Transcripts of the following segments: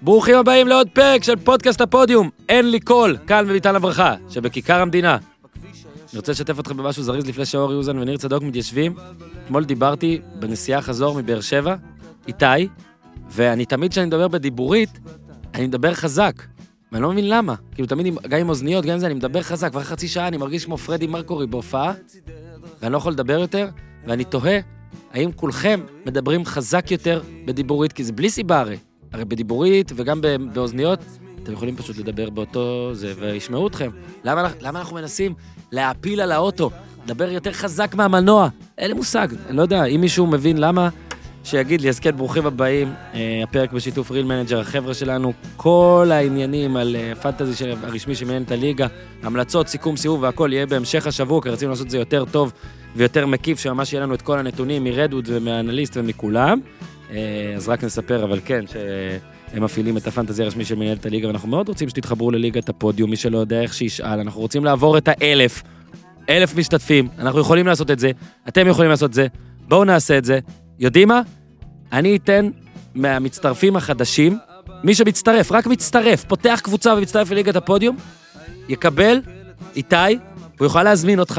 ברוכים הבאים לעוד פרק של פודקאסט הפודיום, אין לי קול, כאן בביתן הברכה, שבכיכר המדינה. אני רוצה לשתף אתכם במשהו זריז לפני שאור יוזן וניר צדוק מתיישבים. אתמול דיברתי בנסיעה חזור מבאר שבע, איתי, ואני תמיד כשאני מדבר בדיבורית, אני מדבר חזק. ואני לא מבין למה. כאילו תמיד, גם עם אוזניות, גם עם זה, אני מדבר חזק. כבר חצי שעה אני מרגיש כמו פרדי מרקורי בהופעה, ואני לא יכול לדבר יותר, ואני תוהה, האם כולכם מדברים חזק יותר בדיבורית, כי זה בלי סיבה הרי בדיבורית וגם באוזניות, אתם יכולים פשוט לדבר באותו זה, וישמעו אתכם. למה אנחנו מנסים להפיל על האוטו, לדבר יותר חזק מהמנוע? אין לי מושג, אני לא יודע, אם מישהו מבין למה, שיגיד לי, אז כן, ברוכים הבאים, הפרק בשיתוף ריל מנג'ר, החבר'ה שלנו, כל העניינים על פנטזי הרשמי שמנהל את הליגה, המלצות, סיכום, סיבוב והכל יהיה בהמשך השבוע, כי רצינו לעשות את זה יותר טוב ויותר מקיף, שממש יהיה לנו את כל הנתונים מרדווד ומהאנליסט ומכולם. אז רק נספר, אבל כן, שהם מפעילים את הפנטזי הרשמי של מנהל את הליגה, ואנחנו מאוד רוצים שתתחברו לליגת הפודיום, מי שלא יודע איך שישאל, אנחנו רוצים לעבור את 1,000 משתתפים, אנחנו יכולים לעשות את זה, אתם יכולים לעשות את זה, בואו נעשה את זה. יודעים מה? אני אתן מהמצטרפים החדשים, מי שמצטרף, רק מצטרף, פותח קבוצה ומצטרף לליגת הפודיום, יקבל איתי, הוא יוכל להזמין אותך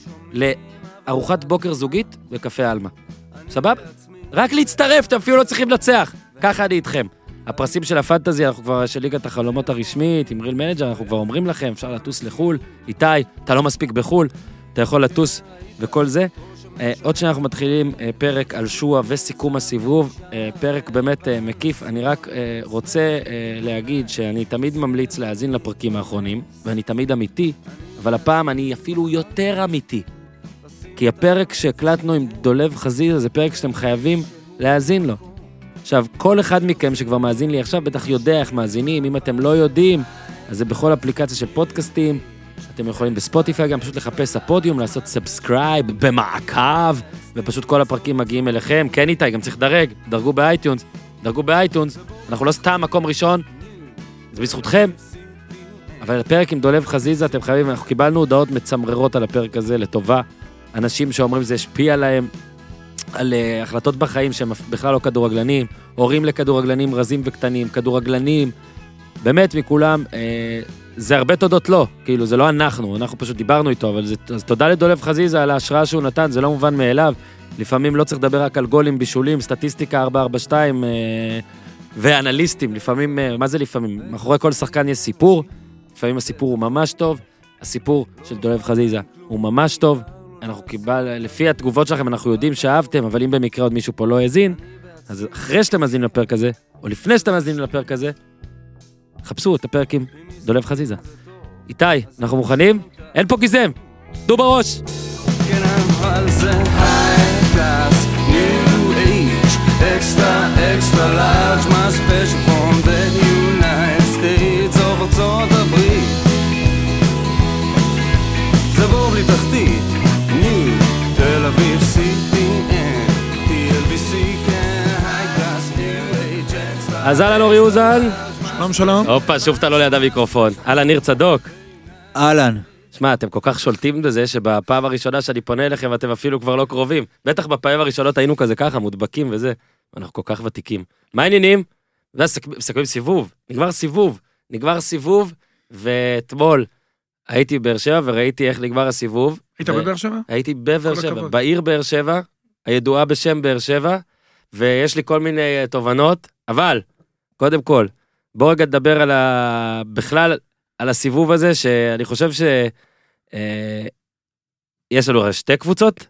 לארוחת בוקר זוגית וקפה אלמה. סבב? רק להצטרף, אתם אפילו לא צריכים לנצח. ככה אני איתכם. הפרסים של הפנטזי, אנחנו כבר של ליגת החלומות הרשמית, עם ריל מנג'ר, אנחנו כבר אומרים לכם, אפשר לטוס לחול. איתי, אתה לא מספיק בחול, אתה יכול לטוס וכל זה. עוד שאנחנו מתחילים פרק על שואה וסיכום הסיבוב, פרק באמת מקיף. אני רק רוצה להגיד שאני תמיד ממליץ להאזין לפרקים האחרונים, ואני תמיד אמיתי, אבל הפעם אני אפילו יותר אמיתי. כי הפרק שהקלטנו עם דולב חזיזה, זה פרק שאתם חייבים להאזין לו. עכשיו, כל אחד מכם שכבר מאזין לי עכשיו, בטח יודע איך מאזינים. אם אתם לא יודעים, אז זה בכל אפליקציה של פודקאסטים. אתם יכולים בספוטיפיי גם פשוט לחפש הפודיום, לעשות סאבסקרייב במעקב, ופשוט כל הפרקים מגיעים אליכם. כן איתי, גם צריך לדרג, דרגו באייטונס. אנחנו לא סתם מקום ראשון, זה בזכותכם. אבל הפרק עם דולב חזיזה, אתם חייבים, אנחנו קיבלנו הודעות מצמררות על הפרק הזה לטובה. אנשים שאומרים זה השפיע עליהם, על החלטות בחיים שהם בכלל לא כדורגלנים, הורים לכדורגלנים רזים וקטנים, כדורגלנים, באמת מכולם, זה הרבה תודות לו, כאילו זה לא אנחנו פשוט דיברנו איתו, אבל אז תודה לדולב חזיזה על ההשראה שהוא נתן, זה לא מובן מאליו, לפעמים לא צריך לדבר רק על גולים, בישולים, סטטיסטיקה 442, ואנליסטים, לפעמים, מה זה לפעמים? מאחורי כל שחקן יש סיפור, לפעמים הסיפור הוא ממש טוב, הסיפור של דולב חזיזה הוא ממש טוב, אנחנו לפי התגובות שלכם אנחנו יודעים שאהבתם, אבל אם במקרה עוד מישהו פה לא האזין, אז אחרי שאתם מאזינים לפרק הזה, או לפני שאתם מאזינים לפרק הזה, חפשו את הפרק עם דולב חזיזה. איתי, אנחנו מוכנים? אין פה גיזם, דו בראש. כן, אבל זה high class, new age, extra large, my special from the United States of ארצות הברית. זה בור בלי תחתית, new, תל אביב, CPN, TLBC, כן, high class, new age, extra. אז אהלן אור יוזן. שלום. הופה, שוב אתה לא ליד המיקרופון. אהלן, ניר צדוק. אהלן. שמע, אתם כל כך שולטים בזה שבפעם הראשונה שאני פונה אליכם ואתם אפילו כבר לא קרובים. בטח בפעמים הראשונות היינו כזה ככה, מודבקים וזה. אנחנו כל כך ותיקים. מה העניינים? מסכמים סיבוב. נגמר סיבוב, ואתמול הייתי בבאר שבע וראיתי איך נגמר הסיבוב. היית בבאר שבע? הייי בבאר שבע, בעיר באר שבע, הידועה בשם באר שבע, ויש לי כל מיני תובנות, אבל, קודם כל, בואו רגע נדבר בכלל על הסיבוב הזה, שאני חושב יש לנו שתי קבוצות,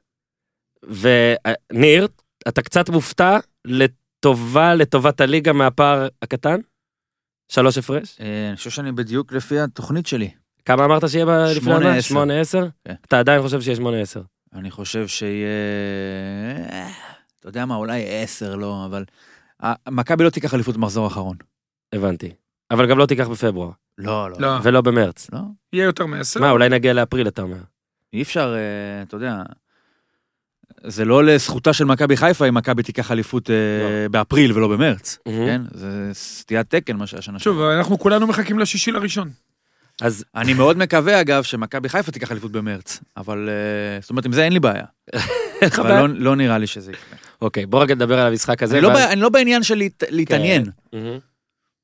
וניר, אתה קצת מופתע לטובת הליגה מהפער הקטן? 3 הפרש? אני חושב שאני בדיוק לפי התוכנית שלי. כמה אמרת שיהיה לפני העונה? 8-10? כן. אתה עדיין חושב שיש 8-10? אני חושב שיהיה, אתה יודע מה, אולי 10 לא, אבל מכבי לא תיקח אליפות במחזור האחרון. הבנתי. אבל גם לא תיקח בפברואר. לא. ולא במרץ. לא. יהיה יותר מ10. מה, אולי נגיע לאפריל, אתה אומר. אי אפשר, אתה יודע, זה לא לזכותה של מכבי חיפה, אם מכבי תיקח אליפות באפריל ולא במרץ. כן? זה סטיית תקן מה שהשנה. שוב, אנחנו כולנו מחכים ל6 לראשון. אז אני מאוד מקווה, אגב, שמכבי חיפה תיקח אליפות במרץ. אבל, זאת אומרת, עם זה אין לי בעיה. אבל לא נראה לי שזה יקרה. אוקיי, בוא רגע נדבר על המשחק הזה. אני לא בעניין של להתעניין.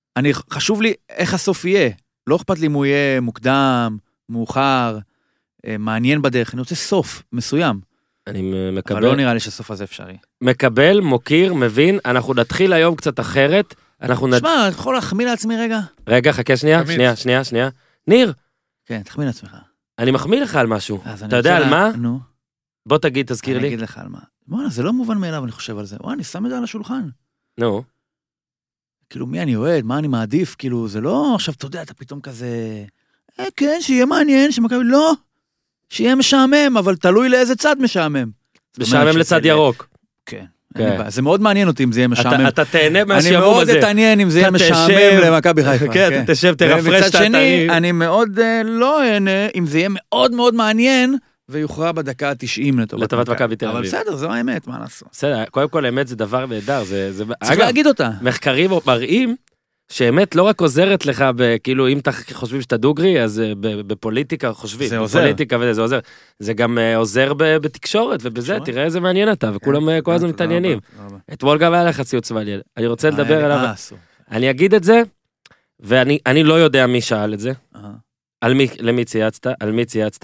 חשוב לי איך הסוף יהיה. לא אכפת לי אם הוא יהיה מוקדם, מאוחר, מעניין בדרך. אני רוצה סוף מסוים. אני מקבל. אבל לא נראה לי שהסוף הזה אפשרי. מקבל, מוקיר, מבין, אנחנו נתחיל היום קצת אחרת. שמע, אני יכול להחמיא לעצמי רגע? רגע, חכה שנייה. ניר. כן, תחמיא לעצמך. אני מחמיא לך על משהו. אתה יודע על מה? נו. בוא תגיד, תזכיר לי. אני אגיד לך על מה. בוא'נה, זה לא מובן מאליו, אני חושב על זה. אני שם את זה על השולחן. נו. כאילו, מי אני אוהד? מה אני מעדיף? כאילו, זה לא, עכשיו, אתה יודע, אתה פתאום כזה... כן, שיהיה מעניין, שמכבי... לא. שיהיה משעמם, אבל תלוי לאיזה צד משעמם. משעמם לצד ירוק. כן. זה מאוד מעניין אותי אם זה יהיה משעמם. אתה תהנה מהשעמום הזה. אני מאוד אתעניין אם זה יהיה משעמם למכבי חיפה. כן, תשב, תרפרש את התהליך. אני מאוד לא אהנה אם זה יהיה מאוד מאוד מעניין, ויוכרע בדקה ה-90 לטובת מכבי תל אביב. אבל בסדר, זו האמת, מה לעשות? בסדר, קודם כל האמת זה דבר נהדר. צריך להגיד אותה. מחקרים מראים שאמת לא רק עוזרת לך, כאילו אם אתה חושבים שאתה דוגרי, אז בפוליטיקה חושבים. זה עוזר. בפוליטיקה וזה עוזר. זה גם עוזר בתקשורת, ובזה תראה איזה מעניין אתה, וכולם כל הזמן מתעניינים. אתמול גם היה לך ציוץ מעניין. אני רוצה לדבר עליו. אני אגיד את זה, ואני לא יודע מי שאל את זה. למי צייצת? על מי צייצת?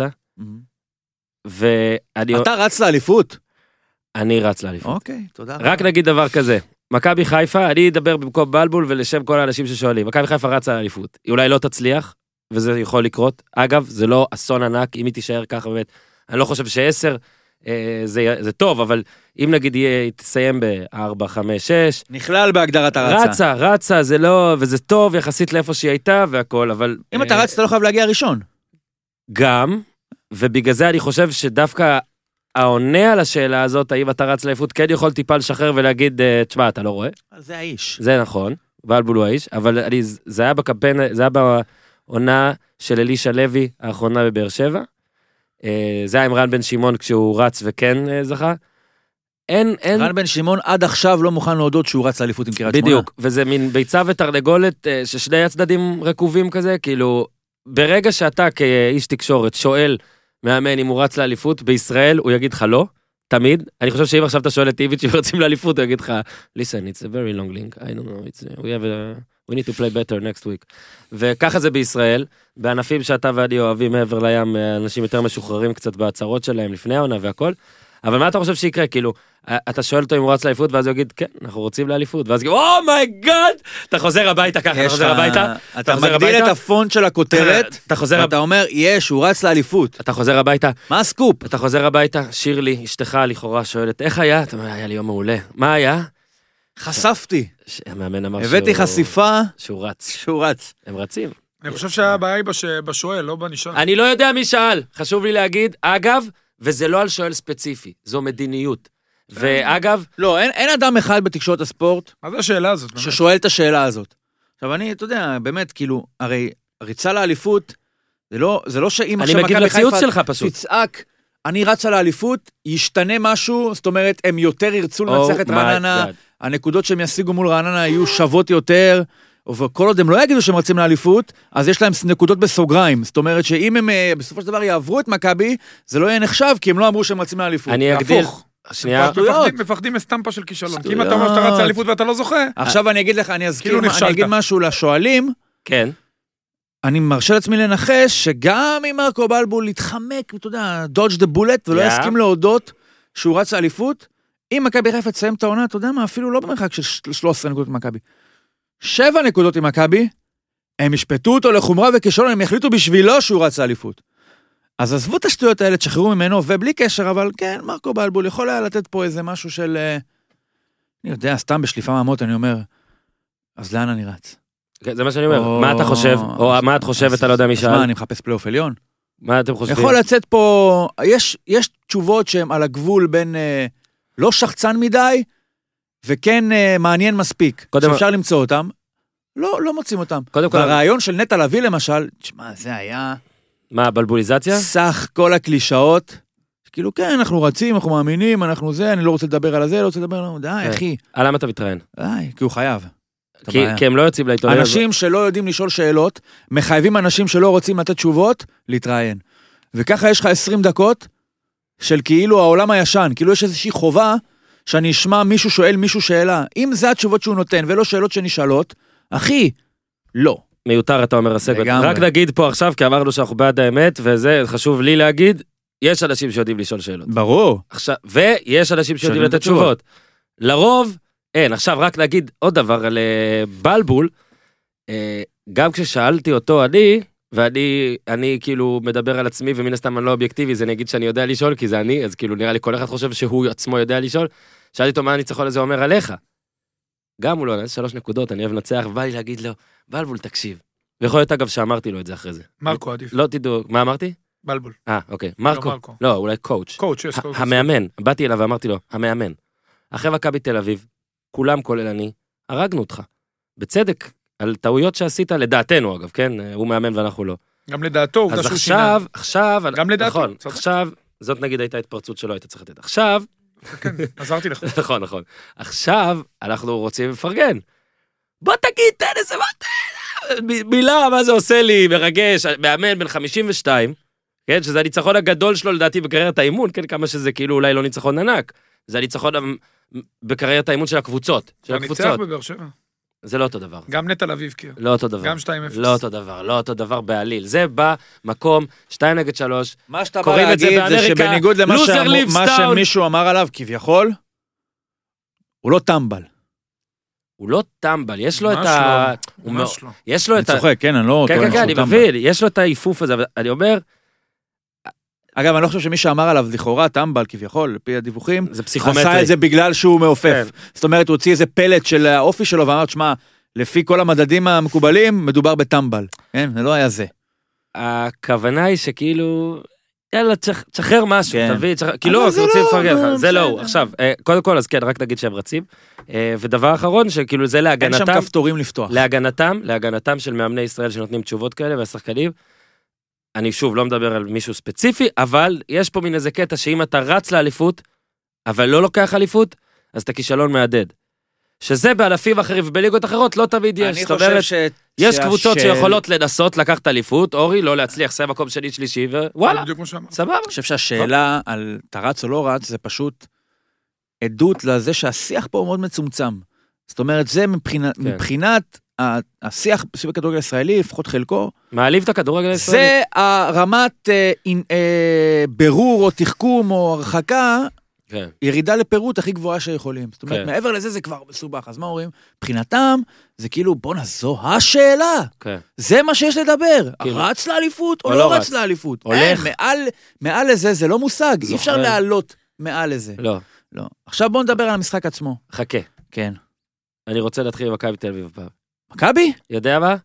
אתה רץ לאליפות? אני רץ לאליפות. אוקיי, תודה. רק נגיד דבר כזה. מכבי חיפה, אני אדבר במקום בלבול ולשם כל האנשים ששואלים. מכבי חיפה רצה לאליפות. היא אולי לא תצליח, וזה יכול לקרות. אגב, זה לא אסון ענק, אם היא תישאר ככה באמת. אני לא חושב ש10 זה טוב, אבל אם נגיד היא תסיים ב4, 5, 6. נכלל בהגדרת הרצה. רצה, זה לא, וזה טוב יחסית לאיפה שהיא הייתה והכל, אבל... אם אתה רץ, אתה לא חייב להגיע ראשון. גם, ובגלל זה אני חושב שדווקא העונה על השאלה הזאת, האם אתה רץ לאליפות, כן יכול טיפה לשחרר ולהגיד, תשמע, אתה לא רואה? זה האיש. זה נכון, בלבול הוא האיש, אבל זה היה בקמפיין, זה היה בעונה של אלישע לוי, האחרונה בבאר שבע. זה היה עם רן בן שמעון כשהוא רץ וכן זכה. רן בן שמעון עד עכשיו לא מוכן להודות שהוא רץ לאליפות עם קריית שמונה. בדיוק, וזה מין ביצה ותרנגולת ששני הצדדים רקובים כזה, כאילו, ברגע שאתה כאיש תקשורת שואל מאמן אם הוא רץ לאליפות בישראל, הוא יגיד לך לא, תמיד. אני חושב שאם עכשיו אתה שואל את איביץ' אם רוצים לאליפות, הוא יגיד לך, listen, it's a very long link, I don't know, we need to play better next week. וככה זה בישראל, בענפים שאתה ואני אוהבים מעבר לים, אנשים יותר משוחררים קצת בהצהרות שלהם לפני העונה והכל, אבל מה אתה חושב שיקרה? כאילו, אתה שואל אותו אם הוא רץ לאליפות, ואז הוא יגיד, כן, אנחנו רוצים לאליפות, ואז הוא יגיד, אומייגאד, אתה חוזר הביתה ככה, אתה חוזר הביתה, אתה מגדיל את הפונט של הכותרת, אתה אומר, יש, הוא רץ לאליפות. אתה חוזר הביתה. מה הסקופ? אתה חוזר הביתה, שירלי, אשתך לכאורה שואלת, איך היה? אתה אומר, היה לי יום מעולה. מה היה? חשפתי. המאמן אמר הבאתי חשיפה. שהוא רץ. הם רצים. אני חושב שהבעיה היא בשואל, לא בנשאל. אני לא יודע מי שאל. חשוב לי להגיד, אגב, וזה לא על שואל ספציפי, זו מדיניות. ואגב... לא, אין אדם אחד בתקשורת הספורט... מה זה השאלה הזאת? ששואל את השאלה הזאת. עכשיו, אתה יודע, באמת, כאילו, הרי ריצה לאליפות, זה לא שאם עכשיו מכבי חיפה תצעק, אני רצה לאליפות, ישתנה משהו, זאת אומרת, הם יותר ירצו לנצח את רעננה, הנקודות שהם ישיגו מול רעננה יהיו שוות יותר, וכל עוד הם לא יגידו שהם רצים לאליפות, אז יש להם נקודות בסוגריים. זאת אומרת שאם הם בסופו של דבר יעברו את מכבי, זה לא יהיה נחשב, כי הם לא אמרו שהם רצים לאליפות. אני אגדיר. שנייה. מפחדים מסטמפה של כישלון. כי אם אתה אומר שאתה רץ לאליפות ואתה לא זוכה... עכשיו אני אגיד לך, אני אגיד משהו לשואלים. כן. אני מרשה לעצמי לנחש שגם אם מרקו בלבול יתחמק, אתה יודע, dodge the bullet, ולא יסכים להודות שהוא רץ לאליפות, אם מכבי חיפה תסיים את העונה, אתה יודע מה, אפילו לא במרחק של 13 נקודות ממכבי. 7 נקודות עם מכבי, הם ישפטו אותו לחומרה וכישלון, הם יחליטו בשבילו שהוא רץ לאליפות. אז עזבו את השטויות האלה, תשחררו ממנו, ובלי קשר, אבל כן, מרקו בלבול יכול היה לתת פה איזה משהו של, אני יודע, סתם בשליפה מהמות, אני אומר, אז לאן אני רץ? זה מה שאני אומר, מה אתה חושב, או מה את חושבת, אתה לא יודע מי שאל? מה, אני מחפש פלייאוף עליון? מה אתם חושבים? יכול לצאת פה, יש תשובות שהן על הגבול בין לא שחצן מדי, וכן מעניין מספיק, שאפשר למצוא אותם, לא מוצאים אותם. והרעיון של נטע לביא למשל, תשמע, זה היה... מה, בלבוליזציה? סך כל הקלישאות, כאילו כן, אנחנו רצים, אנחנו מאמינים, אנחנו זה, אני לא רוצה לדבר על זה, לא רוצה לדבר על זה, די, אחי. למה אתה מתראיין? די, כי הוא חייב. כי הם לא יוצאים לעיתונאים. אנשים שלא יודעים לשאול שאלות, מחייבים אנשים שלא רוצים לתת תשובות, להתראיין. וככה יש לך 20 דקות של כאילו העולם הישן, כאילו יש איזושהי חובה שאני אשמע מישהו שואל מישהו שאלה. אם זה התשובות שהוא נותן ולא שאלות שנשאלות, אחי, לא. מיותר, אתה אומר, הסגל. לגמרי. רק נגיד פה עכשיו, כי אמרנו שאנחנו בעד האמת, וזה חשוב לי להגיד, יש אנשים שיודעים לשאול שאלות. ברור. עכשיו, ויש אנשים שיודעים לתת תשובות. לרוב, אין. עכשיו, רק נגיד עוד דבר על בלבול, גם כששאלתי אותו ואני כאילו מדבר על עצמי, ומן הסתם אני לא אובייקטיבי, אז אני אגיד שאני יודע לשאול, כי זה אני, אז כאילו נראה לי כל אחד חושב שהוא עצמו יודע לשאול. שאלתי אותו מה הניצחון הזה אומר עליך. גם הוא לא, אני 3 נקודות, אני אוהב לנצח, ובא לי להגיד לו, בלבול, תקשיב. ויכול להיות אגב שאמרתי לו את זה אחרי זה. מרקו עדיף. לא תדעו, מה אמרתי? בלבול. אוקיי. מרקו. לא, אולי קואוץ'. קואוץ', יש קואוץ'. המאמן. באתי אליו ואמרתי לו, המאמן. אחרי מכבי תל אביב, כולם כולל אני, הרגנו אותך. בצדק, על טעויות שעשית, לדעתנו אגב, כן? הוא מאמן ואנחנו לא. גם לדעתו, עובדה שהוא שינה. אז עכשיו, גם לדעתו. נכון, עכשיו, זאת נגיד הייתה התפרצות שלא היית צריך לתת. עכשיו, כן, עזרתי לך. נכון. עכשיו, אנחנו רוצים לפרגן. בוא תגיד, תן איזה מילה, מה זה עושה לי, מרגש, מאמן בן 52, כן, שזה הניצחון הגדול שלו לדעתי בקריירת האימון, כן, כמה שזה כאילו אולי לא ניצחון ענק, זה הניצחון בקריירת האימון של הקבוצות. הוא ניצח בבאר שבע. זה לא אותו דבר. גם נטע לביא הבקיע. לא אותו דבר. גם 2-0. לא אותו דבר בעליל. זה במקום 2-3. מה שאתה בא להגיד זה שבניגוד למה שמישהו אמר עליו, כביכול, הוא לא טמבל. הוא לא טמבל, יש לו את ה... ממש לא. יש לו את ה... אני צוחק, כן, אני לא... כן, אני מבין, יש לו את האיפוף הזה, אני אומר... אגב, אני לא חושב שמי שאמר עליו לכאורה, טמבל כביכול, לפי הדיווחים, זה פסיכומטרי. עשה את זה בגלל שהוא מעופף. זאת אומרת, הוא הוציא איזה פלט של האופי שלו, ואמר, שמה, לפי כל המדדים המקובלים, מדובר בטמבל. כן, זה לא היה זה. הכוונה היא שכאילו... יאללה, תשחרר משהו, תביא, כי לא, אנחנו רוצים לפרגן לך, זה לא הוא. עכשיו, קודם כל, אז כן, רק נגיד שהם רצים, ודבר אחרון, שכאילו זה להגנתם, אין שם כפתורים לפתוח. להגנתם של מאמני ישראל שנותנים תשובות כאלה, והשחקנים, אני שוב לא מדבר על מישהו ספציפי, אבל יש פה מין איזה קטע, שאם אתה רץ לאליפות, אבל לא לוקח אליפות, אז אתה כישלון מהדהד. שזה בענפים אחרים ובליגות אחרות לא תמיד יש. אני חושב יש קבוצות שיכולות לנסות לקחת אליפות, אורי, לא להצליח, זה מקום שני שלישי, ווואלה, סבבה. אני חושב שהשאלה על אתה רץ או לא רץ, זה פשוט עדות לזה שהשיח פה הוא מאוד מצומצם. זאת אומרת, זה מבחינת השיח בכדורגל הישראלי, לפחות חלקו, מעליב את הכדורגל הישראלי. זה הרמת ברור או תחכום או הרחקה, ירידה לפירוט הכי גבוהה שיכולים. זאת אומרת, מעבר לזה זה כבר מסובך. אז מה אומרים? מבחינתם, זה כאילו, בוא נזו השאלה. זה מה שיש לדבר. רץ לאליפות או לא רץ לאליפות? הולך. מעל לזה זה לא מושג. אי אפשר לעלות מעל לזה. לא. עכשיו בוא נדבר על המשחק עצמו. חכה. כן. אני רוצה להתחיל עם מכבי תל אביב פעם. מכבי? יודע מה?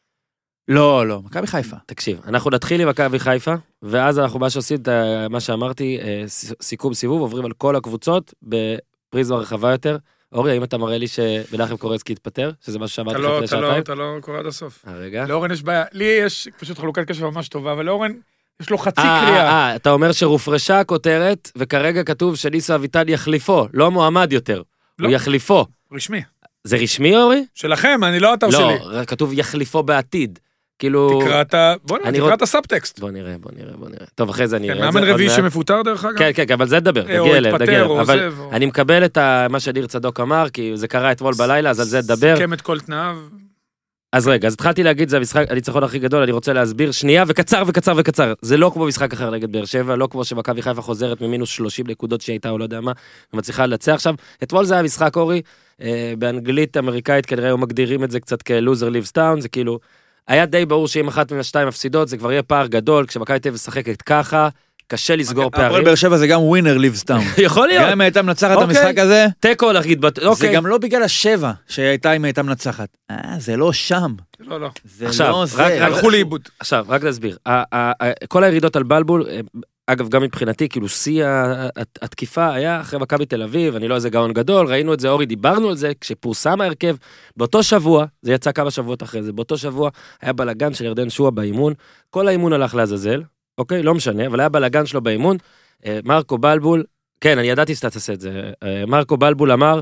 לא, מכבי חיפה. תקשיב, אנחנו נתחיל עם מכבי חיפה, ואז אנחנו מה שעושים, מה שאמרתי, סיכום סיבוב, עוברים על כל הקבוצות בפריזמה רחבה יותר. אורי, האם אתה מראה לי שמנחם קורצקי התפטר? שזה מה שאמרתי לך לפני שעתיים? אתה לא קורא עד הסוף. רגע. לאורן יש בעיה, לי יש פשוט חלוקת קשב ממש טובה, אבל לאורן יש לו חצי קריאה. אתה אומר שרופרשה הכותרת, וכרגע כתוב שניסו אביטן יחליפו, לא מועמד יותר. הוא יחליפו. רשמי. זה רשמי, אורי? שלכם, אני לא אתר שלי. לא, כתוב יחליפו בעתיד. כאילו... תקרא את הסאבטקסט. בוא נראה. טוב, אחרי זה אני אראה את זה. מאמן רביעי שמפוטר דרך אגב? כן, אבל זה נדבר. או התפטר, או עוזב. אני מקבל את מה שניר צדוק אמר, כי זה קרה אתמול בלילה, אז על זה נדבר. סיכם את כל תנאיו. אז רגע, אז התחלתי להגיד, זה הניצחון הכי גדול, אני רוצה להסביר שנייה, וקצר. זה לא כמו משחק אחר נגד באר שבע, לא כמו שמכבי חיפה חוזרת ממינוס 30 נקודות שהייתה או לא יודע מה, ומצליחה לנצח עכשיו. אתמול זה היה משחק, אורי, באנגלית אמריקאית כנראה היו מגדירים את זה קצת כלוזר ליבס טאון, זה כאילו, היה די ברור שאם אחת מן השתיים מפסידות, זה כבר יהיה פער גדול, כשמכבי תל אביב משחקת ככה, קשה לסגור פערים. הפועל באר שבע זה גם ווינר ליבס טאון. יכול להיות. גם אם הייתה מנצחת את המשחק הזה, תיקו להגיד, זה גם לא בגלל השבע שהייתה אם הייתה מנצחת. זה לא שם. לא. זה לא זה. הלכו לאיבוד. עכשיו, רק להסביר. כל הירידות על בלבול, אגב, גם מבחינתי, כאילו, שיא התקיפה היה אחרי מכבי תל אביב, אני לא איזה גאון גדול, ראינו את זה, אורי, דיברנו על זה, כשפורסם ההרכב, באותו שבוע, זה יצא כמה שבועות אחרי זה, באותו שבוע היה בלגן של ירדן שועה באימון, כל האימון הלך לעזאזל, אוקיי, לא משנה, אבל היה בלגן שלו באימון, מרקו בלבול, כן, אני ידעתי שאתה תעשה את זה, מרקו בלבול אמר,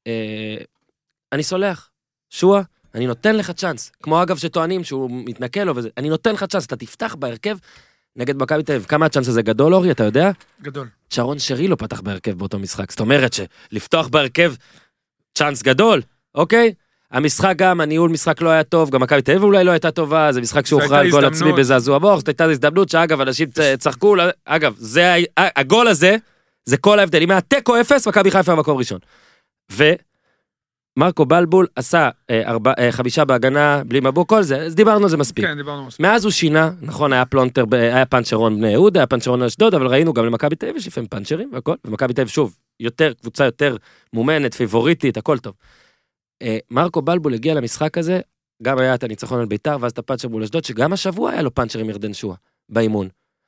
אני סולח, שועה, אני נותן לך צ'אנס, כמו אגב שטוענים שהוא מתנקל לו וזה, אני נותן לך צ'אנס, אתה תפתח בהרכב, נגד מכבי תל אביב, כמה הצ'אנס הזה גדול, אורי, אתה יודע? גדול. שרון שרי לא פתח בהרכב באותו משחק, זאת אומרת שלפתוח בהרכב צ'אנס גדול, אוקיי? המשחק גם, הניהול משחק לא היה טוב, גם מכבי תל אביב אולי לא הייתה טובה, זה משחק שהוכרע על גול עצמי בזעזוע מוח, זאת הייתה הזדמנות שאגב, אנשים צחקו, אגב, הגול הזה, זה כל ההבדל, אם היה תיקו 0, מכבי חיפה במקום ראשון. ומרקו בלבול עשה 5 בהגנה, בלי מבוק, כל זה, אז דיברנו על זה מספיק. כן, דיברנו מספיק. מאז הוא שינה, נכון, היה פלונטר, היה פנצ'רון בני יהודה, היה פנצ'רון אשדוד, אבל ראינו גם למכבי תל אביב יש לפעמים פנצ'רים והכל, ומכבי תל אביב שוב, קבוצה יותר מומנת, פיבוריטית, הכל טוב. מרקו בלבול הגיע למשחק הזה, גם היה את הניצחון על ביתר, ואז את הפנצ'ר מול אשדוד, שגם השבוע היה לו פנצ'ר עם ירדן שועה, באימון.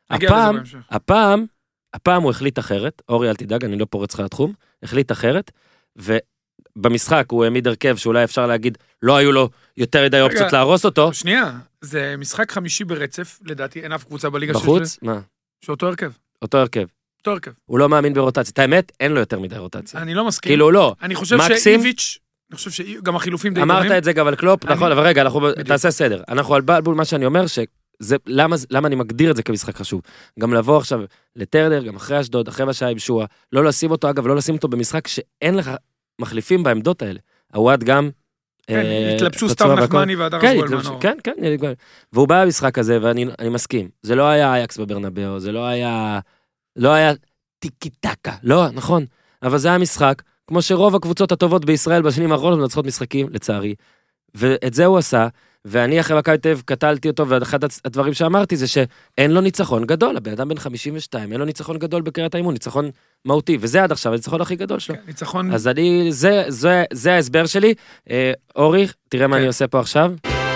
הפעם הוא החליט אחרת, אורי אל תדאג, אני לא פורץ לך לתחום, החליט אחרת, ובמשחק הוא העמיד הרכב שאולי אפשר להגיד, לא היו לו יותר ידי אופציות להרוס אותו. שנייה, זה משחק חמישי ברצף, לדעתי אין אף קבוצה בליגה בחוץ? מה? שאותו הרכב. אותו הרכב. אותו הרכב. הוא לא מאמין ברוטציה. את האמת, אין לו יותר מדי רוטציה. אני לא מסכים. כאילו לא. אני חושב שאיביץ', אני חושב שגם החילופים די דומים. אמרת את זה גם על קלופ, נכון, אבל רגע, תעשה סדר. אנחנו על בלבול, מה שאני אומר, למה אני מגדיר את זה כמשחק חשוב? גם לבוא עכשיו לטרדר, גם אחרי אשדוד, אחרי מה שהיה עם שועה, לא לשים אותו, אגב, לא לשים אותו במשחק שאין לך מחליפים בעמדות האלה. הוואד גם התלבשו סתיו נחמני והדר גולמן. כן, והוא בא למשחק הזה, ואני מסכים. זה לא היה אייקס בברנבאו, זה לא היה טיקי טקה, לא, נכון. אבל זה היה משחק, כמו שרוב הקבוצות הטובות בישראל בשנים האחרונות מנצחות משחקים, לצערי. ואת זה הוא עשה, ואני אחרי מכבי תל אביב קטלתי אותו, ואחד הדברים שאמרתי זה שאין לו ניצחון גדול, הבן אדם בן 52, אין לו ניצחון גדול בקריית האימון, ניצחון מהותי, וזה עד עכשיו הניצחון הכי גדול שלו. ניצחון... אז זה ההסבר שלי. אורי, תראה מה אני עושה פה עכשיו.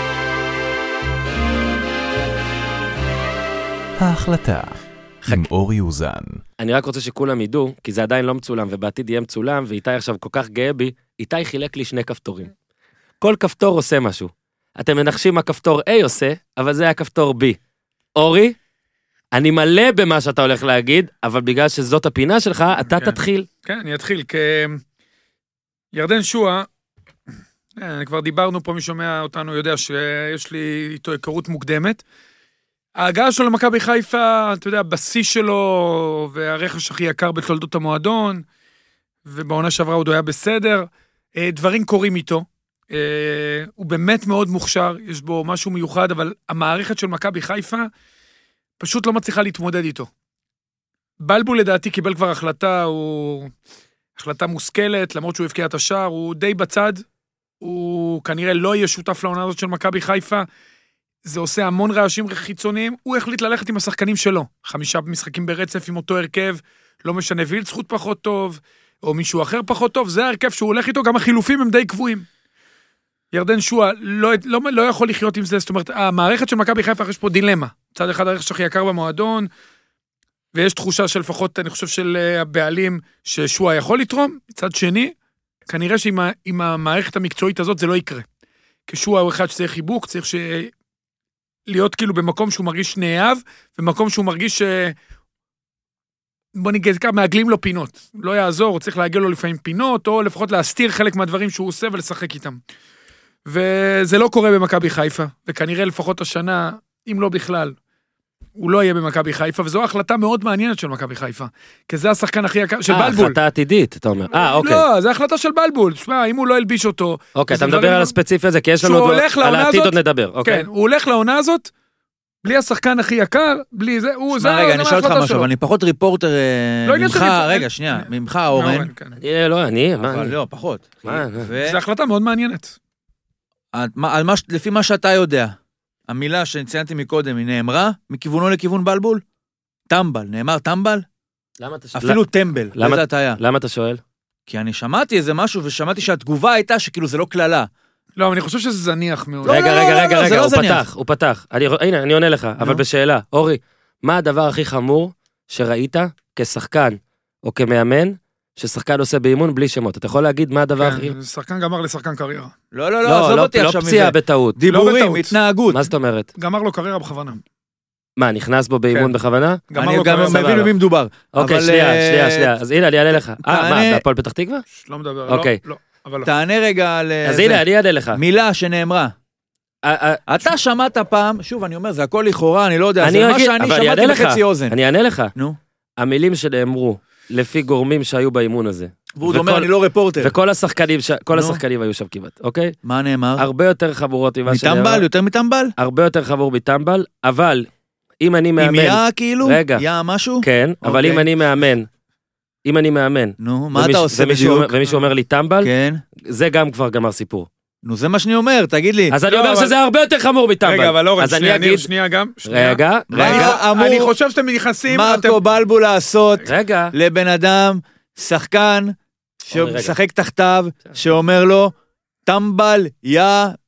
ההחלטה עם אורי אוזן. אני רק רוצה שכולם ידעו, כי זה עדיין לא מצולם, ובעתיד יהיה מצולם, ואיתי עכשיו כל כך גאה בי, איתי חילק לי 2 כפתורים. כל כפתור עושה משהו. אתם מנחשים מה כפתור A עושה, אבל זה היה כפתור B. אורי, אני מלא במה שאתה הולך להגיד, אבל בגלל שזאת הפינה שלך, אתה תתחיל. כן, אני אתחיל. ירדן שועה, כבר דיברנו פה, מי שומע אותנו יודע שיש לי איתו היכרות מוקדמת. ההגעה שלו למכבי חיפה, אתה יודע, בשיא שלו, והרכש הכי יקר בתולדות המועדון, ובעונה שעברה הוא היה בסדר, דברים קורים איתו. הוא באמת מאוד מוכשר, יש בו משהו מיוחד, אבל המערכת של מכבי חיפה פשוט לא מצליחה להתמודד איתו. בלבול לדעתי קיבל כבר החלטה מושכלת, למרות שהוא הבקיע את השער, הוא די בצד, הוא כנראה לא יהיה שותף לעונה הזאת של מכבי חיפה, זה עושה המון רעשים חיצוניים, הוא החליט ללכת עם השחקנים שלו, 5 משחקים ברצף עם אותו הרכב, לא משנה וילצחוט פחות טוב, או מישהו אחר פחות טוב, זה ההרכב שהוא הולך איתו, גם החילופים הם די קבועים. ירדן שועה לא יכול לחיות עם זה, זאת אומרת, המערכת של מכבי חיפה יש פה דילמה, צד אחד הרכש הכי יקר במועדון, ויש תחושה של לפחות, אני חושב של הבעלים, ששועה יכול לתרום, מצד שני, כנראה שעם המערכת המקצועית הזאת זה לא יקרה. כשועה הוא אחד שצריך חיבוק, צריך להיות כאילו במקום שהוא מרגיש נאהב, במקום שהוא מרגיש בוא נגיד ככה, מעגלים לו פינות. לא יעזור, הוא צריך להגיע לו לפעמים פינות, או לפחות להסתיר חלק מהדברים שהוא עושה ולשחק איתם. וזה לא קורה במכבי חיפה, וכנראה לפחות השנה, אם לא בכלל, הוא לא יהיה במכבי חיפה, וזו החלטה מאוד מעניינת של מכבי חיפה, כי זה השחקן הכי יקר, של בלבול. החלטה עתידית, אתה אומר. אוקיי. לא, זה החלטה של בלבול, תשמע, אם הוא לא ילביש אותו... אוקיי, אתה מדבר על הספציפי הזה, כי יש לנו על העתיד עוד נדבר. כן, הוא הולך לעונה הזאת, בלי השחקן הכי יקר, בלי זה, הוא... רגע, אני שואל אותך משהו, אבל אני פחות ריפורטר ממך, רגע, שנייה, ממך, אורן. לא, פחות. זו החלטה מאוד מעניינת. לפי מה שאתה יודע, המילה שציינתי מקודם, היא נאמרה מכיוונו לכיוון בלבול? טמבל, נאמר טמבל? אפילו טמבל, איזה אתה היה? למה אתה שואל? כי אני שמעתי איזה משהו, ושמעתי שהתגובה הייתה שכאילו זה לא כללה. לא, אני חושב שזה זניח מאוד. רגע, הוא פתח. הנה, אני עונה לך, אבל בשאלה. אורי, מה הדבר הכי חמור שראית כשחקן או כמאמן, ששחקן עושה באימון בלי שמות? אתה יכול להגיד מה הדבר הכי... שחקן גמר לשחקן קריירה. לא, עזוב אותי עכשיו מזה. לא פציעה בטעות. דיבורים, התנהגות. מה זאת אומרת? גמר לו קריירה בכוונה. מה, נכנס בו באימון בכוונה? אני גם מבין במי מדובר. אוקיי, שנייה. אז הנה, אני אעלה לך. מה, בהפועל פתח תקווה? לא מדבר, אוקיי. לא. תענה רגע על... אז הנה, אני אענה לך. מילה שנאמרה. אתה שמעת פעם, שוב, אני אומר, זה הכל לכאורה, אני לא יודע, זה מה שאני שמעתי בחצי אוזן. אני אענה לך. נו. המילים שנאמרו, לפי גורמים שהיו באימון הזה, והוא אומר, אני לא רפורטר. וכל השחקנים היו שם כמעט, אוקיי? מה נאמר? הרבה יותר חמורות ממה מטמבל? יותר מטמבל? הרבה יותר חמור מטמבל, אבל אם אני מאמן... עם יא כאילו? רגע. יא משהו? כן, אבל אם אני מאמן... נו, מה אתה עושה בדיוק? ומישהו אומר לי טמבל, כן. זה גם כבר גמר סיפור. נו, זה מה שאני אומר, תגיד לי. אז אני אומר שזה הרבה יותר חמור מטמבל. רגע, אבל לא, שנייה גם. רגע. אני חושב שאתם נכנסים... מרקו בלבול לעשות לבן אדם, שחקן, שמשחק תחתיו, שאומר לו, טמבל, יא,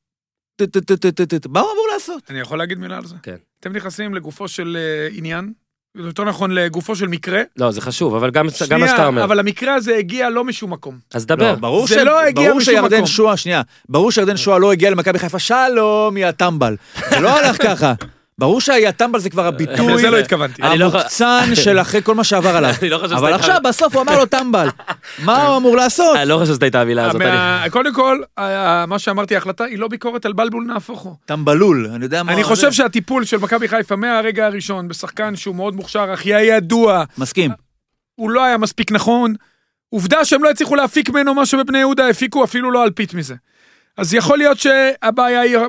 מה הוא אמור לעשות? אני יכול להגיד מילה על זה? כן. אתם נכנסים לגופו של עניין, יותר נכון לגופו של מקרה. לא, זה חשוב, אבל גם מה שאתה אומר. אבל המקרה הזה הגיע לא משום מקום. אז דבר. זה לא הגיע משום מקום. ברור שירדן שועה לא הגיע למכבי חיפה, שלום, יא טמבל. זה לא הלך ככה. ברור שהיה טמבל זה כבר הביטוי. לזה לא התכוונתי. המוקצן של אחרי כל מה שעבר עליו. אבל עכשיו בסוף הוא אמר לו טמבל. מה הוא אמור לעשות? אני לא חושב שזאת הייתה המילה הזאת. קודם כל, מה שאמרתי, ההחלטה היא לא ביקורת על בלבול נהפוכו. טמבלול, אני יודע מה... אני חושב שהטיפול של מכבי חיפה מהרגע הראשון, בשחקן שהוא מאוד מוכשר, אחי ידוע. מסכים. הוא לא היה מספיק נכון. עובדה שהם לא הצליחו להפיק ממנו משהו בבני יהודה, הפיקו אפילו לא אלפית מזה. אז יכול להיות שהבעיה היא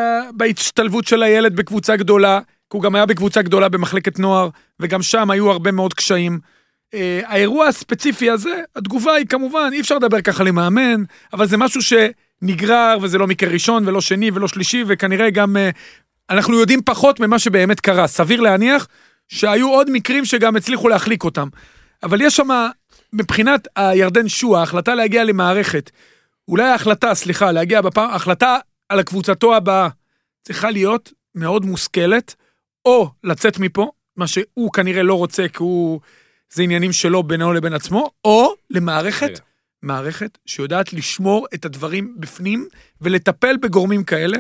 בהצטלבות של הילד בקבוצה גדולה, כי הוא גם היה בקבוצה גדולה במחלקת נוער, וגם שם היו הרבה מאוד קשיים. האירוע הספציפי הזה, התגובה היא כמובן, אי אפשר לדבר ככה למאמן, אבל זה משהו שנגרר, וזה לא מקרה ראשון, ולא שני, ולא שלישי, וכנראה גם אנחנו יודעים פחות ממה שבאמת קרה. סביר להניח שהיו עוד מקרים שגם הצליחו להחליק אותם. אבל יש שם, מבחינת הירדן שועה, ההחלטה להגיע למערכת, אולי להגיע בפעם, ההחלטה על הקבוצתו הבאה, צריכה להיות מאוד מושכלת, או לצאת מפה, מה שהוא כנראה לא רוצה, כי זה עניינים שלו בינו לבין עצמו, או למערכת, מערכת שיודעת לשמור את הדברים בפנים, ולטפל בגורמים כאלה.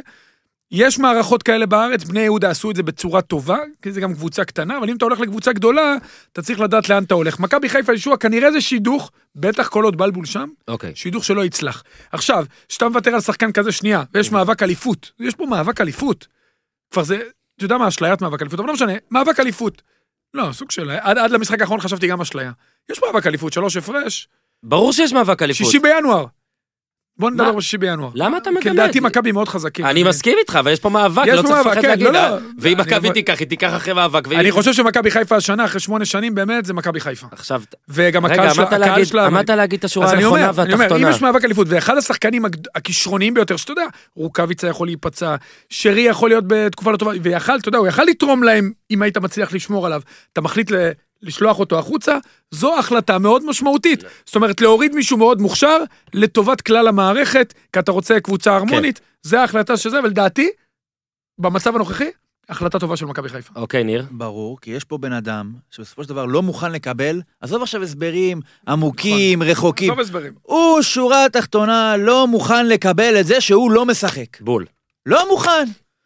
יש מערכות כאלה בארץ, בני יהודה עשו את זה בצורה טובה, כי זה גם קבוצה קטנה, אבל אם אתה הולך לקבוצה גדולה, אתה צריך לדעת לאן אתה הולך. מכבי חיפה ישוע, כנראה זה שידוך, בטח כל עוד בלבול שם, שידוך שלא יצלח. עכשיו, שאתה מוותר על שחקן כזה שנייה, ויש מאבק אליפות, יש פה מאבק אליפות. כבר זה, אתה יודע מה, אשליית מאבק אליפות, אבל לא משנה, מאבק אליפות. לא, סוג שלה, עד למשחק האחרון חשבתי גם אשליה. יש מאבק אליפות, 3 הפרש. ברור שיש מאבק אליפות. 6 בינואר. בוא נדבר ב6 בינואר. למה אתה מגמד? כי לדעתי מכבי מאוד חזקים. אני מסכים איתך, ויש פה מאבק, לא צריך לפחד להגיד. ואם מכבי תיקח, היא תיקח אחרי מאבק. אני חושב שמכבי חיפה השנה, אחרי 8 שנים, באמת זה מכבי חיפה. עכשיו, וגם הקהל שלה... אמרת להגיד את השורה האחרונה והתחתונה. אם יש מאבק אליפות, ואחד השחקנים הכישרוניים ביותר, שאתה יודע, רוקאביצה יכול להיפצע, שרי יכול להיות בתקופה לא טובה, ויכל, אתה יודע, הוא יכל לתרום להם, אם היית מצליח לשמור עליו. אתה מחליט לשלוח אותו החוצה, זו החלטה מאוד משמעותית. זאת אומרת, להוריד מישהו מאוד מוכשר, לטובת כלל המערכת, כי אתה רוצה קבוצה הרמונית, זה ההחלטה שזה, ולדעתי, במצב הנוכחי, החלטה טובה של מכבי חיפה. אוקיי, ניר. ברור, כי יש פה בן אדם, שבסופו של דבר לא מוכן לקבל, עזוב עכשיו הסברים עמוקים, רחוקים. עזוב הסברים. הוא שורה תחתונה לא מוכן לקבל את זה שהוא לא משחק. בול. לא מוכן.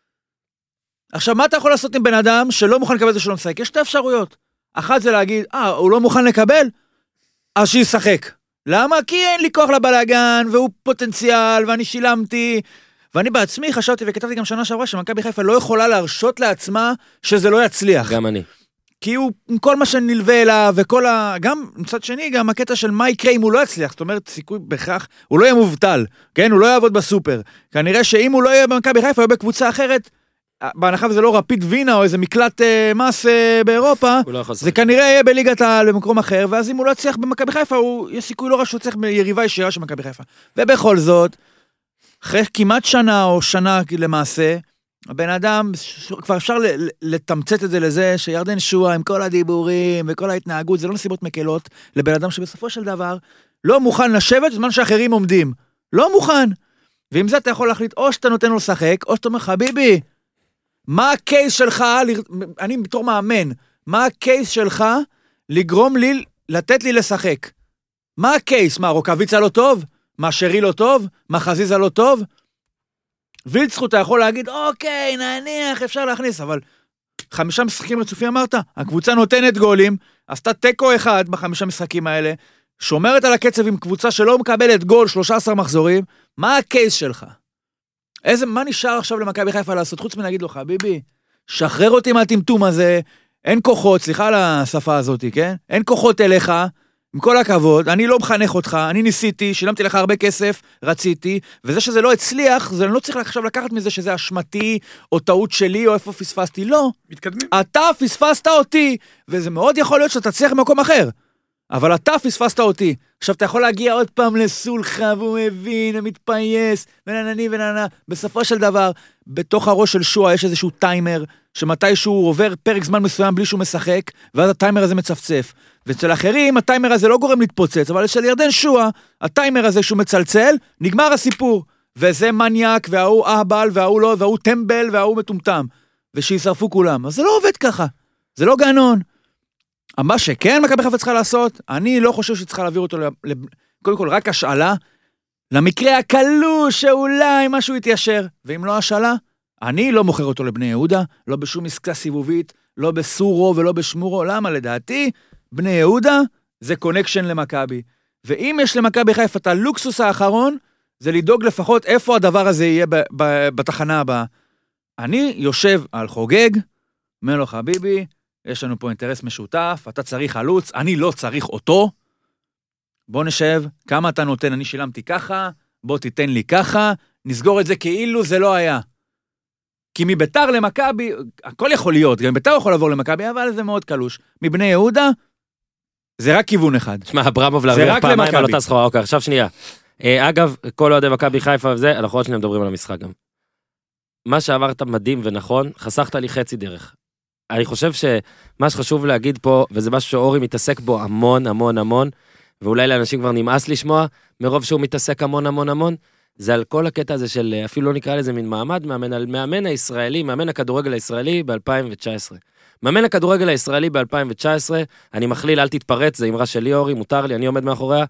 עכשיו, מה אתה יכול לעשות עם בן אדם שלא מוכן לקבל את זה שהוא לא משחק? יש 2 אפשרויות. אחת זה להגיד, הוא לא מוכן לקבל, אז שישחק. למה? כי אין לי כוח לבלגן, והוא פוטנציאל, ואני שילמתי, ואני בעצמי חשבתי וכתבתי גם שנה שעברה, שמכבי חיפה לא יכולה להרשות לעצמה שזה לא יצליח. גם אני. כי הוא, כל מה שנלווה אליו, גם, מצד שני, גם הקטע של מה יקרה אם הוא לא יצליח, זאת אומרת, סיכוי בכך, הוא לא יהיה מובטל, כן? הוא לא יעבוד בסופר. כנראה שאם הוא לא יהיה במכבי חיפה, הוא יהיה בקבוצה אחרת, בהנחה וזה לא רפיד וינה או איזה מקלט מס באירופה, זה כנראה יהיה בליגת העל במקום אחר, ואז אם הוא לא יצליח במכבי חיפה, יש סיכוי לא רע שהוא יצליח ביריבה ישירה של מכבי חיפה. ובכל זאת, אחרי כמעט שנה או שנה למעשה, הבן אדם, כבר אפשר לתמצת את זה לזה, שירדן שועה עם כל הדיבורים וכל ההתנהגות, זה לא נסיבות מקלות, לבן אדם שבסופו של דבר לא מוכן לשבת בזמן שאחרים עומדים. לא מוכן. ועם זה אתה יכול להחליט, או שאתה נותן לו לשחק, או שאתה אומר, חביבי, מה הקייס שלך, אני בתור מאמן, מה הקייס שלך לגרום לי, לתת לי לשחק? מה הקייס? מה, רוקאביצה לא טוב? מה, שרי לא טוב? מה, חזיזה לא טוב? וילצחוט אתה יכול להגיד, אוקיי, נניח, אפשר להכניס, אבל 5 משחקים רצופים אמרת, הקבוצה נותנת גולים, עשתה טקו 1 ב5 משחקים האלה, שומרת על הקצב עם קבוצה שלא מקבלת גול 13 מחזורים, מה הקייס שלך? מה נשאר עכשיו למכבי חיפה לעשות? חוץ מלהגיד לו, חביבי, שחרר אותי מהטמטום הזה, אין כוחות, סליחה על השפה הזאת, כן? אין כוחות אליך, עם כל הכבוד, אני לא מחנך אותך, אני ניסיתי, שילמתי לך הרבה כסף, רציתי, וזה שזה לא הצליח, זה לא צריך עכשיו לקחת מזה שזה אשמתי, או טעות שלי, או איפה פספסתי, לא. מתקדמים. אתה פספסת אותי, וזה מאוד יכול להיות שאתה צריך במקום אחר, אבל אתה פספסת אותי. עכשיו אתה יכול להגיע עוד פעם לסולחה, והוא מבין, ומתפייס, וננני וננה. בסופו של דבר, בתוך הראש של שואה יש איזשהו טיימר, שמתישהו עובר פרק זמן מסוים בלי שהוא משחק, ואז הטיימר הזה מצפצף. ואצל אחרים, הטיימר הזה לא גורם להתפוצץ, אבל אצל ירדן שואה, הטיימר הזה שהוא מצלצל, נגמר הסיפור. וזה מניאק, והוא אהבל, והוא לא, והוא טמבל, והוא מטומטם. ושישרפו כולם. אז זה לא עובד ככה. זה לא גנון. מה שכן מכבי חיפה צריכה לעשות, אני לא חושב שצריכה להעביר אותו, קודם כל רק השאלה, למקרה הקלוש שאולי משהו יתיישר, ואם לא השאלה, אני לא מוכר אותו לבני יהודה, לא בשום עסקה סיבובית, לא בסורו ולא בשמורו, למה לדעתי, בני יהודה זה קונקשן למכבי, ואם יש למכבי חיפה את הלוקסוס האחרון, זה לדאוג לפחות איפה הדבר הזה יהיה בתחנה הבאה. אני יושב על חוגג, אומר לו חביבי, יש לנו פה אינטרס משותף, אתה צריך חלוץ, אני לא צריך אותו, בוא נשב, כמה אתה נותן, אני שילמתי ככה, בוא תיתן לי ככה, נסגור את זה כאילו זה לא היה. כי מביתר למכבי, הכל יכול להיות, גם ביתר יכול לעבור למכבי, אבל זה מאוד קלוש. מבני יהודה, זה רק כיוון אחד. תשמע, אברמוב להרוויח פעמיים על אותה סחורה, אוקיי, עכשיו שנייה. אגב, כל אוהדי מכבי חיפה וזה, אנחנו עוד שנייה מדברים על המשחק גם. מה שאמרת מדהים ונכון, חסכת לי חצי דרך. אני חושב שמה שחשוב להגיד פה, וזה משהו שאורי מתעסק בו המון, המון, המון, ואולי לאנשים כבר נמאס לשמוע, מרוב שהוא מתעסק המון, המון, המון, זה על כל הקטע הזה של, אפילו לא נקרא לזה מין מעמד, על מאמן הישראלי, מאמן הכדורגל הישראלי ב-2019. מאמן הכדורגל הישראלי ב-2019, אני מכליל, אל תתפרץ, זה אמרה שלי אורי, מותר לי, אני עומד מאחוריה,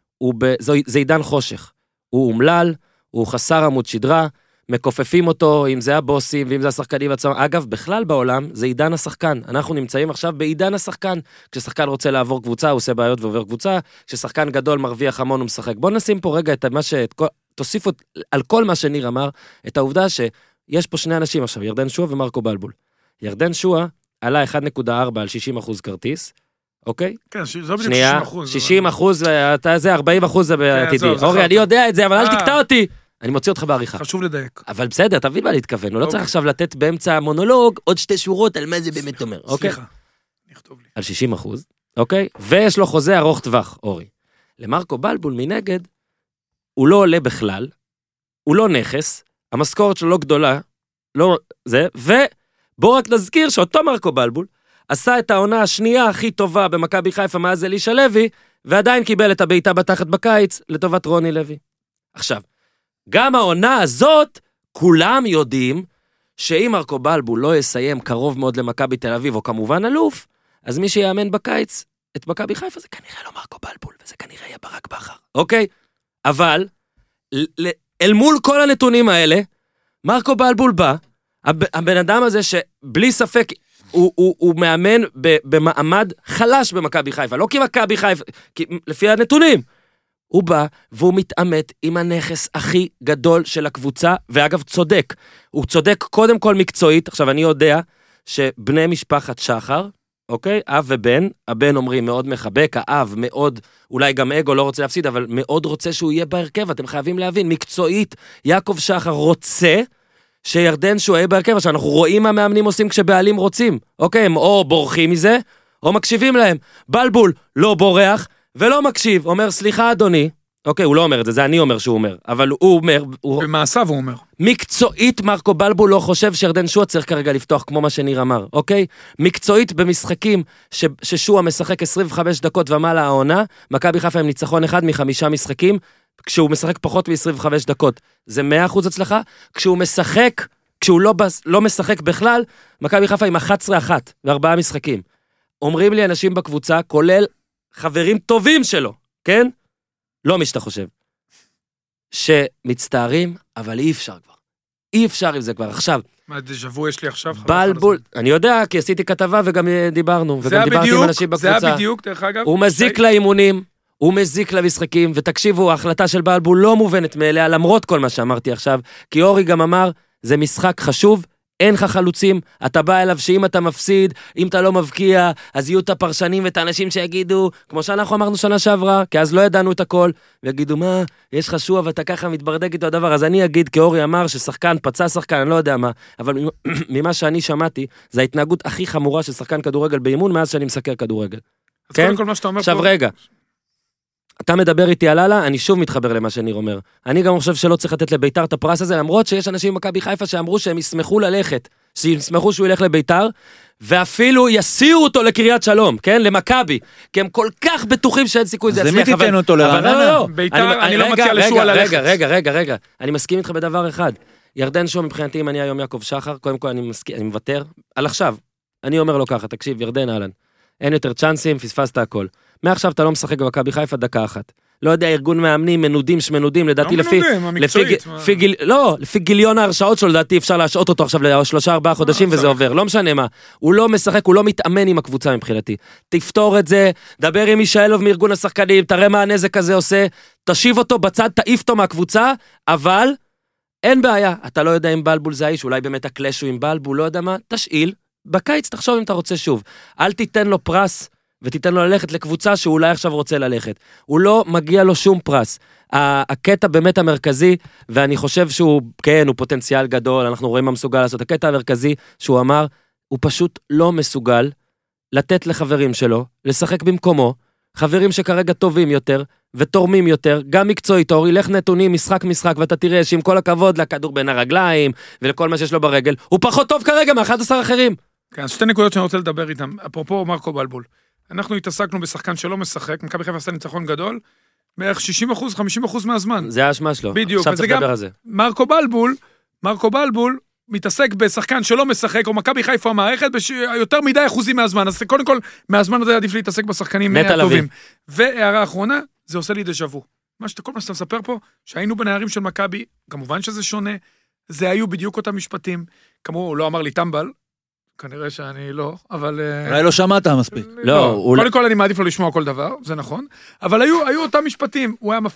זה עידן חושך. הוא אומלל, הוא חסר עמוד שדרה, מקופפים אותו, אם זה הבוסים, ואם זה השחקנים עצמם. אגב, בכלל בעולם, זה עידן השחקן. אנחנו נמצאים עכשיו בעידן השחקן. כששחקן רוצה לעבור קבוצה, הוא עושה בעיות ועובר קבוצה. כששחקן גדול מרוויח המון, הוא משחק. בואו נשים פה רגע את מה תוסיפו על כל מה שניר אמר, את העובדה שיש פה שני אנשים עכשיו, ירדן שואה ומרקו בלבול. ירדן שואה עלה 1.4 על 60% כרטיס, אוקיי? כן, זה בדיוק 60%. 60%, זה 40% זה בעתידי. אורי, אני יודע את זה, אבל אל תקטע אותי. אני מוציא אותך בעריכה. חשוב לדייק. אבל בסדר, תבין מה להתכוון, הוא לא צריך עכשיו לתת באמצע המונולוג עוד 2 שורות על מה זה באמת אומר, אוקיי? סליחה, נכתוב לי. על 60%, אוקיי? ויש לו חוזה ארוך טווח, אורי. למרקו בלבול מנגד, הוא לא עולה בכלל, הוא לא נכס, המשכורת שלו לא גדולה, לא זה, ובוא רק נזכיר שאותו מרקו בלבול, עשה את העונה השנייה הכי טובה במכבי חיפה מאז אלישע לוי, ועדיין קיבל את הבעיטה בתחת בקיץ לטובת רוני לוי. עכשיו, גם העונה הזאת, כולם יודעים שאם מרקו בלבול לא יסיים קרוב מאוד למכבי תל אביב, או כמובן אלוף, אז מי שיאמן בקיץ את מכבי חיפה זה כנראה לא מרקו בלבול, וזה כנראה יהיה ברק בכר, אוקיי? אבל, אל מול כל הנתונים האלה, מרקו בלבול בא, הבן אדם הזה שבלי ספק הוא מאמן במעמד חלש במכבי חיפה, לא כי מכבי חיפה, כי לפי הנתונים, הוא בא והוא מתאמת עם הנכס הכי גדול של הקבוצה, ואגב צודק, הוא צודק קודם כל מקצועית, עכשיו אני יודע שבני משפחת שחר, אוקיי, אב ובן, הבן אומרים מאוד מחבק, האב מאוד, אולי גם אגו לא רוצה להפסיד, אבל מאוד רוצה שהוא יהיה בהרכב, אתם חייבים להבין, מקצועית, יעקב שחר רוצה שירדן שהוא יהיה בהרכב, עכשיו אנחנו רואים מה מאמנים עושים כשבעלים רוצים, אוקיי, הם או בורחים מזה, או מקשיבים להם, בלבול לא בורח, ולא מקשיב, אומר סליחה אדוני, אוקיי, הוא לא אומר את זה, זה אני אומר שהוא אומר, אבל הוא אומר, במעשיו הוא אומר. מקצועית מרקו בלבול לא חושב שירדן שואה צריך כרגע לפתוח כמו מה שניר אמר, אוקיי? מקצועית במשחקים ששואה משחק 25 דקות ומעלה העונה, מכבי חיפה עם ניצחון אחד מ5 משחקים, כשהוא משחק פחות מ25 דקות, זה 100% הצלחה, כשהוא משחק, כשהוא לא משחק בכלל, מכבי חיפה עם 11-1 ו4 משחקים. אומרים לי אנשים בקבוצה, כולל חברים טובים שלו, כן? לא מי שאתה חושב. שמצטערים, אבל אי אפשר כבר. אי אפשר עם זה כבר. עכשיו. מה, דז'בו יש לי עכשיו? בלבול, אני יודע, כי עשיתי כתבה וגם דיברנו, וגם דיברתי עם אנשים בקבוצה. זה היה בדיוק, דרך אגב. הוא מזיק לאימונים, הוא מזיק למשחקים, ותקשיבו, ההחלטה של בלבול לא מובנת מאליה, למרות כל מה שאמרתי עכשיו, כי אורי גם אמר, זה משחק חשוב, אין לך חלוצים, אתה בא אליו שאם אתה מפסיד, אם אתה לא מבקיע, אז יהיו את הפרשנים ואת האנשים שיגידו, כמו שאנחנו אמרנו שנה שעברה, כי אז לא ידענו את הכל, ויגידו, מה, יש לך שוע ואתה ככה מתברדק איתו הדבר, אז אני אגיד, כאורי אמר, ששחקן פצע שחקן, אני לא יודע מה, אבל ממה שאני שמעתי, זה ההתנהגות הכי חמורה של שחקן כדורגל באימון, מאז שאני מסקר כדורגל. כן? עכשיו רגע, אתה מדבר איתי על הלאה, אני שוב מתחבר למה שניר אומר. אני גם חושב שלא צריך לתת לביתר את הפרס הזה, למרות שיש אנשים במכבי חיפה שאמרו שהם ישמחו ללכת, שישמחו שהוא ילך לביתר, ואפילו יסירו אותו לקריית שלום, כן? למכבי, כי הם כל כך בטוחים שאין סיכוי זה יצליח. אז למי תיתן אותו לרעננה? ביתר, אני לא מציע לשוע ללכת. רגע, אני מסכים איתך בדבר אחד. ירדן שוע מבחינתי, אם אני היום יעקב שחר, קודם כל אני מוותר, על עכשיו, אני אומר לו ככה, תקשיב, ירדן אהלן, אין יותר צ'אנסים, פספסת הכל. מעכשיו אתה לא משחק במכבי חיפה דקה אחת. לא יודע, ארגון מאמנים, מנודים, שמנודים, לדעתי לפי גיליון ההרשאות שלו, לדעתי אפשר להשעות אותו עכשיו ל3-4 חודשים וזה עובר, לא משנה מה. הוא לא משחק, הוא לא מתאמן עם הקבוצה מבחינתי. תפתור את זה, דבר עם מישאלוב מארגון השחקנים, תראה מה הנזק הזה עושה, תשיב אותו בצד, תעיף אותו מהקבוצה, אבל אין בעיה, אתה לא יודע אם בלבול זה האיש, אולי באמת הקלש הוא עם בלבול, לא יודע מה, תשאיל, בקיץ תחשוב אם אתה רוצה שוב. אל תיתן לו פרס ותיתן לו ללכת לקבוצה שהוא אולי עכשיו רוצה ללכת. הוא לא מגיע לו שום פרס. הקטע באמת המרכזי, ואני חושב שהוא, כן, הוא פוטנציאל גדול, אנחנו רואים מה מסוגל לעשות. הקטע המרכזי שהוא אמר, הוא פשוט לא מסוגל לתת לחברים שלו, לשחק במקומו, חברים שכרגע טובים יותר, ותורמים יותר, גם מקצועית, אורי, לך נתונים, משחק, ואתה תראה שעם כל הכבוד לכדור בין הרגליים, ולכל מה שיש לו ברגל, הוא פחות טוב כרגע מ-11 אחרים. כן, אז שתי נקודות שאני רוצה לדבר איתם, אפרופו מרקו בלבול. אנחנו התעסקנו בשחקן שלא משחק, מכבי חיפה עשה ניצחון גדול, בערך 60%, 50% מהזמן. זה האשמה שלו. בדיוק, וזה גם, מרקו בלבול מתעסק בשחקן שלא משחק, או מכבי חיפה המערכת, יותר מדי אחוזים מהזמן, אז קודם כל, מהזמן הזה עדיף להתעסק בשחקנים הטובים. והערה האחרונה, זה עושה לי דז'אבו. כל מה שאתה מספר פה, שהיינו בנערים של מכבי, כמובן שזה שונה, זה היו בדיוק אותם משפטים, כמו הוא לא אמר לי טמבל, כנראה שאני לא, אבל... אולי לא שמעת מספיק. לא, קודם כל אני מעדיף לו לשמוע כל דבר, זה נכון, אבל היו אותם משפטים,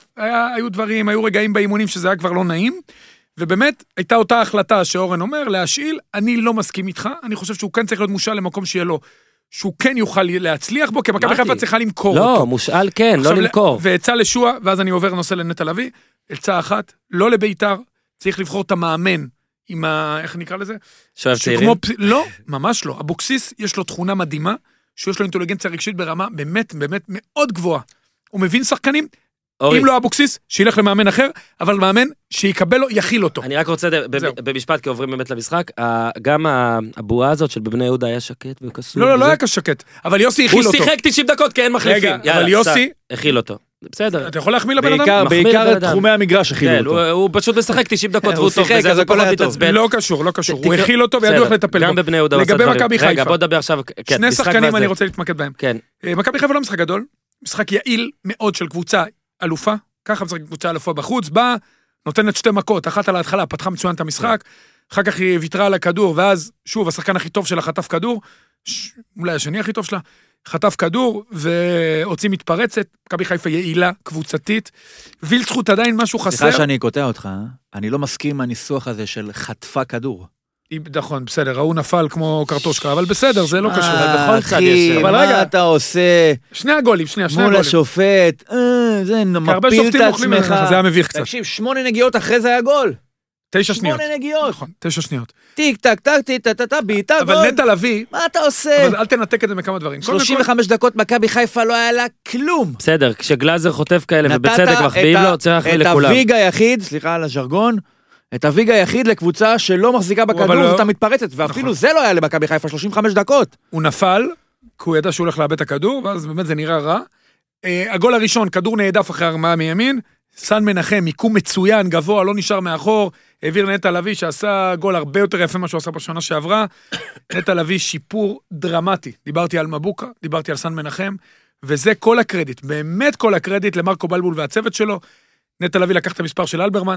היו דברים, היו רגעים באימונים שזה היה כבר לא נעים, ובאמת הייתה אותה החלטה שאורן אומר, להשאיל, אני לא מסכים איתך, אני חושב שהוא כן צריך להיות מושאל למקום שיהיה לו, שהוא כן יוכל להצליח בו, כי מכבי חיפה צריכה למכור אותו. לא, מושאל כן, לא למכור. והצע לשוע, ואז אני עובר נושא לנטע לביא, הצעה אחת, לא לביתר, צריך לבחור את המאמן, עם איך נקרא לזה? שואב צעירים? לא, ממש לא. אבוקסיס יש לו תכונה מדהימה, שיש לו אינטליגנציה רגשית ברמה באמת, באמת מאוד גבוהה. הוא מבין שחקנים, אם לא אבוקסיס, שילך למאמן אחר, אבל מאמן שיקבל לו, יכיל אותו. אני רק רוצה, במשפט, כי עוברים באמת למשחק, גם הבועה הזאת של בבני יהודה היה שקט וקסום. לא היה שקט, אבל יוסי הכיל אותו. הוא שיחק 90 דקות, כי אין מחליפים. רגע, אבל יוסי... הכיל אותו. בסדר. אתה יכול להחמיא לבן אדם? בעיקר את תחומי המגרש הכילו אותו. הוא פשוט משחק 90 דקות והוא טוב, וזה הכל מתעצבן. לא קשור. הוא הכיל אותו וידעו איך לטפל בו. גם בבני יהודה. לגבי מכבי חיפה. רגע, בוא נדבר עכשיו. שני שחקנים אני רוצה להתמקד בהם. כן. מכבי חיפה לא משחק גדול, משחק יעיל מאוד של קבוצה אלופה, ככה משחק קבוצה אלופה בחוץ, באה, נותנת 2 מכות, אחת על ההתחלה, פתחה מצוין את המשחק, אחר כך היא ויתרה על הכדור, ואז שוב, השחקן הכי טוב שלה חטף כדור, אולי השני הכי טוב שלה, חטף כדור, והוציא מתפרצת, מכבי חיפה יעילה, קבוצתית, וילצחוט עדיין משהו חסר. סליחה שאני קוטע אותך, אני לא מסכים מהניסוח הזה של חטפה כדור. נכון, בסדר, הוא נפל כמו קרטושקה, אבל בסדר, זה לא קשור. אחי, מה אתה עושה? שני הגולים. מול השופט, זה מפיל את עצמך. זה היה מביך קצת. תקשיב, 8 נגיעות אחרי זה היה גול. 9 שניות. 8 נגיעות. נכון, 9 שניות. טיק, טק, טק, טק, בעיטה, גול. אבל נטע לביא... מה אתה עושה? אבל אל תנתק את זה מכמה דברים. 35 דקות מכבי חיפה לא היה לה כלום. בסדר, כשגלאזר חוטף כאלה ובצדק מחביאים לו, צריך להחמיא לכולם. את הוויג היחיד, סליחה על הז'רגון, את הוויג היחיד לקבוצה שלא מחזיקה בכדור, זאת המתפרצת, ואפילו זה לא היה למכבי חיפה 35 דקות. הוא נפל, כי הוא ידע שהוא הולך לאבד את הכדור, ואז באמת זה נראה רע. הגול הראשון, כדור נעדף אחרי הרמאה מימין, סן מנחם, מיקום מצוין, גבוה, לא נשאר מאחור, העביר נטע לביא, שעשה גול הרבה יותר יפה מה שהוא עשה בשנה שעברה, נטע לביא שיפור דרמטי, דיברתי על מבוקה, דיברתי על סן מנחם, וזה כל הקרדיט, באמת כל הקרדיט למרקו בלבול והצוות שלו, נטע לביא לקח את המספר של אלברמן,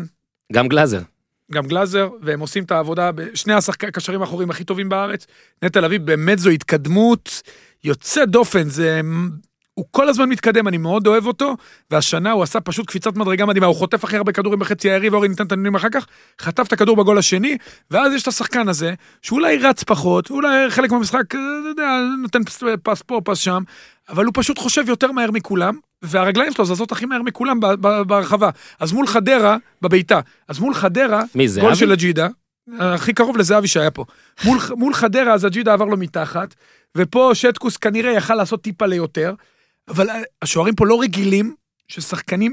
גם גלאזר, והם עושים את העבודה בשני הקשרים האחוריים הכי טובים בארץ, נטע לביא באמת זו התקדמות, יוצא דופן, זה הוא כל הזמן מתקדם, אני מאוד אוהב אותו, והשנה הוא עשה פשוט קפיצת מדרגה מדהימה, הוא חוטף הכי הרבה כדורים בחצי הערי, ואורי ניתן את הנתונים אחר כך, חטף את הכדור בגול השני, ואז יש את השחקן הזה, שאולי רץ פחות, אולי חלק מהמשחק, אתה יודע, נותן פס פה, פס שם, אבל הוא פשוט חושב יותר מהר מכולם, והרגליים שלו זזות הכי מהר מכולם ברחבה. אז מול חדרה, בביתה, אז מול חדרה, גול של הג'ידה, הכי קרוב לזהבי שהיה פה. מול חדרה, אז הג'ידה עבר לו מתחת, ופה שטקוס כנראה יכל לעשות טיפה ליותר, אבל השוערים פה לא רגילים, ששחקנים,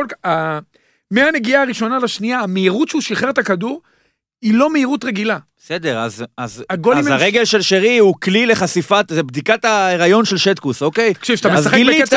מהנגיעה הראשונה לשנייה, המהירות שהוא שחרר את הכדור, היא לא מהירות רגילה. בסדר, אז הרגל של שרי הוא כלי לחשיפת, זה בדיקת ההיריון של שטקוס, אוקיי? תקשיב, שאתה משחק בקצב,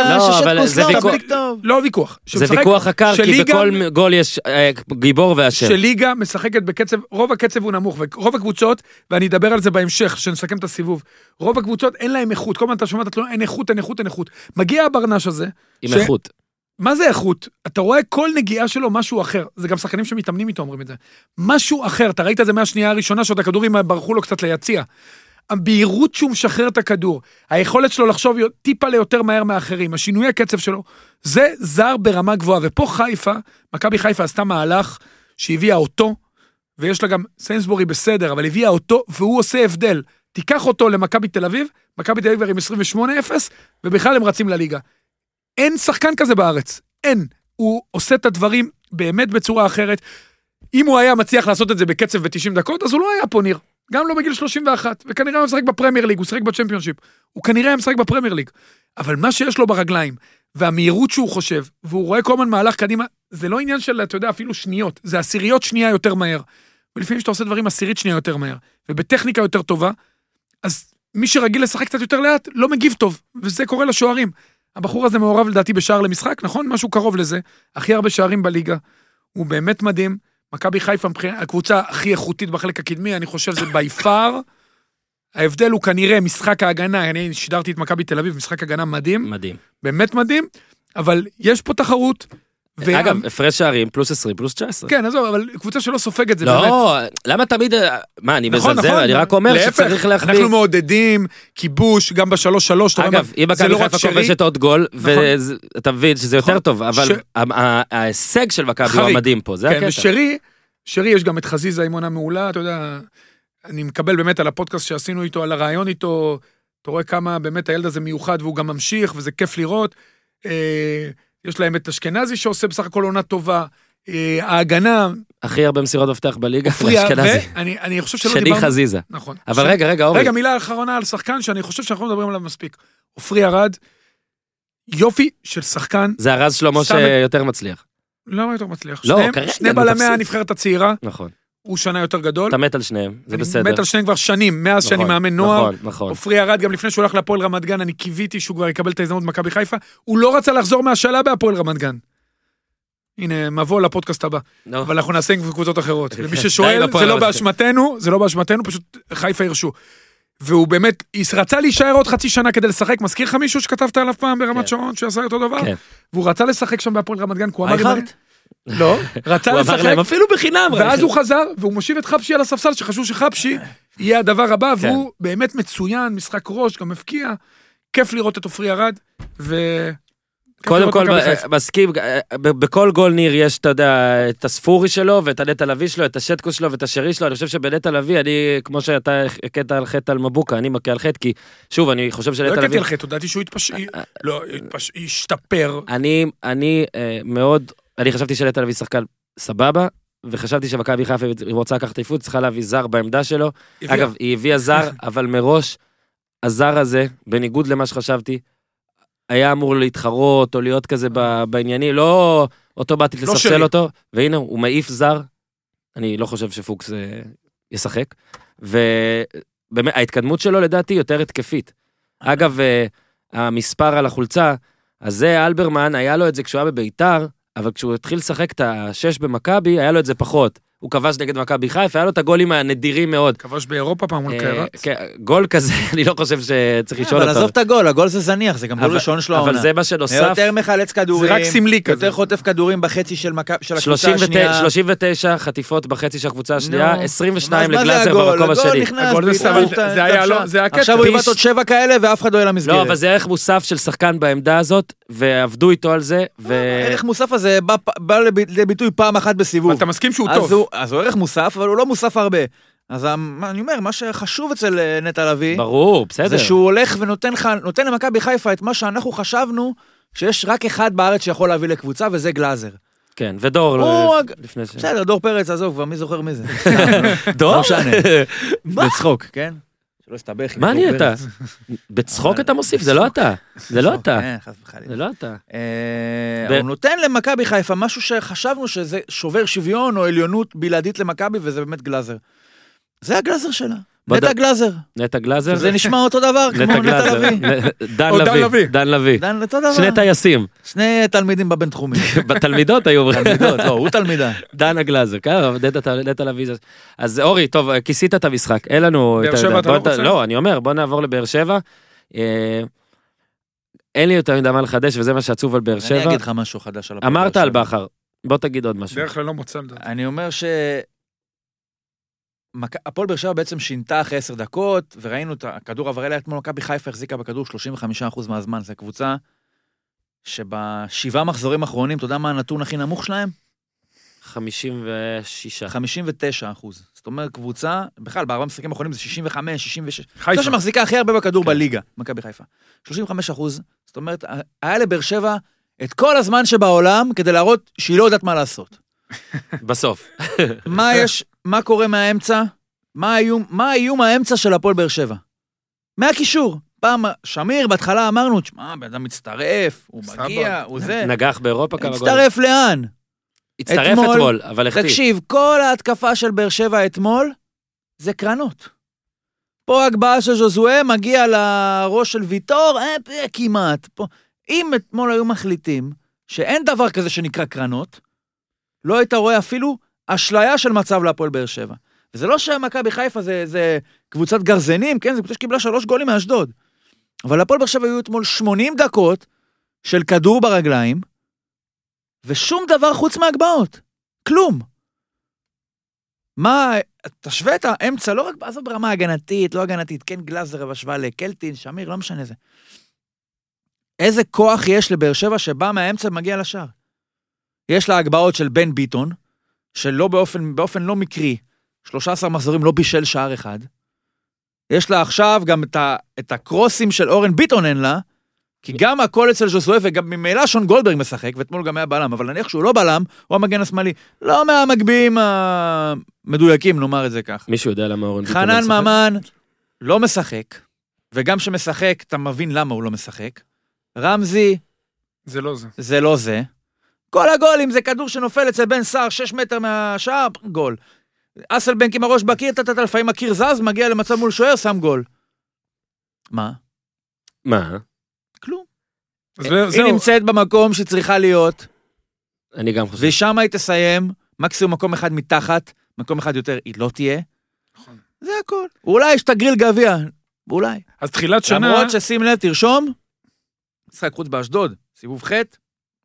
לא ויכוח. זה ויכוח הקר, כי בכל גול יש גיבור ואשר. שליגה משחקת בקצב, רוב הקצב הוא נמוך, ורוב הקבוצות, ואני אדבר על זה בהמשך, שנסכם את הסיבוב, רוב הקבוצות אין להם איכות, כל הזמן אתה שומע, אין איכות, אין איכות, אין איכות. מגיע הברנש הזה, עם איכות. מה זה איכות? אתה רואה כל נגיעה שלו משהו אחר. זה גם שחקנים שמתאמנים איתו אומרים את זה. משהו אחר. אתה ראית את זה מהשנייה הראשונה, שעוד הכדורים ברחו לו קצת ליציע. הבהירות שהוא משחרר את הכדור, היכולת שלו לחשוב טיפה ליותר מהר מאחרים, השינוי הקצב שלו, זה זר ברמה גבוהה. ופה חיפה, מכבי חיפה עשתה מהלך שהביאה אותו, ויש לה גם סיינסבורי בסדר, אבל הביאה אותו, והוא עושה הבדל. תיקח אותו למכבי תל אביב, מכבי תל אביב עם 28-0, ובכלל הם רצים לליגה. אין שחקן כזה בארץ, אין. הוא עושה את הדברים באמת בצורה אחרת. אם הוא היה מצליח לעשות את זה בקצב ב-90 דקות, אז הוא לא היה פה ניר. גם לא בגיל 31, וכנראה הוא משחק בפרמייר ליג, הוא משחק בצ'מפיונשיפ. הוא כנראה היה משחק בפרמייר ליג. אבל מה שיש לו ברגליים, והמהירות שהוא חושב, והוא רואה כל הזמן מהלך קדימה, זה לא עניין של, אתה יודע, אפילו שניות, זה עשיריות שנייה יותר מהר. ולפעמים שאתה עושה דברים עשירית שנייה יותר מהר, ובטכניקה יותר טובה, אז מי שרגיל לשחק קצת יותר לאט, לא מגיב טוב, וזה קורה לשוערים. הבחור הזה מעורב לדעתי בשער למשחק, נכון? משהו קרוב לזה. הכי הרבה שערים בליגה. הוא באמת מדהים. מכבי חיפה, הקבוצה הכי איכותית בחלק הקדמי, אני חושב זה ביפר. ההבדל הוא כנראה משחק ההגנה, אני שידרתי את מכבי תל אביב, משחק הגנה מדהים. מדהים. באמת מדהים, אבל יש פה תחרות. אגב, הפרש שערים, פלוס 20, פלוס 19. כן, עזוב, אבל קבוצה שלא סופגת זה באמת. לא, למה תמיד, מה, אני מזלזל, אני רק אומר שצריך להחביא. אנחנו מעודדים, כיבוש, גם ב3-3. אגב, אם מכבי חיפה כובשת עוד גול, ואתה מבין שזה יותר טוב, אבל ההישג של מכבי הוא המדהים פה, זה הקטע. שרי יש גם את חזיזה עם עונה מעולה, אתה יודע, אני מקבל באמת על הפודקאסט שעשינו איתו, על הרעיון איתו, אתה רואה כמה באמת הילד הזה מיוחד, והוא גם ממשיך, וזה כיף לראות. יש להם את אשכנזי שעושה בסך הכל עונה טובה, ההגנה... הכי הרבה מסירות מפתח בליגה, אשכנזי. אני חושב שלא שני חזיזה. נכון. אבל רגע, אורי. רגע, מילה אחרונה על שחקן, שאני חושב שאנחנו מדברים עליו מספיק. עופרי ארד, יופי של שחקן. זה הרז שלמה שיותר מצליח. למה יותר מצליח? לא, שני בלמי הנבחרת הצעירה. נכון. הוא שנה יותר גדול. אתה מת על שניהם, זה בסדר. אני מת על שניהם כבר שנים, מאז שאני מאמן נוער. נכון. עופרי ארד, גם לפני שהוא הולך להפועל רמת גן, אני קיוויתי שהוא כבר יקבל את ההזדמנות במכבי חיפה. הוא לא רצה לחזור מהשאלה בהפועל רמת גן. הנה, מבוא לפודקאסט הבא. אבל אנחנו נעשה עם קבוצות אחרות. למי ששואל, זה לא באשמתנו, פשוט חיפה ירשו. והוא באמת, רצה להישאר עוד חצי שנה כדי לשחק. מזכיר לך מישהו שכתבת עליו פעם ברמת שרון, שעשה אותו דבר? והוא רצה לשחק שם בהפועל רמת גן, כי הוא אמר לא, רצה לשחק, אפילו בחינם. ואז הוא חזר, והוא מושיב את חפשי על הספסל, שחשוב שחפשי יהיה הדבר הבא, והוא באמת מצוין, משחק ראש, גם מפקיע, כיף לראות את עופרי ארד, קודם כל, מסכים, בכל גול ניר יש, אתה יודע, את הספורי שלו, ואת הנטע לביא שלו, את השטקוס שלו, ואת השרי שלו, אני חושב שבנטע לביא, אני, כמו שאתה הקטע על חטא על מבוקה, אני מכה על חטא, כי, שוב, אני חושב שנטע לביא... לא הקטע על חטא, הודעתי שהוא ישתפר. אני חשבתי שנטע לביא שחקן סבבה, וחשבתי שמכבי חיפה רוצה לקחת אליפות, צריכה להביא זר בעמדה שלו. אגב, היא הביאה זר, אבל מראש, הזר הזה, בניגוד למה שחשבתי, היה אמור להתחרות, או להיות כזה בענייני, לא אוטומטית לספסל אותו, והנה, הוא מעיף זר, אני לא חושב שפוקס ישחק, ובאמת, ההתקדמות שלו לדעתי יותר התקפית. אגב, המספר על החולצה, אז זה אלברמן, היה לו את זה כשהוא היה בביתר, אבל כשהוא התחיל לשחק את ה6 במכבי, היה לו את זה פחות. הוא כבש נגד מכבי חיפה, היה לו את הגולים הנדירים מאוד. כבש באירופה פעם מול קיירת. גול כזה, אני לא חושב שצריך לשאול אותו. אבל עזוב את הגול זה זניח, זה גם גול ראשון שלו העונה. אבל זה מה שנוסף. יותר מחלץ כדורים, זה רק סמלי כזה. יותר חוטף כדורים בחצי של הקבוצה השנייה. 39 חטיפות בחצי של הקבוצה השנייה, 22 לגלאזר במקום השני. עכשיו הוא יבט עוד 7 כאלה ואף אחד לא יהיה למסגרת. לא, אבל זה ערך מוסף של שחקן בעמדה הזאת, ועבדו איתו על זה. הערך מוסף הזה בא לביטוי פעם אחת בסיבוב. אתה מסכים שהוא טוב. אז הוא ערך מוסף, אבל הוא לא מוסף הרבה. אז אני אומר, מה שחשוב אצל נטע לביא, ברור, בסדר. זה שהוא הולך ונותן למכבי חיפה את מה שאנחנו חשבנו, שיש רק אחד בארץ שיכול להביא לקבוצה, וזה גלאזר. כן, ודור. בסדר, דור פרץ, עזוב, כבר מי זוכר מי זה. דור? לא משנה. בצחוק, כן? שלא הסתבך. מה אני אתה? בצחוק אתה מוסיף, זה לא אתה. זה לא אתה. זה לא אתה. הוא נותן למכבי חיפה משהו שחשבנו שזה שובר שוויון או עליונות בלעדית למכבי, וזה באמת גלאזר. זה הגלאזר שלה. נטע גלאזר. נטע גלאזר? זה נשמע אותו דבר כמו נטע לביא. דן לביא. שני טייסים. שני תלמידים בבינתחומי. בתלמידות היו. תלמידות, לא, הוא תלמידה. דן הגלאזר, כן, נטע לביא. אז אורי, טוב, כיסית את המשחק. אין לנו... באר שבע אתה לא רוצה? לא, אני אומר, בוא נעבור לבאר שבע. אין לי יותר מדי מה לחדש, וזה מה שעצוב על באר שבע. אני אגיד לך משהו חדש על הפועל. אמרת על בכר. בוא תגיד עוד משהו. דרך כלל לא מוצא לדעת. אני אומר הפועל באר שבע בעצם שינתה אחרי 10 דקות, וראינו את הכדור עבר אליה אתמול, מכבי חיפה החזיקה בכדור 35% מהזמן, זו קבוצה שבשבעה מחזורים האחרונים, אתה יודע מה הנתון הכי נמוך שלהם? 56. 59%. זאת אומרת, קבוצה, בכלל, בארבעה משחקים האחרונים זה 65, 66. חיפה. זו שמחזיקה הכי הרבה בכדור בליגה, מכבי חיפה. 35%, זאת אומרת, היה לבאר שבע את כל הזמן שבעולם, כדי להראות שהיא לא יודעת מה לעשות. בסוף. מה קורה מהאמצע? מה האיום האמצע של הפועל באר שבע? מהקישור. פעם, שמיר, בהתחלה אמרנו, תשמע, בן אדם מצטרף, הוא מגיע, הוא זה. נגח באירופה כמה גול. מצטרף לאן? הצטרף אתמול, אבל החטיא. תקשיב, כל ההתקפה של באר שבע אתמול, זה קרנות. פה הגבהה של ז'וזואה מגיע לראש של ויטור, כמעט. אם אתמול היו מחליטים שאין דבר כזה שנקרא קרנות, לא היית רואה אפילו אשליה של מצב להפועל באר שבע. וזה לא שמכבי בחיפה זה קבוצת גרזנים, כן? זה קבוצה שקיבלה 3 גולים מאשדוד. אבל להפועל באר שבע היו אתמול 80 דקות של כדור ברגליים, ושום דבר חוץ מהגבהות. כלום. מה, תשווה את האמצע, לא רק ברמה הגנתית, לא הגנתית, כן גלאזר בשוואה לקלטין, שמיר, לא משנה זה. איזה כוח יש לבאר שבע שבא מהאמצע ומגיע לשער? יש לה הגבהות של בן ביטון, שלא באופן לא מקרי, 13 מחזורים לא בישל שער אחד. יש לה עכשיו גם את הקרוסים של אורן ביטון אין לה, כי גם הכל אצל ז'וזואה וגם ממילא שון גולדברג משחק, ואתמול גם היה בלם, אבל נניח שהוא לא בלם, הוא המגן השמאלי, לא מהמגביעים המדויקים, נאמר את זה כך. מישהו יודע למה אורן ביטון חנן ממן לא משחק, וגם שמשחק, אתה מבין למה הוא לא משחק. רמזי, זה לא זה. זה לא זה. כל הגולים זה כדור שנופל אצל בן סער 6 מטר מהשער, גול. אסלבנק עם הראש בקיר, לפעמים הקיר זז, מגיע למצב מול שוער, שם גול. מה? כלום. היא נמצאת במקום שצריכה להיות. אני גם חושב. ושם היא תסיים, מקסימום מקום אחד מתחת, מקום אחד יותר, היא לא תהיה. זה הכל. אולי יש תגריל גביע, אולי. אז תחילת שנה... למרות ששים לב, תרשום, משחק חוץ באשדוד, סיבוב חטא.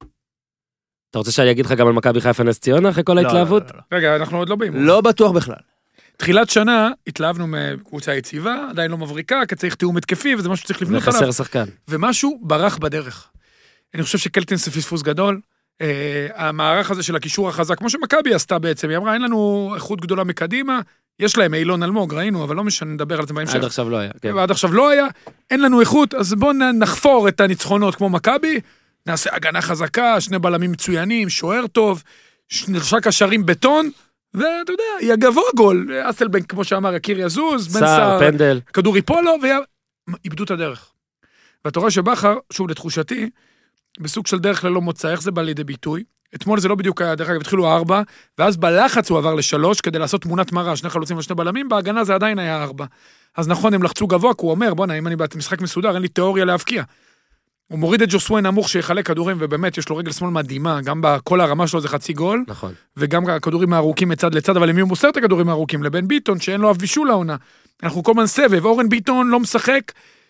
אתה רוצה שאני אגיד לך גם על מכבי חיפה נס ציונה אחרי כל ההתלהבות? רגע, אנחנו עוד לא באים. לא בטוח בכלל. תחילת שנה התלהבנו מקבוצה יציבה, עדיין לא מבריקה, כי צריך תיאום התקפי, וזה משהו שצריך לבנות עליו. וחסר שחקן. ומשהו ברח בדרך. אני חושב שקלטינס זה פספוס גדול. המערך הזה של הקישור החזק, כמו שמכבי עשתה בעצם, היא אמרה, אין לנו איכות גדולה מקדימה, יש להם אילון אלמוג, ראינו, אבל לא משנה, נדבר על זה בהמשך. עד עכשיו לא היה. ועד עכשיו לא היה, אין לנו איכות, אז בואו נחפור את הניצחונות כמו מכבי, נעשה הגנה חזקה, 2 בלמים מצוינים, שוער טוב, 3 קשרים בטון, ואתה יודע, היא הגבוה גול, אסלבנק, כמו שאמר, הקיר יזוז, בן סער, פנדל. כדור ייפול לו, ואיבדו את הדרך. ואתה רואה שבכר, שוב לתחושתי, בסוג של דרך ללא מוצא, איך זה בא לידי ביטוי? אתמול זה לא בדיוק היה, דרך אגב, התחילו 4, ואז בלחץ הוא עבר ל3, כדי לעשות תמונת מראה, 2 חלוצים ו2 בלמים, בהגנה זה עדיין היה 4. אז נכון, הם לחצו גבוה, כי הוא אומר, בוא נה, אם אני במשחק מסודר, אין לי תיאוריה להבקיע. הוא מוריד את ג'וסווה נמוך שיחלק כדורים, ובאמת יש לו רגל שמאל מדהימה, גם בכל הרמה שלו זה חצי גול, נכון. וגם הכדורים הארוכים מצד לצד, אבל למי הוא מוסר את הכדורים הארוכים? לבן ביטון, שאין לו אף בישול לעונה. אנחנו כל הזמן סבב, אורן ביטון לא משחק,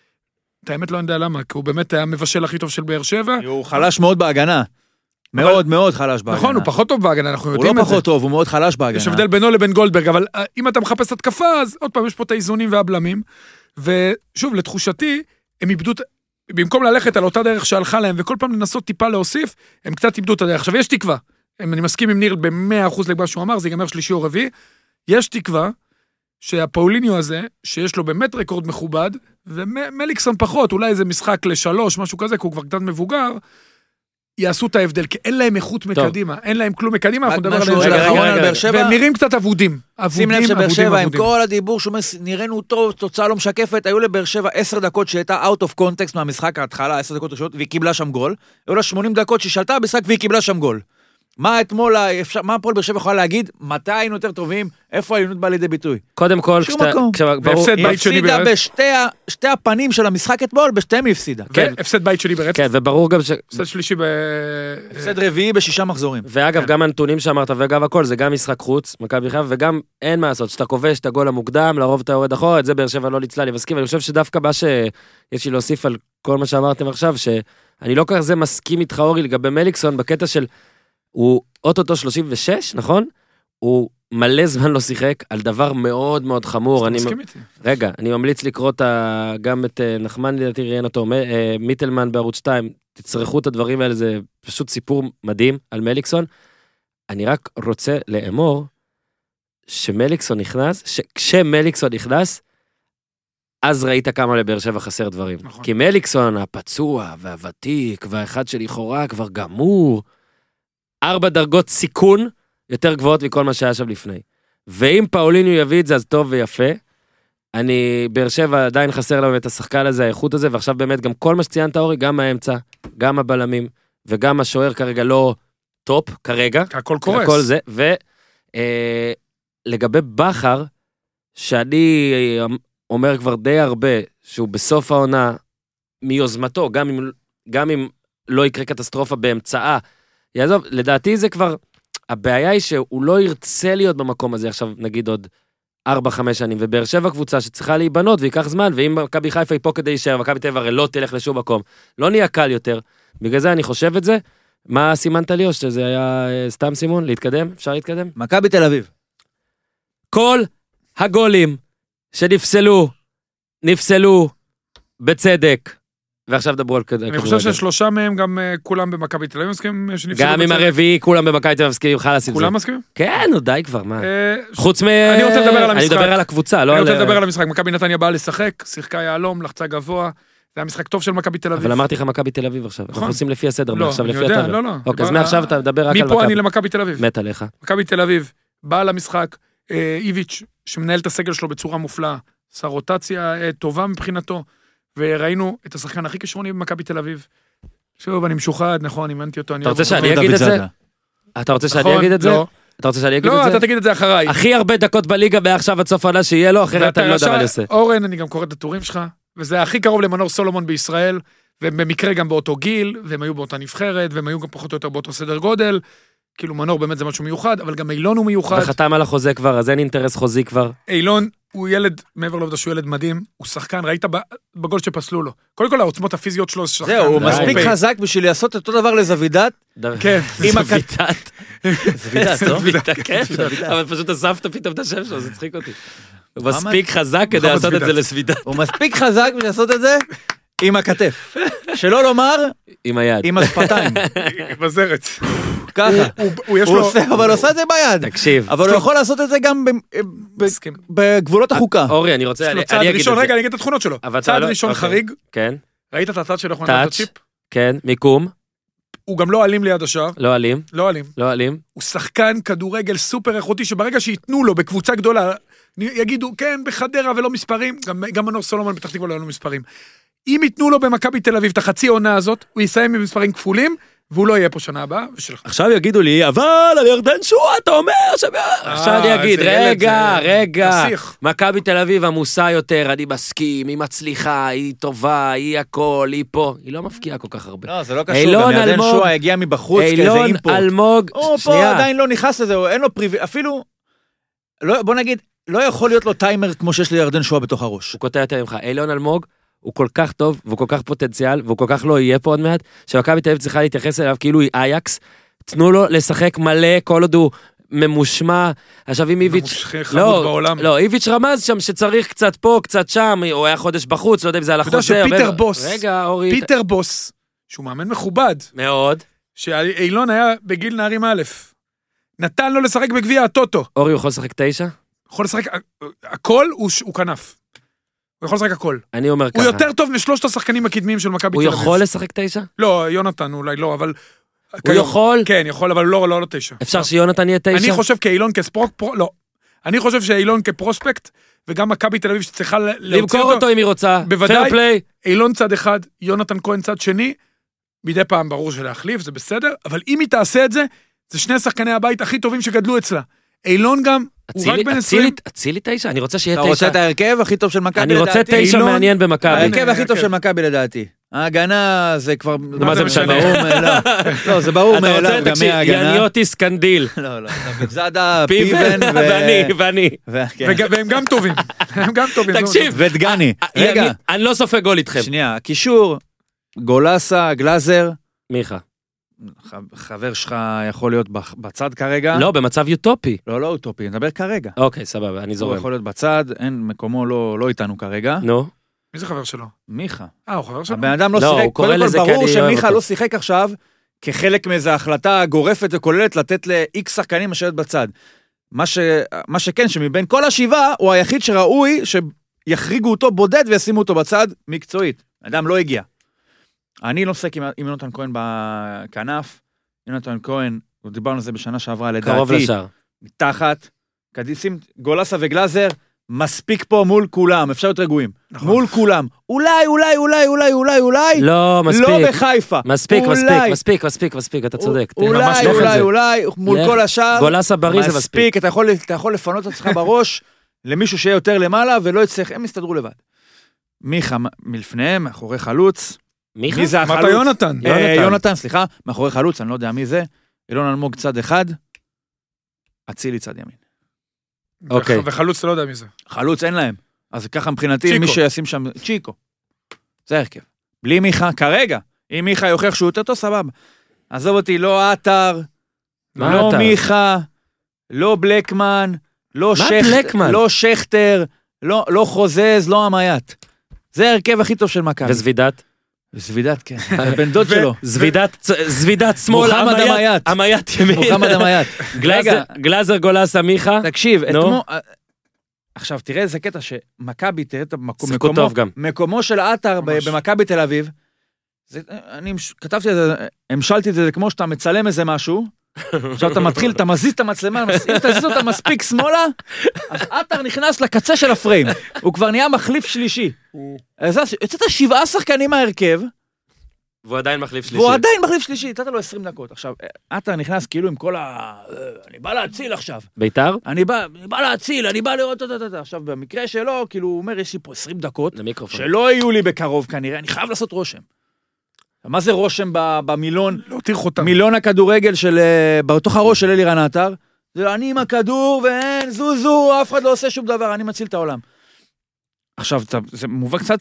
את האמת לא יודע למה, כי הוא באמת היה מבשל הכי טוב של באר שבע. הוא חלש מאוד בהגנה. מאוד מאוד חלש בהגנה. נכון, הוא פחות טוב בהגנה, אנחנו הוא יודעים לא את זה. פחות טוב, הוא מאוד חלש בהגנה. יש הבדל בינו לבין גולדברג, אבל אם אתה מחפש התקפה, אז עוד פעם יש פה את האיזונים והבלמים, ושוב, לתחושתי, הם איבדו, במקום ללכת על אותה דרך שהלכה להם, וכל פעם לנסות טיפה להוסיף, הם קצת איבדו את הדרך. עכשיו, יש תקווה. אני מסכים עם ניר ב100% לגבי שהוא אמר, זה ייגמר שלישי או רביעי. יש תקווה שהפאוליניו הזה, שיש לו באמת רקורד מכובד, ומליקסון פחות, אולי איזה משחק ל3, משהו כזה, כי הוא כבר קצת מבוגר, יעשו את ההבדל, כי אין להם איכות מקדימה, אין להם כלום מקדימה, אנחנו נדבר על באר שבע, והם נראים קצת אבודים. שים לב שבאר שבע, עם כל הדיבור שאומר, נראינו טוב, תוצאה לא משקפת, היו לבאר שבע 10 דקות שהייתה out of context מהמשחק ההתחלה, 10 דקות ראשונות, והיא קיבלה שם גול, היו לה 80 דקות שהיא שלטה במשחק והיא קיבלה שם גול. מה אתמול, מה הפועל באר שבע יכולה להגיד? מתי היינו יותר טובים? איפה העליונות באה לידי ביטוי? קודם כל, והפסד בית שני הפסידה בשתי הפנים של המשחק אתמול, בשתיהם היא הפסידה. הפסד בית שני ברצף. כן, וברור גם הפסד שלישי הפסד רביעי ב6 מחזורים. ואגב, גם הנתונים שאמרת, ואגב הכל, זה גם משחק חוץ, מכבי חיפה, וגם אין מה לעשות, שאתה כובש את הגול המוקדם, לרוב אתה יורד אחורה, את זה באר שבע לא ניצלה, אני מסכים, ואני חושב שדווקא מה שיש לי להוסיף על כל מה שאמרתם עכשיו, שאני לא כזה מסכים איתך אורי לגבי מליקסון, בקטע של הוא אוטוטו 36, נכון? הוא מלא זמן לא שיחק על דבר מאוד מאוד חמור. רגע, אני ממליץ לקרוא גם את נחמן, לדעתי ראיין אותו, מיטלמן בערוץ 2, תצרכו את הדברים האלה, זה פשוט סיפור מדהים על מליקסון. אני רק רוצה לאמור שמליקסון נכנס, כשמליקסון נכנס, אז ראית כמה לבאר שבע חסר דברים. נכון. כי מליקסון הפצוע והוותיק והאחד שלכאורה כבר גמור, 4 דרגות סיכון יותר גבוהות מכל מה שהיה שם לפני. ואם פאוליניו יביא את זה, אז טוב ויפה. באר שבע עדיין חסר לנו את השחקן הזה, האיכות הזה, ועכשיו באמת גם כל מה שציינת אורי, גם האמצע, גם הבלמים, וגם השוער כרגע לא טופ, כרגע. הכל קורס. הכל זה, ולגבי בחר, שאני אומר כבר די הרבה, שהוא בסוף העונה, מיוזמתו, גם אם לא יקרה קטסטרופה באמצעה, יעזוב, לדעתי זה כבר, הבעיה היא שהוא לא ירצה להיות במקום הזה, עכשיו נגיד עוד 4-5 שנים, ובאר שבע קבוצה שצריכה להיבנות, ויקח זמן, ואם מכבי חיפה היא פה כדי להישאר, מכבי טבע הרי לא תלך לשום מקום, לא נהיה קל יותר, בגלל זה אני חושב את זה, מה סימנת לי, או שזה היה סתם סימון, להתקדם, אפשר להתקדם? מכבי תל אביב. כל הגולים נפסלו בצדק, ועכשיו דברו על כדורגל. אני חושב ש3 מהם גם כולם במכבי תל אביב מסכימים. גם עם הרביעי כולם במכבי תל אביב מסכימים, חלאס עם זה. כולם מסכימים? כן, די כבר, מה? חוץ אני רוצה לדבר על המשחק. אני מדבר על הקבוצה, לא על... אני רוצה לדבר על המשחק. מכבי נתניה באה לשחק, שיחקה יעלום, לחצה גבוה. זה היה משחק טוב של מכבי תל אביב. אבל אמרתי לך מכבי תל אביב עכשיו. אנחנו עושים לפי הסדר, עכשיו לפי הטבע. הטבע. אוקיי, אז מעכשיו אתה מדבר רק על מפה אני למכבי תל אביב. מת עליך. מכבי תל אביב באה למשחק, איביץ' שמנהל את הסגל שלו בצורה מופלאה, עשה רוטציה טובה מבחינתו, וראינו את השחקן הכי כישרוני במכבי תל אביב. שוב, אני משוחד, נכון, אימנתי אותו. אתה רוצה שאני אגיד את זה? אתה רוצה שאני אגיד את זה? אתה רוצה שאני אגיד את זה? לא, אתה תגיד את זה אחריי. הכי הרבה דקות בליגה מעכשיו עד סוף העונה שיהיה לו, אחרת אני לא יודע מה אני עושה. אורן, אני גם קורא את הטורים שלך, וזה הכי קרוב למנור סולומון בישראל, והם במקרה גם באותו גיל, והם היו באותה נבחרת, והם היו גם פחות או יותר באותו סדר גודל. כאילו מנור באמת זה משהו מיוחד, אבל גם אילון הוא מיוחד. וחתם על החוזה כבר, אז אין אינטרס חוזי כבר. אילון הוא ילד, מעבר לעובדה שהוא ילד מדהים, הוא שחקן, ראית בגול שפסלו לו. קודם כל העוצמות הפיזיות שלו זה שחקן. זהו, הוא מספיק חזק בשביל לעשות אותו דבר לזווידת. כן. זווידת. זווידת, לא? כן, אבל פשוט אספת פתאום את השם שלו, זה צחיק אותי. הוא מספיק חזק כדי לעשות את זה לזווידת. הוא מספיק חזק בשביל לעשות את זה עם הכתף. שלא לומר, עם היד. עם השפתיים. עם הזרץ. ככה. הוא עושה, אבל עושה את זה ביד. תקשיב. אבל הוא יכול לעשות את זה גם בגבולות החוקה. אורי, אני רוצה... צעד ראשון, רגע, אני אגיד את התכונות שלו. צעד ראשון חריג. כן. ראית את הצד שלו? טאץ'. כן, מיקום. הוא גם לא אלים ליד השאר. לא אלים. לא אלים. הוא שחקן כדורגל סופר איכותי, שברגע שיתנו לו בקבוצה גדולה, יגידו, כן, בחדרה ולא מספרים, גם מנור סולומון פתח תקווה לא מספרים. אם ייתנו לו במכבי תל אביב את החצי עונה הזאת, הוא יסיים עם מספרים כפולים, והוא לא יהיה פה שנה הבאה, ושלך. עכשיו יגידו לי, אבל על ירדן שועה, אתה אומר, עכשיו אני אגיד, רגע, מכבי תל אביב עמוסה יותר, אני מסכים, היא מצליחה, היא טובה, היא הכל, היא פה, היא לא מפקיעה כל כך הרבה. לא, זה לא קשור, גם ירדן שועה הגיע מבחוץ כאיזה אימפורט. אילון אלמוג, הוא פה עדיין לא נכנס לזה, אין לו אפילו, בוא נגיד, לא יכול להיות לו טיימר כמו שיש לירדן שועה בתוך הראש. הוא קוטע יותר ממך, אילון אלמוג, הוא כל כך טוב, והוא כל כך פוטנציאל, והוא כל כך לא יהיה פה עוד מעט, שמכבי תל אביב צריכה להתייחס אליו כאילו היא אייקס, תנו לו לשחק מלא, כל עוד הוא ממושמע, עכשיו אם איביץ', לא, איביץ' רמז שם שצריך קצת פה, קצת שם, הוא היה חודש בחוץ, לא יודע אם זה על החוזר. פיטר בוס, רגע, אורי. פיטר בוס, שהוא מאמן מכובד. מאוד. שאילון היה בגיל נערים א', נתן לו לשחק בגביע הטוטו. אורי, הוא יכול לשחק 9? יכול לשחק, הכל הוא כנף. הוא יכול לשחק הכל. אני אומר ככה. הוא יותר טוב משלושת השחקנים הקדמיים של מכבי תל אביב. הוא יכול לשחק 9? לא, יונתן אולי לא, אבל... הוא יכול? כן, יכול, אבל לא 9. אפשר שיונתן יהיה 9? אני חושב כאילון לא. אני חושב שאילון כפרוספקט, וגם מכבי תל אביב שצריכה למכור אותו אם היא רוצה. בוודאי, אילון צד אחד, יונתן כהן צד שני, מדי פעם ברור שלהחליף, זה בסדר, אבל אם היא תעשה את זה, זה שני שחקני הבית הכי טובים שגדלו אצלה. אילון גם, הוא רק בן 20. אצילי 9, אני רוצה שיהיה 9. אתה רוצה את ההרכב הכי טוב של מכבי לדעתי? אני רוצה 9 מעניין במכבי. ההרכב הכי טוב של מכבי לדעתי. ההגנה זה כבר... מה זה משנה? לא, זה ברור מאליו. אתה רוצה, תקשיב, יניוטי סקנדיל. לא, דוד זאדה, פיבן ואני. והם גם טובים. הם גם טובים. תקשיב. ודגני. רגע. אני לא סופג גול איתכם. שנייה, קישור, גולסה, גלאזר. מיכה. חבר שלך יכול להיות בצד כרגע. לא, במצב יוטופי. לא אוטופי, נדבר כרגע. אוקיי, סבבה, אני זורם. הוא יכול להיות בצד, אין מקומו לא איתנו כרגע. נו. מי זה חבר שלו? מיכה. הוא חבר שלו? הבן אדם לא שיחק. קודם כל ברור שמיכה לא שיחק עכשיו, כחלק מאיזו החלטה גורפת וכוללת לתת ל-X שחקנים לשבת בצד. מה שכן, שמבין כל השבעה, הוא היחיד שראוי שיחריגו אותו בודד וישימו אותו בצד מקצועית. אדם לא הגיע. אני לא עוסק עם יונתן כהן בכנף, יונתן כהן, דיברנו על זה בשנה שעברה, לדעתי, קרוב לשער. מתחת, קדיסים, גולסה וגלאזר, מספיק פה מול כולם, אפשר להיות רגועים, מול כולם, אולי, לא, מספיק, לא בחיפה, מספיק, אתה צודק. אולי, מול כל השאר, גולסה בריא זה מספיק. אתה יכול לפנות את עצמך בראש, למישהו שיהיה יותר למעלה, ולא יצטרך, הם יסתדרו לבד. מיכה מלפניהם, מאחורי חלוץ, מיכה? מי זה החלוץ? אמרת יונתן. יונתן, סליחה, מאחורי חלוץ, אני לא יודע מי זה. אילון אלמוג צד אחד, אצילי צד ימין. אוקיי. וחלוץ אתה לא יודע מי זה. חלוץ אין להם. אז ככה מבחינתי, מי שישים שם, צ'יקו. זה הרכב. בלי מיכה, כרגע. אם מיכה יוכיח שהוא יותר טוב, סבבה. עזוב אותי, לא עטר, לא מיכה, לא בלקמן, לא שכטר, לא חוזז, לא המייט. זה ההרכב הכי טוב של מכבי. וזווידת? וזווידת, כן. בן דוד שלו. זווידת שמאל, המייט ימין. מוחמד המייט. גלאזר, גולסה, מיכה. תקשיב, עכשיו תראה איזה קטע שמכבי, תראה את מקומו של עטר במכבי תל אביב. אני כתבתי את זה, המשלתי את זה כמו שאתה מצלם איזה משהו, עכשיו אתה מתחיל, אתה מזיז את המצלמה, אם תזיז אותה מספיק שמאלה, אז עטר נכנס לקצה של הפריים, הוא כבר נהיה מחליף שלישי. יצאת 7 שחקנים מהרכב, והוא עדיין מחליף שלישי. יצאת לו 20 דקות. עכשיו, עטר נכנס כאילו עם כל אני בא להציל עכשיו. ביתר? אני בא להציל, אני בא לראות, עכשיו במקרה שלו, כאילו הוא אומר, יש לי פה 20 דקות, שלא יהיו לי בקרוב כנראה, אני חייב לעשות רושם. מה זה רושם במילון? מילון הכדורגל בתוך הראש של אלירן עטר. זה אני עם הכדור ואין, זוזו, אף אחד לא עושה שום דבר, אני מציל את העולם. עכשיו, זה מובן קצת,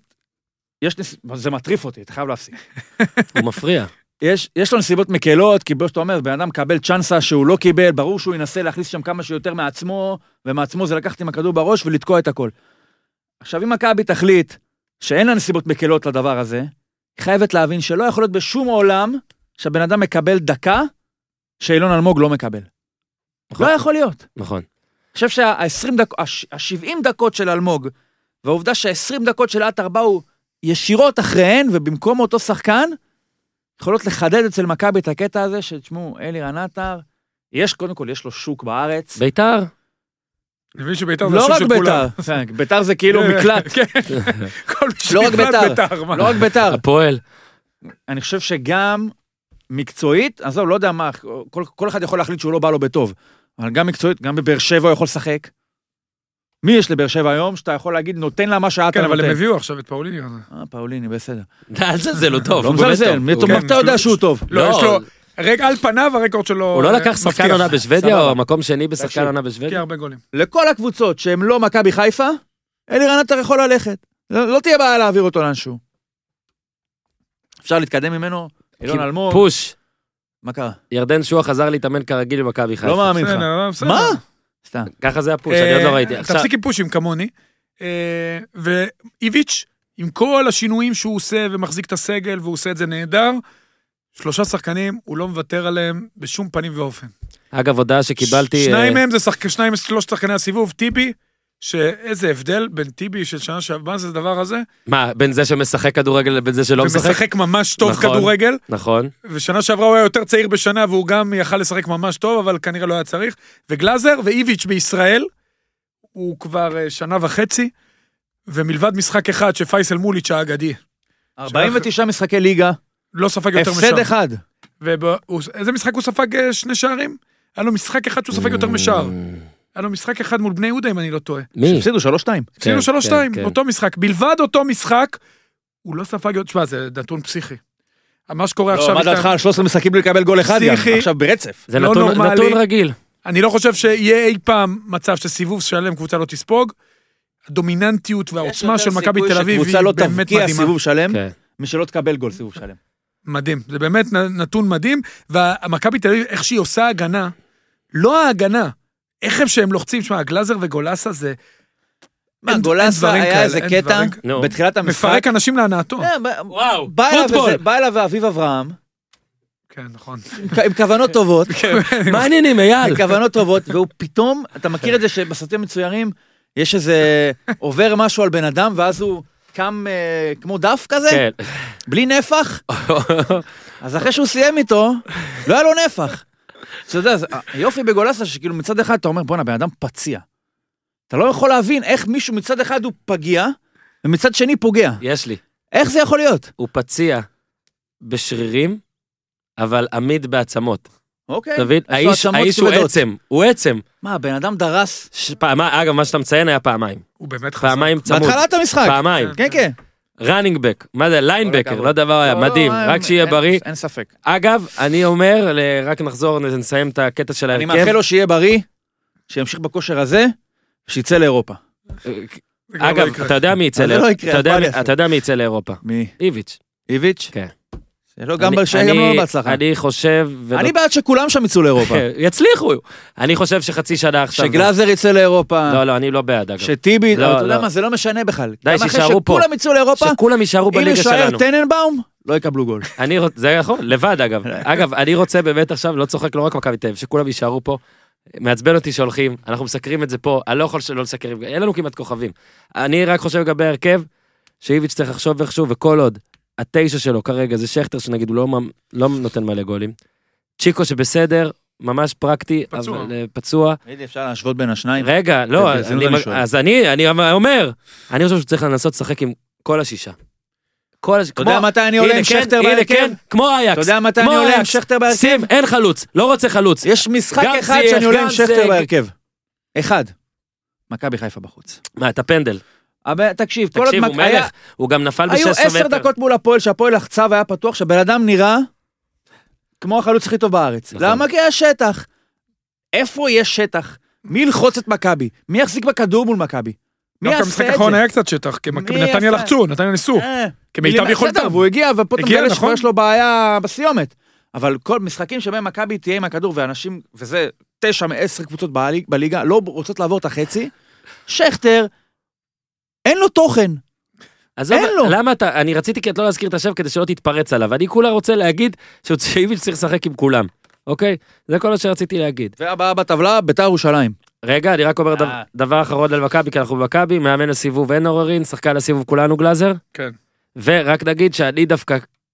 זה מטריף אותי, אתה חייב להפסיק. הוא מפריע. יש לו נסיבות מקלות, כי שאתה אומר, בן אדם מקבל צ'אנסה שהוא לא קיבל, ברור שהוא ינסה להכניס שם כמה שיותר מעצמו, ומעצמו זה לקחת עם הכדור בראש ולתקוע את הכל. עכשיו, אם מכבי תחליט שאין לה נסיבות מקלות לדבר הזה, חייבת להבין שלא יכול להיות בשום עולם שהבן אדם מקבל דקה שאילון אלמוג לא מקבל. לא יכול להיות. נכון. אני חושב שה-70 דקות של אלמוג, והעובדה שה-20 דקות של עטר באו ישירות אחריהן, ובמקום אותו שחקן, יכולות לחדד אצל מכבי את הקטע הזה, שתשמעו, אלירן עטר, קודם כל, יש לו שוק בארץ. ביתר? אני מבין שביתר זה שוק של כולם. לא רק ביתר, ביתר זה כאילו מקלט. כל מי שנקלט ביתר. לא רק ביתר. הפועל. אני חושב שגם מקצועית, עזוב, לא יודע מה, כל אחד יכול להחליט שהוא לא בא לו בטוב, אבל גם מקצועית, גם בבאר שבע הוא יכול לשחק. מי יש לבאר שבע היום, שאתה יכול להגיד, נותן לה מה שעה אתה כן, נותן. אבל הם הביאו עכשיו את פאוליני. פאוליני, בסדר. אל תזלזל, הוא טוב. לא מזלזל, אתה יודע שהוא טוב. לא, יש לו, על פניו הרקורד שלו הוא לא לקח שחקן עונה בשוודיה, או מקום שני בשחקן עונה מבטיח בשוודיה? הרבה גולים. לכל הקבוצות שהן לא מכבי חיפה, אלירן עטר יכול ללכת. לא תהיה בעיה להעביר אותו לאנשהו. אפשר להתקדם ממנו, אילון אלמוג. פוש. מה קרה? ירדן שועה חזר להתאמן כרגיל במכבי חיפה. לא מאמין לך. מה? סתם. ככה זה הפוש, אני עוד לא ראיתי. תפסיק עם פושים כמוני. ואיביץ', עם כל השינויים שהוא עושה ומחזיק את הסגל, והוא עושה את זה נהדר, 3 שחקנים, הוא לא מוותר עליהם בשום פנים ואופן. אגב, הודעה שקיבלתי... 2 מהם זה 3 שחקני הסיבוב, טיבי, שאיזה הבדל בין טיבי של שנה שעברה, זה הדבר הזה. מה, בין זה שמשחק כדורגל לבין זה שלא משחק? ומשחק ממש טוב כדורגל. נכון. ושנה שעברה הוא היה יותר צעיר בשנה, והוא גם יכל לשחק ממש טוב, אבל כנראה לא היה צריך. וגלאזר ואיביץ' בישראל, הוא כבר 1.5 שנה, ומלבד משחק אחד שפייסל מוליץ' האגדי. 49 משחקי ליגה. לא ספג יותר משער. הפסד אחד. איזה משחק הוא ספג 2 שערים? היה לו משחק אחד שהוא ספג יותר משער. היה לו משחק אחד מול בני יהודה, אם אני לא טועה. מי? הפסידו 3-2. הפסידו 3-2, אותו משחק. בלבד אותו משחק, הוא לא ספג יותר, תשמע, זה נתון פסיכי. מה שקורה עכשיו... מה דעתך על 13 משחקים בלי לקבל גול אחד גם, עכשיו ברצף. זה נתון רגיל. אני לא חושב שיהיה אי פעם מצב שסיבוב שלם קבוצה לא תספוג. הדומיננטיות והעוצמה של מכבי תל אביב היא באמת מדהימה. קבוצה לא תבקיע סיבוב שלם, משלא תקבל גול סיבוב שלם. מדהים, זה באמת נתון מדהים, והמכבי תל אביב, איך שהיא עושה הגנה, לא ההגנה, איך הם שהם לוחצים, שמה, גלאזר וגולסה זה... גולסה היה איזה קטע בתחילת המשחק. מפרק אנשים להנאתו. וואו, פוטבול. בא אליו אביב אברהם. כן, נכון. עם כוונות טובות. מה העניינים, אייל? עם כוונות טובות, והוא פתאום, אתה מכיר את זה שבסרטים מצוירים, יש איזה עובר משהו על בן אדם, ואז הוא קם כמו דף כזה, בלי נפח. אז אחרי שהוא סיים איתו, לא היה לו נפח. אתה יודע, היופי בגולסה שכאילו מצד אחד אתה אומר, בוא'נה, בן אדם פציע. אתה לא יכול להבין איך מישהו מצד אחד הוא פגיע, ומצד שני פוגע. יש לי. איך זה יכול להיות? הוא פציע בשרירים, אבל עמיד בעצמות. אוקיי. תבין? האיש הוא עצם. הוא עצם. מה, בן אדם דרס? אגב, מה שאתה מציין היה פעמיים. הוא באמת חזק. פעמיים צמוד. בהתחלת המשחק. פעמיים. כן, כן. ראנינג בק. מה זה? ליינבקר. לא דבר היה. מדהים. רק שיהיה בריא. אין ספק. אגב, אני אומר, רק נחזור, נסיים את הקטע של ההרכב. אני מאחל לו שיהיה בריא, שימשיך בכושר הזה, שיצא לאירופה. אגב, אתה יודע מי יצא לאירופה? אתה יודע מי יצא לאירופה? מי? איביץ'. איביץ'? כן. זה לא גם לא בהצלחה. אני חושב... אני בעד שכולם שם יצאו לאירופה. יצליחו. אני חושב שחצי שנה עכשיו... שגלאזר יצא לאירופה. לא, אני לא בעד, אגב. שטיבי, אתה יודע מה, זה לא משנה בכלל. די, שישארו פה. שכולם יצאו לאירופה. שכולם יישארו בליגה שלנו. אם יישאר טננבאום, לא יקבלו גול. זה יכול, לבד אגב. אגב, אני רוצה באמת עכשיו, לא צוחק, לא רק מכבי תל אביב, שכולם יישארו פה. מעצבן אותי שהולכים, אנחנו מסקרים את זה פה, אני לא יכול שלא לסקרים, אין לנו כמעט כוכבים. אני רק חושב לגבי הרכב, שאיביץ' צריך לחשוב איכשהו, וכל עוד, 9 שלו כרגע זה שכטר, שנגיד הוא לא נותן מלא גולים. צ'יקו שבסדר, ממש פרקטי, אבל פצוע. אפשר להשוות בין השניים. רגע, לא, אז אני אומר, אני חושב שצריך לנסות לשחק עם כל 6. אתה יודע מתי אני עולה עם שכטר בהרכב? כמו אייקס. אתה יודע מתי אני עולה עם שכטר בהרכב? שים, אין חלוץ, לא רוצה חלוץ. יש משחק אחד שאני עולה עם שכטר בהרכב. אחד. מכבי חיפה בחוץ. מה, אתה פנדל? תקשיב, הוא מלך, הוא גם נפל ב-16 מטר. היו 10 דקות מול הפועל, שהפועל לחצה והיה פתוח, שהבן אדם נראה כמו החלוץ הכי טוב בארץ. למה? כי היה שטח. איפה יש שטח? מי ילחוץ את מכבי? מי יחזיק בכדור מול מכבי? מי יעשה את זה? המשחק האחרון היה קצת שטח, כי נתניה לחצו, נתניה ניסו. כמיטב יכולתם. והוא הגיע, ופתאום גרש כבר יש לו בעיה בסיומת. אבל כל משחקים שבהם מכבי תהיה עם הכדור, ואנשים, וזה 9 מ-10 קבוצות בליגה, לא רוצות לעבור את החצי, שכטר, אין לו תוכן. אין לו. למה אתה, אני רציתי לא להזכיר את השם כדי שלא תתפרץ עליו, אני כולה רוצה להגיד שאיביץ' צריך לשחק עם כולם, אוקיי? זה כל מה שרציתי להגיד. והבאה בטבלה, בית"ר ירושלים. רגע, אני רק אומר דבר אחרון על מכבי, כי אנחנו במכבי, מאמן הסיבוב אין עוררין, שחקן הסיבוב כולנו גלאזר. כן. ורק נגיד שאני דווקא,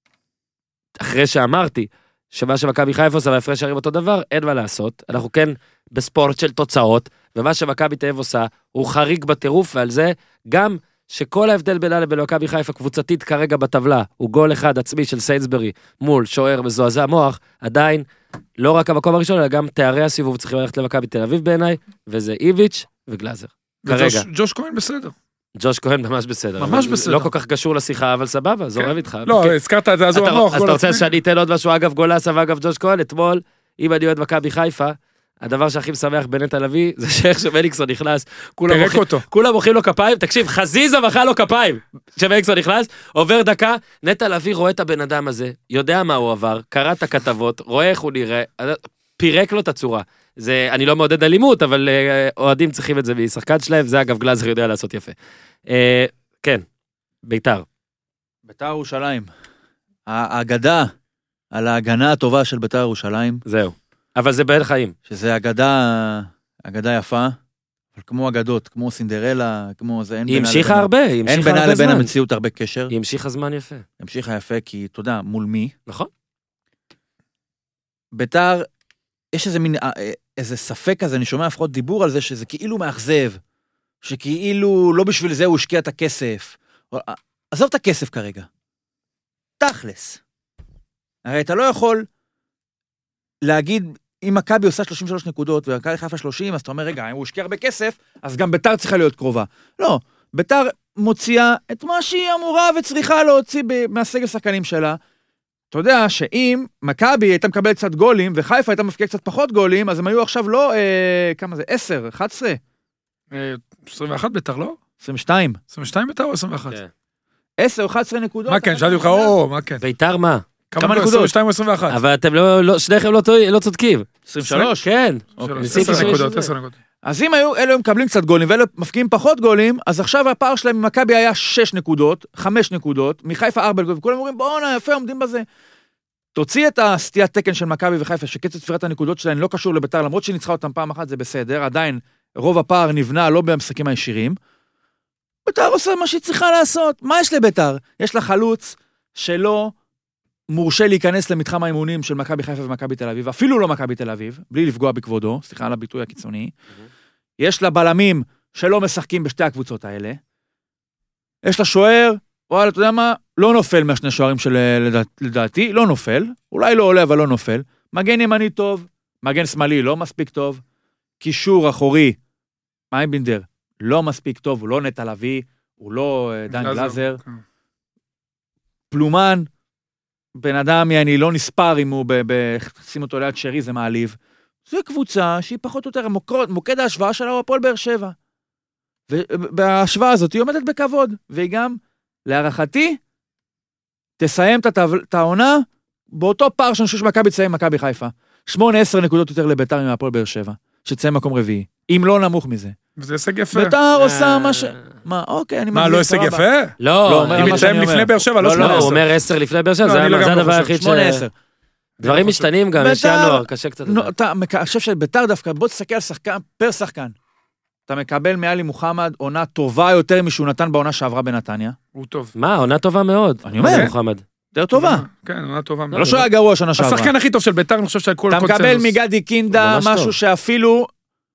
אחרי שאמרתי, שמה שמכבי חיפה עושה והפרש שערים אותו דבר, אין מה לעשות. אנחנו כן בספורט של תוצאות, ומה שמכבי תל אביב עושה, הוא חריג בטירוף, ועל זה גם שכל ההבדל בינה לבין מכבי חיפה קבוצתית כרגע בטבלה, הוא גול אחד עצמי של סיינסברי מול שוער מזועזע מוח, עדיין לא רק המקום הראשון, אלא גם תארי הסיבוב צריכים ללכת למכבי תל אביב בעיניי, וזה איביץ' וגלאזר. כרגע. ג'וש כהן בסדר. ג'וש כהן ממש בסדר. ממש בסדר. לא כל כך קשור לשיחה, אבל סבבה, זורם איתך. לא, הזכרת את זה, אז הוא המוח. אז אתה רוצה שאני אתן עוד משהו, אגב גולסה ואגב ג'וש כהן, אתמול, אם אני אוהד מכבי חיפה, הדבר שהכי משמח בנטע לביא, זה שאיך שמליקסון נכנס, כולם מוחאים לו כפיים, תקשיב, חזיזה מחה לו כפיים, שמליקסון נכנס, עובר דקה, נטע לביא רואה את הבן אדם הזה, יודע מה הוא עבר, קרא את הכתבות, רואה איך הוא נראה, פירק לו את הצורה. זה, אני לא מעודד אלימות, אבל אוהדים צריכים את זה משחקן שלהם, זה אגב גלאזר יודע לעשות יפה. כן, ביתר. ביתר ירושלים. האגדה על ההגנה הטובה של ביתר ירושלים. זהו. אבל זה בעל חיים. שזה אגדה יפה, אבל כמו אגדות, כמו סינדרלה, כמו זה, היא המשיכה הרבה, אין בינה לבין המציאות הרבה קשר. היא המשיכה זמן יפה. המשיכה יפה, כי אתה יודע, מול מי? נכון. ביתר, יש איזה ספק כזה, אני שומע לפחות דיבור על זה, שזה כאילו מאכזב, שכאילו לא בשביל זה הוא השקיע את הכסף. עזוב את הכסף כרגע. תכלס. הרי אתה לא יכול להגיד, אם מכבי עושה 33 נקודות, ומכבי חיפה 30, אז אתה אומר, רגע, אם הוא השקיע הרבה כסף, אז גם ביתר צריכה להיות קרובה. לא, ביתר מוציאה את מה שהיא אמורה וצריכה להוציא מהסגל שחקנים שלה. אתה יודע שאם מכבי הייתה מקבלת קצת גולים, וחיפה הייתה מפקיעה קצת פחות גולים, אז הם היו עכשיו לא, כמה זה, 10, 11? 21 ביתר, לא? 22. 22 ביתר או 21? 10 או 11 נקודות. מה כן, שאלתי לך, מה כן? ביתר מה? כמה נקודות? 22 או 21? אבל אתם שניכם לא צודקים. 23? כן. 10 נקודות, 10 נקודות. אז אם אלו מקבלים קצת גולים, ואלו מפקיעים פחות גולים, אז עכשיו הפער שלהם ממכבי היה 6 נקודות, 5 נקודות, מחיפה 4 נקודות, וכולם אומרים, בואו יפה, עומדים בזה. תוציא את הסטיית תקן של מכבי וחיפה, שקצת ספירת הנקודות שלהם לא קשור לביתר, למרות שניצחה אותם פעם אחת, זה בסדר, עדיין רוב הפער נבנה לא במשחקים הישירים. ביתר עושה מה שהיא צריכה לעשות. מה יש לביתר? יש לה חלוץ שלא מורשה להיכנס למתחם האימונים של מכבי חיפה ומכבי תל אביב, אפילו לא מכבי תל אביב, בלי לפגוע בכבודו, סליחה על הביטוי הקיצוני. יש לה בלמים שלא משחקים בשתי הקבוצות האלה. יש לה שוער, וואלה, אתה יודע מה? לא נופל מהשני שוערים שלדעתי, לא נופל, אולי לא עולה, אבל לא נופל. מגן ימני טוב, מגן שמאלי לא מספיק טוב, קישור אחורי, מייבינדר, לא מספיק טוב, הוא לא נטע לביא, הוא לא דן גלאזר. פלומן, בן אדם יעני לא נספר אם הוא שים אותו ליד שרי, זה מעליב. זו קבוצה שהיא פחות או יותר מוקד ההשוואה שלה הוא הפועל באר שבע. ובהשוואה הזאת היא עומדת בכבוד, והיא גם, להערכתי, תסיים את העונה באותו פער שאני חושב שמכבי תסיים מכבי חיפה. 8-10 נקודות יותר לביתר עם הפועל באר שבע, שתסיים מקום רביעי, אם לא נמוך מזה. וזה הישג יפה. ביתר עושה מה מה, אוקיי, אני מה, לא הישג יפה? לא, אם מתסיים לפני באר שבע, לא 8-10. הוא אומר 10 לפני באר שבע, זה הדבר היחיד 8-10. דברים משתנים גם, יש ינואר, קשה קצת. אני חושב שביתר דווקא, בוא תסתכל על שחקן, פר שחקן. אתה מקבל מעלי מוחמד עונה טובה יותר משהוא נתן בעונה שעברה בנתניה. הוא טוב. מה, עונה טובה מאוד. אני אומר, מוחמד. יותר טובה. כן, עונה טובה מאוד. לא שהוא היה גרוע שנה שעברה. השחקן הכי טוב של ביתר, אני חושב שהכל אתה מקבל מגדי קינדה משהו שאפילו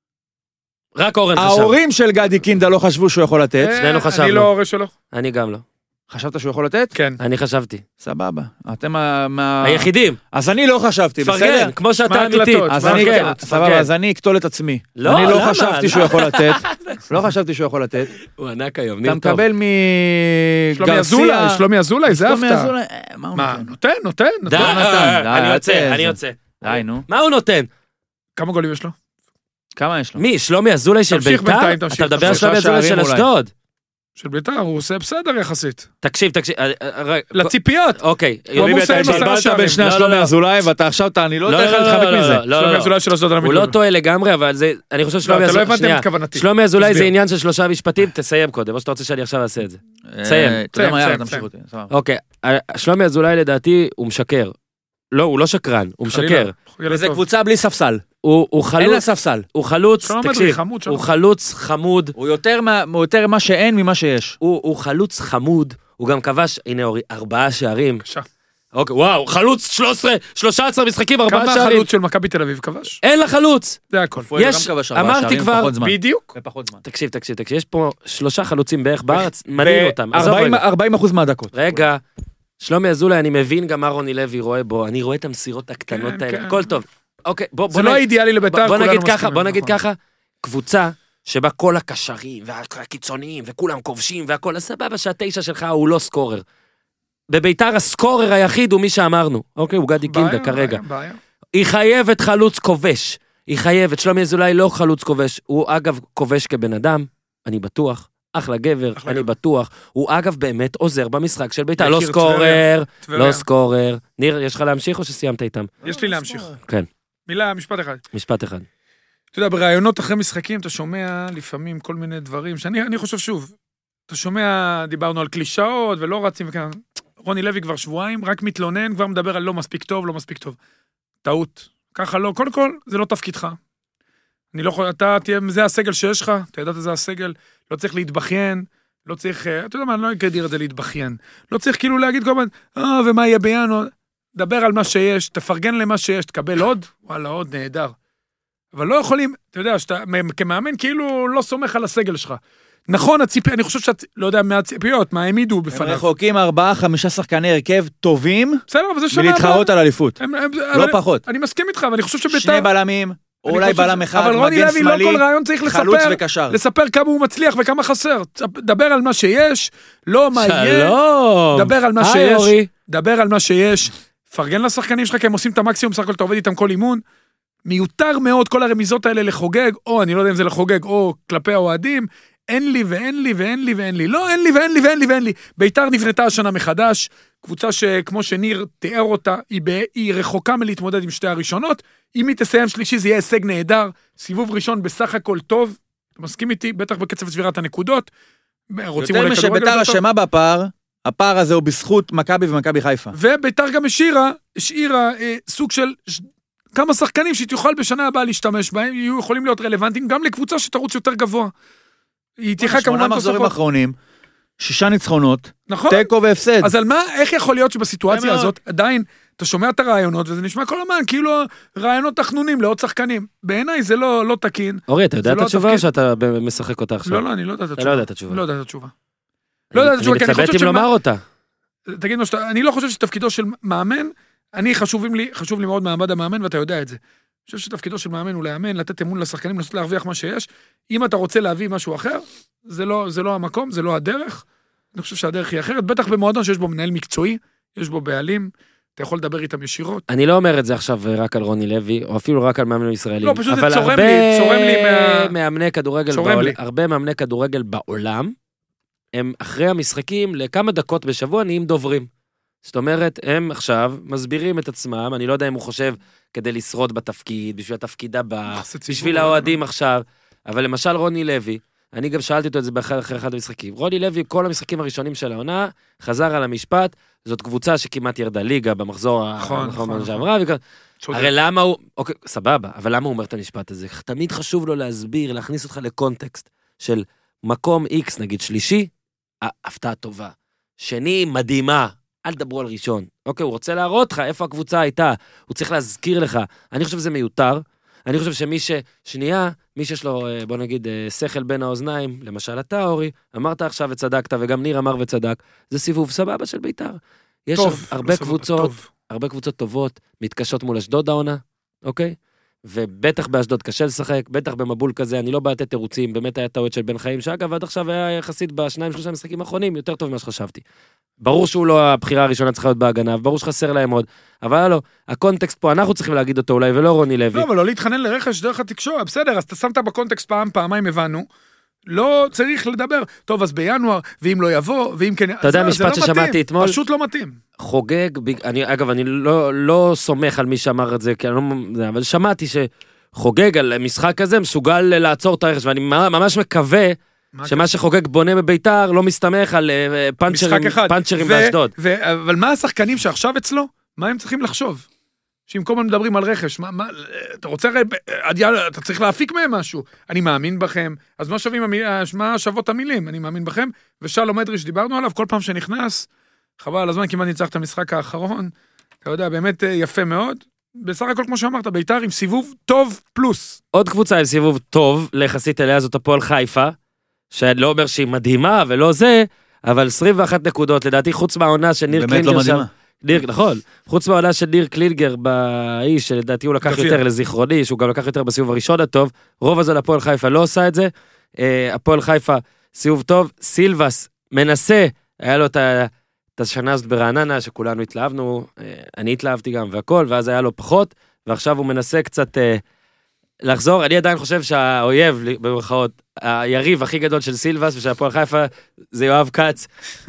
רק אורן חשב. ההורים של גדי קינדה לא חשבו שהוא יכול לתת. שנינו חשבנו. אני לא ההורה שלו. אני גם לא. חשבת שהוא יכול לתת? כן. אני חשבתי. סבבה. אתם היחידים. אז אני לא חשבתי, בסדר? פרגן, כמו שאתה אמיתי. סבבה, אז אני אקטול את עצמי. אני לא חשבתי שהוא יכול לתת. לא חשבתי שהוא יכול לתת. הוא ענק היום, ניר טוב. אתה מקבל מגרסיה. שלומי אזולאי, זה הפתעה. מה, נותן? די, אני יוצא. די, נו. מה הוא נותן? כמה גולים יש לו? כמה יש לו? מי? שלומי אזולאי של ביתר? אתה מדבר על שלומי אזולאי של אשדוד. של ביתר, הוא עושה בסדר יחסית. תקשיב. לציפיות. אוקיי. הוא אמור לסיים 10 שערים. בין שני שלומי אזולאי, ואתה עכשיו אני לא יודע איך להתחבק מזה. שלומי אזולאי של אשדוד. הוא לא טועה לגמרי, אבל זה, אני חושב שלומי אזולאי זה עניין של 3 משפטים, תסיים קודם, או שאתה רוצה שאני עכשיו אעשה את זה. תסיים. אוקיי, שלומי אזולאי לדעתי הוא משקר. לא, הוא לא שקרן, הוא משקר. וזה קבוצה בלי ספסל. הוא חלוץ, אין לה ספסל. הוא חלוץ, תקשיב, הוא חלוץ חמוד. הוא יותר מה שאין ממה שיש. הוא חלוץ חמוד, הוא גם כבש, הנה אורי, 4 שערים. אוקיי, וואו, חלוץ 13 משחקים, 4 כמה שערים. החלוץ של מכבי תל אביב כבש? אין לה חלוץ. זה הכל. יש, אמרתי כבר, בדיוק. תקשיב, יש פה 3 חלוצים בערך בארץ, מדהים אותם. עזוב רגע. 40% מהדקות. רגע, שלומי אזולאי, אני מבין גם מה רוני לוי רואה בו, אני רואה את המסירות הקטנות כן, האלה, כן. הכל טוב. אוקיי, זה לא אידיאלי לביתר, בוא נגיד ככה, קבוצה שבה כל הקשרים והקיצוניים וכולם כובשים והכל, הסבבה שהתשע שלך הוא לא סקורר. בביתר הסקורר היחיד הוא מי שאמרנו, אוקיי, הוא גדי קינדה כרגע. היא חייבת חלוץ כובש, היא חייבת, שלומי אזולאי לא חלוץ כובש, הוא אגב כובש כבן אדם, אני בטוח, אחלה גבר, אני בטוח, הוא אגב באמת עוזר במשחק של ביתר, לא סקורר, לא סקורר. ניר, יש לך להמשיך או שסיימת איתם? יש לי להמשיך. כן. מילה, משפט אחד. משפט אחד. אתה יודע, ברעיונות אחרי משחקים, אתה שומע לפעמים כל מיני דברים, שאני חושב שוב, אתה שומע, דיברנו על קלישאות ולא רצים וכאן, רוני לוי כבר שבועיים, רק מתלונן, כבר מדבר על לא מספיק טוב, לא מספיק טוב. טעות. ככה לא, קודם כל, זה לא תפקידך. אני לא יכול, אתה תהיה, זה הסגל שיש לך, אתה ידעת זה הסגל, לא צריך להתבכיין, לא צריך, אתה יודע מה, אני לא אגדיר את זה להתבכיין. לא צריך כאילו להגיד כל הזמן, ומה יהיה בינואר, דבר על מה שיש, תפרגן למה שיש, תקבל עוד, וואלה, עוד נהדר. אבל לא יכולים, אתה יודע, שאתה כמאמן כאילו לא סומך על הסגל שלך. נכון, אני חושב שאת, לא יודע, מהציפיות, מה העמידו בפניו. הם רחוקים 4-5 שחקני הרכב טובים, בסדר, אבל זה שנה ולהתחרות על אליפות. לא פחות. אני מסכים איתך, אבל אני חושב שביתר... 2 בלמים, אולי בלם אחד, אבל רוני לוי לא כל רעיון צריך לספר כמה הוא מצליח וכמה חסר. דבר על מה שיש, לא מה יהיה. שלום. דבר על מה שיש. פרגן לשחקנים שלך, כי הם עושים את המקסימום, סך הכל אתה עובד איתם כל אימון. מיותר מאוד כל הרמיזות האלה לחוגג, או אני לא יודע אם זה לחוגג, או כלפי האוהדים, אין לי ואין לי ואין לי ואין לי. לא, אין לי ואין לי ואין לי ואין לי. ביתר נבנתה השנה מחדש, קבוצה שכמו שניר תיאר אותה, היא רחוקה מלהתמודד עם 2 הראשונות, אם היא תסיים שלישי זה יהיה הישג נהדר, סיבוב ראשון בסך הכל טוב, אתה מסכים איתי? בטח בקצב סבירת הנקודות. יותר משביתר אשמה בפער, הפער הזה הוא בזכות מכבי ומכבי חיפה. וביתר גם השאירה סוג של כמה שחקנים שתוכל בשנה הבאה להשתמש בהם, יהיו יכולים להיות רלוונטיים גם לקבוצה שתרוץ יותר גבוה. היא תיחה כמובן 8 מחזורים אחרונים, 6 ניצחונות, נכון. תיקו והפסד. אז על מה, איך יכול להיות שבסיטואציה הזאת, עדיין, אתה שומע את הרעיונות, וזה נשמע כל הזמן, כאילו רעיונות תחנונים לעוד שחקנים. בעיניי זה לא תקין. אורי, אתה יודע את התשובה או שאתה משחק אותה עכשיו? לא, אני לא יודע את התשובה. אתה לא יודע את התשובה. לא יודע את התשובה. לא יודע את התשובה, כי אני מתלבט אם לומר אותה. תגיד מה שאתה, אני לא חושב שתפקידו של מאמן, חשוב לי מאוד מעמד המאמן, ואתה יודע את זה. אני חושב שתפקידו של מאמן הוא לאמן, לתת אמון לשחקנים, לנסות להרוויח מה שיש. אם אתה רוצה להביא משהו אחר, זה לא המקום, זה לא הדרך. אני חושב שהדרך היא אחרת, בטח במועדון שיש בו מנהל מקצועי, יש בו בעלים, אתה יכול לדבר איתם ישירות. אני לא אומר את זה עכשיו רק על רוני לוי, או אפילו רק על מאמנים ישראלים. לא, פשוט זה צורם לי. הרבה מאמני כדורגל בעולם, הם אחרי המשחקים, לכמה דקות בשבוע נהיים דוברים. זאת אומרת, הם עכשיו מסבירים את עצמם, אני לא יודע אם הוא חושב כדי לשרוד בתפקיד, בשביל התפקיד הבא, בשביל האוהדים עכשיו, אבל למשל רוני לוי, אני גם שאלתי אותו את זה אחרי אחד המשחקים, רוני לוי, כל המשחקים הראשונים של העונה, חזר על המשפט, זאת קבוצה שכמעט ירדה ליגה במחזור האחרון שעברה, הרי למה הוא, אוקיי, סבבה, אבל למה הוא אומר את המשפט הזה? תמיד חשוב לו להסביר, להכניס אותך לקונטקסט של מקום X, נגיד שלישי, הפתעה טובה, שני מדהימה, אל תדברו על ראשון. אוקיי, הוא רוצה להראות לך איפה הקבוצה הייתה. הוא צריך להזכיר לך. אני חושב שזה מיותר. אני חושב מי שיש לו, בוא נגיד, שכל בין האוזניים, למשל אתה, אורי, אמרת עכשיו וצדקת, וגם ניר אמר וצדק, זה סיבוב סבבה של ביתר. יש הרבה קבוצות טובות, מתקשות מול אשדוד העונה, אוקיי? ובטח באשדוד קשה לשחק, בטח במבול כזה, אני לא בא לתת תירוצים, באמת היה טעות של בן חיים, שאגב, עד עכשיו היה יחסית ב2-3 משחקים האחרונים, יותר טוב ממה שחשבתי. ברור שהוא לא הבחירה הראשונה צריכה להיות בהגנה, ברור שחסר להם עוד, אבל לא, הקונטקסט פה, אנחנו צריכים להגיד אותו אולי, ולא רוני לוי. לא, אבל לא להתחנן לרכש דרך התקשורת, בסדר, אז אתה שמת בקונטקסט פעמיים הבנו, לא צריך לדבר, טוב, אז בינואר, ואם לא יבוא, ואם כן, אתה יודע, משפט ששמעתי אתמול, פשוט לא מתאים. חוגג, אגב, אני לא סומך על מי שאמר את זה, אבל שמעתי שחוגג על משחק כזה, מסוגל לעצור את הרכש, ואני ממש מקווה, שמה שחוגג בונה בביתר לא מסתמך על פאנצ'רים באשדוד. אבל מה השחקנים שעכשיו אצלו? מה הם צריכים לחשוב? שאם כל הזמן מדברים על רכש, אתה רוצה, אתה צריך להפיק מהם משהו. אני מאמין בכם. אז מה שוות המילים? אני מאמין בכם. ושלום אדרי שדיברנו עליו, כל פעם שנכנס, חבל על הזמן, כמעט ניצח את המשחק האחרון, אתה יודע, באמת יפה מאוד. בסך הכל, כמו שאמרת, ביתר עם סיבוב טוב פלוס. עוד קבוצה עם סיבוב טוב, ליחסית אליה זאת הפועל חיפה, שאני לא אומר שהיא מדהימה ולא זה, אבל 21 נקודות, לדעתי, חוץ מהעונה של ניר קלינגר. באמת לא מדהימה. נכון, חוץ מהעונה של ניר קלינגר באיש, שלדעתי הוא לקח יותר לזיכרוני, שהוא גם לקח יותר בסיבוב הראשון הטוב, רוב הזה לפועל חיפה לא עושה את זה, הפועל חיפה סיבוב טוב, סילבס מנסה, היה לו את השנה הזאת ברעננה, שכולנו התלהבנו, אני התלהבתי גם והכל, ואז היה לו פחות, ועכשיו הוא מנסה קצת לחזור, אני עדיין חושב שהאויב, במרכאות, היריב הכי גדול של סילבס ושל הפועל חיפה, זה יואב קץ,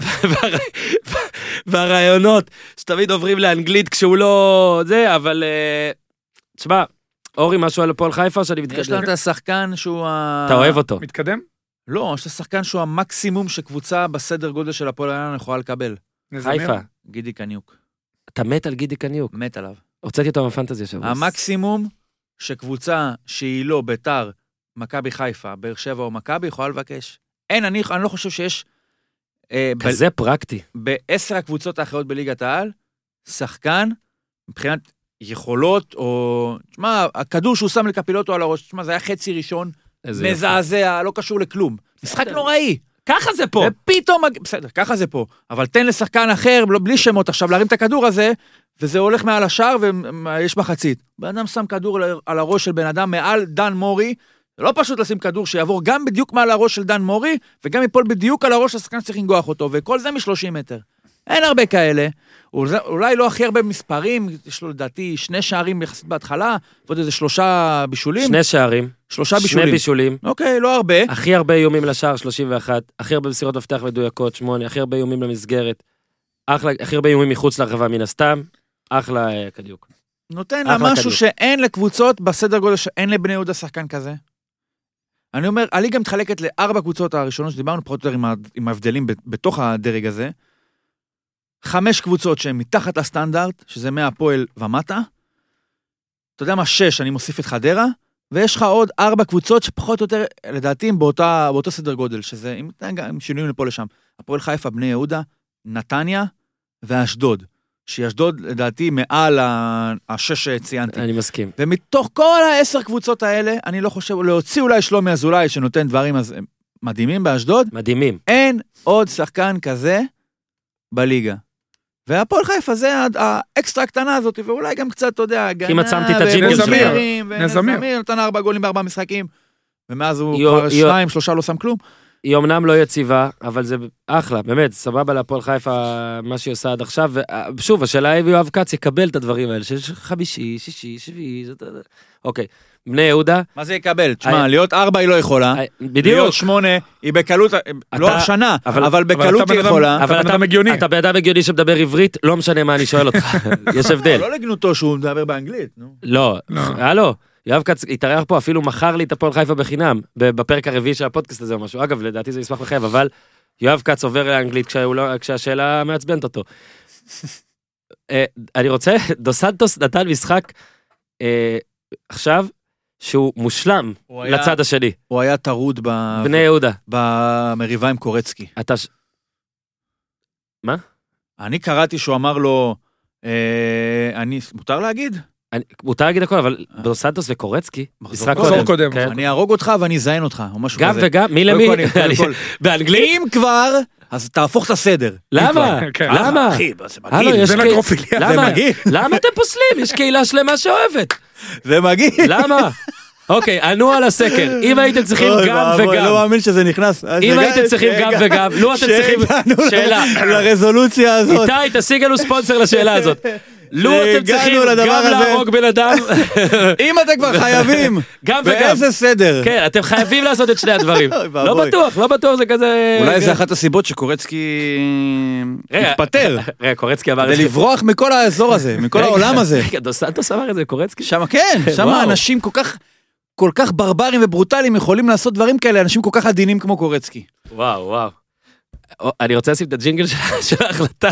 והרעיונות שתמיד עוברים לאנגלית כשהוא לא זה, אבל תשמע, אורי, משהו על הפועל חיפה שאני מתקדם. יש לנו את השחקן שהוא אתה אוהב אותו. מתקדם? לא, יש את השחקן שהוא המקסימום שקבוצה בסדר גודל של הפועל העליון יכולה לקבל. חיפה. גידי קניוק. אתה מת על גידי קניוק. מת עליו. הוצאתי אותו מהפנטזיה שבוע. המקסימום שקבוצה שהיא לא ביתר, מכבי חיפה, באר שבע או מכבי יכולה לבקש. אני לא חושב שיש כזה פרקטי. ב10 הקבוצות האחרות בליגת העל, שחקן, מבחינת יכולות, או, תשמע, הכדור שהוא שם לקפילוטו על הראש, תשמע, זה היה חצי ראשון, מזעזע, לא קשור לכלום. משחק נוראי. ככה זה פה. ופתאום, בסדר, ככה זה פה. אבל תן לשחקן אחר, בלי שמות עכשיו, להרים את הכדור הזה, וזה הולך מעל השאר, ויש מחצית. בן אדם שם כדור על הראש של בן אדם מעל דן מורי, זה לא פשוט לשים כדור שיעבור גם בדיוק מעל הראש של דן מורי, וגם ייפול בדיוק על הראש השחקן שצריך לנגוח אותו, וכל זה מ-30 מטר. אין הרבה כאלה, אולי לא הכי הרבה מספרים, יש לו לדעתי 2 שערים יחסית בהתחלה, ועוד איזה 3 בישולים. 2 שערים. 3 בישולים. 2 בישולים. אוקיי, לא הרבה. הכי הרבה איומים לשער 31, הכי הרבה מסירות מפתח מדויקות 8, הכי הרבה איומים למסגרת, הכי הרבה איומים מחוץ לרחבה מן הסתם, אחלה קדיוק. נותן לה משהו שאין לקבוצות בסדר גודל שאין לבני יהודה שחקן כזה. אני אומר, הליגה מתחלקת ל4 קבוצות הראשונות שדיברנו פחות או יותר עם ההבדלים בתוך הדרג הזה. 5 קבוצות שהן מתחת לסטנדרט, שזה מהפועל ומטה. אתה יודע מה, 6, אני מוסיף את חדרה, ויש לך עוד 4 קבוצות שפחות או יותר, לדעתי, באותו סדר גודל, שזה עם שינויים לפה לשם. הפועל חיפה, בני יהודה, נתניה ואשדוד. שאשדוד, לדעתי, מעל 6 שציינתי. אני מסכים. ומתוך כל 10 קבוצות האלה, אני לא חושב, להוציא אולי שלומי אזולאי, שנותן דברים מדהימים באשדוד. מדהימים. אין עוד שחקן כזה בליגה. והפועל חיפה זה האקסטרה הקטנה הזאת, ואולי גם קצת, אתה יודע, כי מצמתי את הג'ינגל שלך. נזמיר. נתן 4 גולים ב4 משחקים, ומאז הוא כבר 2-3 לא שם כלום. היא אמנם לא יציבה, אבל זה אחלה, באמת, סבבה להפועל חיפה, מה שהיא עושה עד עכשיו, ושוב, השאלה היא יואב קץ יקבל את הדברים האלה, שיש 5, 6, 7, אוקיי, בני יהודה. מה זה יקבל? תשמע, להיות 4 היא לא יכולה, בדיוק. להיות 8 היא בקלות, לא השנה, אבל בקלות היא יכולה. אבל אתה מגיוני. אתה באדם מגיוני שמדבר עברית, לא משנה מה אני שואל אותך, יש הבדל. לא לגנותו שהוא מדבר באנגלית. לא, הלו. יואב קץ התארח פה, אפילו מכר לי את הפועל חיפה בחינם, בפרק הרביעי של הפודקאסט הזה או משהו. אגב, לדעתי זה ישמח לחייב, אבל יואב קץ עובר לאנגלית כשהשאלה מעצבנת אותו. אני רוצה, דו סנטוס נתן משחק עכשיו, שהוא מושלם לצד השני. הוא היה טרוד בני יהודה. במריבה עם קורצקי. מה? אני קראתי שהוא אמר לו, מותר להגיד? מותר להגיד הכל, אבל דו סנטוס וקורצקי, משחק קודם. אני ארוג אותך ואני אזיין אותך, או משהו גם כזה. וגם, מי למי? באנגלית? אם כבר, אז תהפוך את הסדר. למה? למה? אחי, זה מגעיל. זה נקרופיליה. למה אתם פוסלים? יש קהילה שלמה שאוהבת. זה מגעיל. למה? אוקיי, ענו על הסקר. אם הייתם צריכים גם וגם. לא מאמין שזה נכנס. אם הייתם צריכים גם וגם, לו אתם צריכים שאלה. לרזולוציה הזאת. איתי, תשיג לנו ספונסר לשאלה הזאת. לו אתם צריכים גם להרוג בן אדם. אם אתם כבר חייבים. גם וגם. באיזה סדר. כן, אתם חייבים לעשות את שני הדברים. לא בטוח זה כזה. אולי זה אחת הסיבות שקורצקי התפטר. רגע, קורצקי אמר את זה. כדי לברוח מכל האזור הזה, מכל העולם הזה. רגע, דו סנטוס אמר את זה, קורצקי? שם כן, שם אנשים כל כך ברברים וברוטליים יכולים לעשות דברים כאלה, אנשים כל כך עדינים כמו קורצקי. וואו. אני רוצה לשים את הג'ינגל של ההחלטה.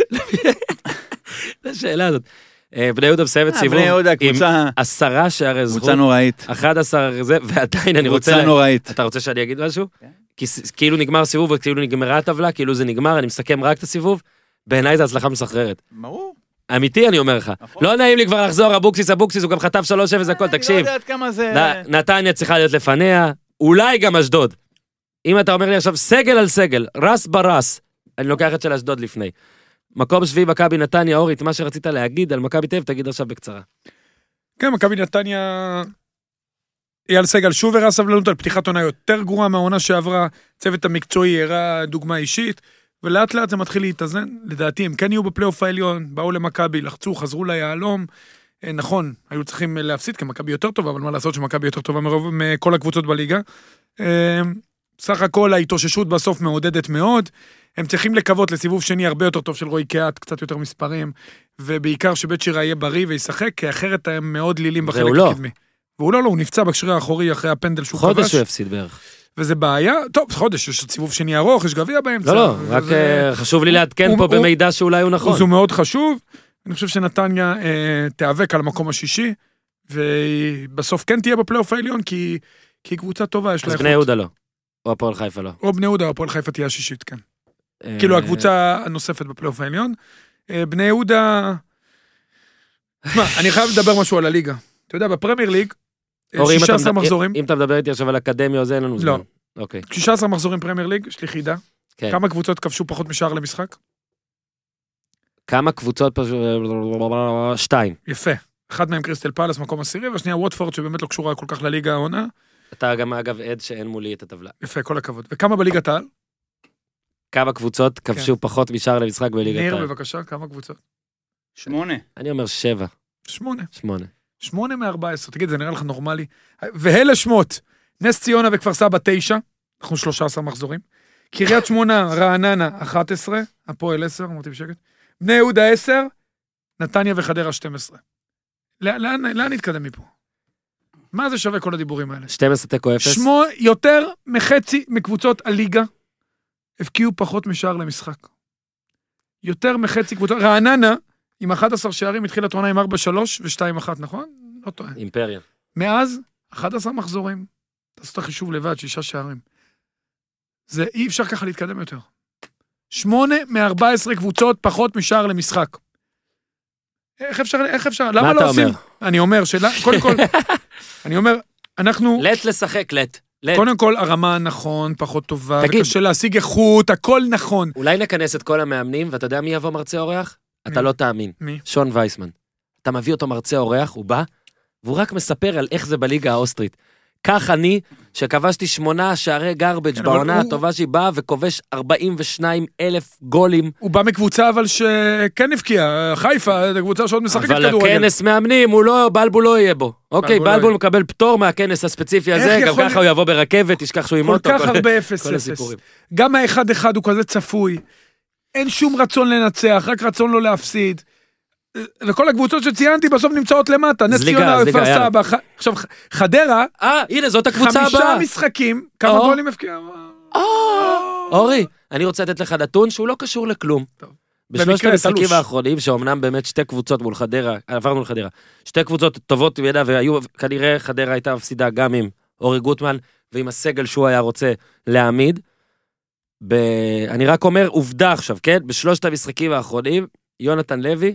השאלה הזאת. בני יהודה מסיימת סיבוב עם 10 שערי זכות. קבוצה נוראית. 11 זה, ועדיין אני רוצה... קבוצה נוראית. אתה רוצה שאני אגיד משהו? כאילו נגמר סיבוב וכאילו נגמרה הטבלה, כאילו זה נגמר, אני מסכם רק את הסיבוב, בעיניי זה הצלחה מסחררת. ברור. אמיתי אני אומר לך. לא נעים לי כבר לחזור, אבוקסיס, הוא גם חטף 3-0 הכל, תקשיב. אני לא יודעת כמה זה... נתניה צריכה להיות לפניה, אולי גם אשדוד. אם אתה אומר לי עכשיו סגל על סגל, רס ברס, אני לוקח את של אשדוד לפני. מקום שביעי מכבי נתניה, אורית, מה שרצית להגיד על מכבי תל, תגיד עכשיו בקצרה. כן, מכבי נתניה... אייל סגל שוב הראה סבלנות על פתיחת עונה יותר גרועה מהעונה שעברה, צוות המקצועי הראה דוגמה אישית, ולאט לאט זה מתחיל להתאזן. לדעתי הם כן יהיו בפלייאוף העליון, באו למכבי, לחצו, חזרו ליהלום. נכון, היו צריכים להפסיד, כי מכבי יותר טובה, אבל מה לעשות שמכבי יותר טובה מכל הקבוצות בליגה. סך הכל ההתאוששות בסוף מעודדת מאוד. הם צריכים לקוות לסיבוב שני הרבה יותר טוב של רועי קהת, קצת יותר מספרים, ובעיקר שבית שירה יהיה בריא וישחק, כי אחרת הם מאוד לילים בחלק הקדמי. והוא לא, הוא נפצע בקשרי האחורי אחרי הפנדל שהוא כבש. חודש הוא הפסיד בערך. וזה בעיה, טוב, חודש, יש סיבוב שני ארוך, יש גביע באמצע. לא, רק חשוב לי לעדכן פה במידע שאולי הוא נכון. זה מאוד חשוב, אני חושב שנתניה תיאבק על המקום השישי, ובסוף כן תהיה בפלייאוף העליון, כי היא קבוצה טובה, יש לה איכות. אז בני יהודה לא, או הפועל חיפה לא. או בני יהודה, או הפועל חיפה תהיה השישית, כן. כאילו הקבוצה הנוספת בפלייאוף העליון. בני יהודה... אני חייב לדבר משהו על הליגה. אתה יודע, בפרמייר ליג, 16 מחזורים. אם אתה מדבר איתי עכשיו על אקדמיה, אז אין לנו זמן. לא. 16 מחזורים פרמייר ליג, יש לי חידה. כמה קבוצות כבשו פחות משער למשחק? כמה קבוצות? 2. יפה. אחד מהם קריסטל פלאס, מקום עשירי, והשנייה ווטפורד, שבאמת לא קשורה כל כך לליגה העונה. אתה גם אגב עד שאין מולי את הטבלה. יפה, כל הכבוד. וכמה בליגת העל? כמה קבוצות כבשו פחות משער למשחק בליגת העל? ניר, בבקשה, כמה קבוצות? 8. אני אומר 7. 8. 8 מ-14, תגיד, זה נראה לך נורמלי? והלה שמות, נס ציונה וכפר סבא 9, אנחנו 13 מחזורים, קריית שמונה, רעננה 11, הפועל 10, אמרתי בשקט, בני יהודה 10, נתניה וחדרה 12. לאן נתקדם מפה? מה זה שווה כל הדיבורים האלה? 12 תיקו 0? יותר מחצי מקבוצות הליגה, הפקיעו פחות משער למשחק. יותר מחצי קבוצות, רעננה, עם 11 שערים התחילה תורנה עם 4-3 ו-2-1, נכון? לא טועה. אימפריה. מאז, 11 מחזורים. תעשו את החישוב לבד, 6 שערים. זה אי אפשר ככה להתקדם יותר. 8 מ-14 קבוצות פחות משער למשחק. איך אפשר? למה לא עושים? אני אומר, קודם כל, אני אומר, אנחנו... לט לשחק, לט. קודם כל, הרמה נכון, פחות טובה, וקשה להשיג איכות, הכל נכון. אולי נכנס את כל המאמנים, ואתה יודע מי יבוא מרצה אורח? אתה לא תאמין. מי? שון וייסמן. אתה מביא אותו מרצה אורח, הוא בא, והוא רק מספר על איך זה בליגה האוסטרית. כך אני, שכבשתי 8 שערי גרבג' בעונה הטובה שהיא באה, וכובש 42,000 גולים. הוא בא מקבוצה אבל שכן הבקיע, חיפה, קבוצה שעוד משחקת כדורגל. אבל הכנס מאמנים, בלבול לא יהיה בו. אוקיי, בלבול מקבל פטור מהכנס הספציפי הזה, גם ככה הוא יבוא ברכבת, תשכח שהוא עם אוטו. כל כך הרבה 0-0. גם ה-1-1 הוא כזה צפוי. אין שום רצון לנצח, רק רצון לא להפסיד. וכל הקבוצות שציינתי בסוף נמצאות למטה, נס ציונה וכפר סבא. עכשיו, חדרה, הנה, זאת הקבוצה הבאה. 5 משחקים, כמה גולים הפקיע? אורי, אני רוצה לתת לך נתון שהוא לא קשור לכלום. בשלושת המשחקים האחרונים, שאומנם באמת 2 קבוצות מול חדרה, עברנו לחדרה, 2 קבוצות טובות בידה, והיו, כנראה חדרה הייתה מפסידה גם עם אורי גוטמן, ועם הסגל שהוא היה רוצה להעמיד. אני רק אומר עובדה עכשיו, כן? בשלושת המשחקים האחרונים, יונתן לוי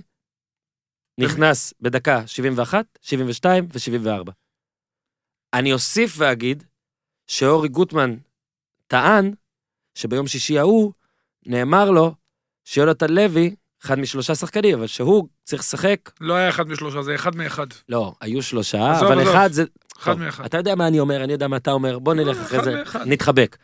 נכנס בדקה 71, 72 ו-74. אני אוסיף ואגיד שאורי גוטמן טען שביום שישי ההוא נאמר לו שיונתן לוי, אחד מ3 שחקנים, אבל שהוא צריך לשחק. לא היה 1 מ3, זה 1 מ1. לא, היו 3, אבל 1 זה... 1 מ1. אתה יודע מה אני אומר, אני יודע מה אתה אומר, בוא נלך אחרי זה, נתחבק.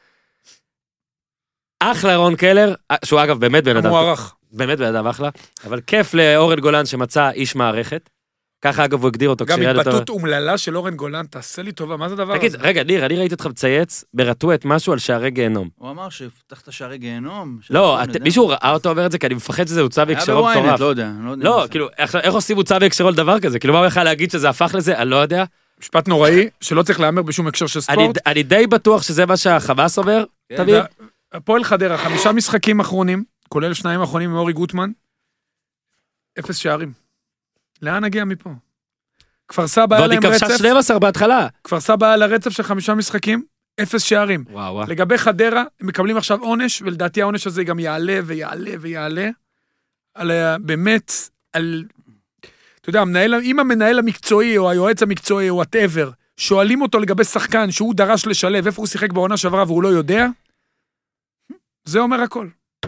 אחלה רון קלר, שהוא אגב באמת בן אדם. מוערך. באמת בן אדם אחלה, אבל כיף לאורן גולן שמצא איש מערכת. ככה אגב הוא הגדיר אותו. גם התבטאות אומללה של אורן גולן, תעשה לי טובה, מה זה דבר הזה? תגיד, רגע, ניר, אני ראיתי אותך מצייץ ברטווט משהו על שערי גיהנום. הוא אמר שפתחת שערי גיהנום. לא, מישהו ראה אותו אומר את זה, כי אני מפחד שזה הוצא בהקשרו מטורף. לא יודע. לא, כאילו, איך עושים הוצא בהקשרו לדבר כזה? כאילו, מה הוא יכול להגיד שזה הפך לזה? אני לא יודע. משפט נוראי, שלא צריך להאמר בשום הקשר של ספורט. אני די בטוח שזה מה שהחמאס אומר, תבין. הפועל חדרה, 5 משחקים אחרונים, כולל 2 האחרונים מאורי גוטמן, 0 שערים. לאן נגיע מפה? כפר סבא היה להם רצף. ועוד היא כבשה 12 בהתחלה. כפר סבא היה לרצף של 5 משחקים, 0 שערים. וואו. לגבי חדרה, הם מקבלים עכשיו עונש, ולדעתי העונש הזה גם יעלה ויעלה ויעלה. על באמת אתה יודע, אם המנהל המקצועי, או היועץ המקצועי, או whatever, שואלים אותו לגבי שחקן שהוא דרש לשלב, איפה הוא שיחק בעונה שעברה והוא לא יודע, זה אומר הכל.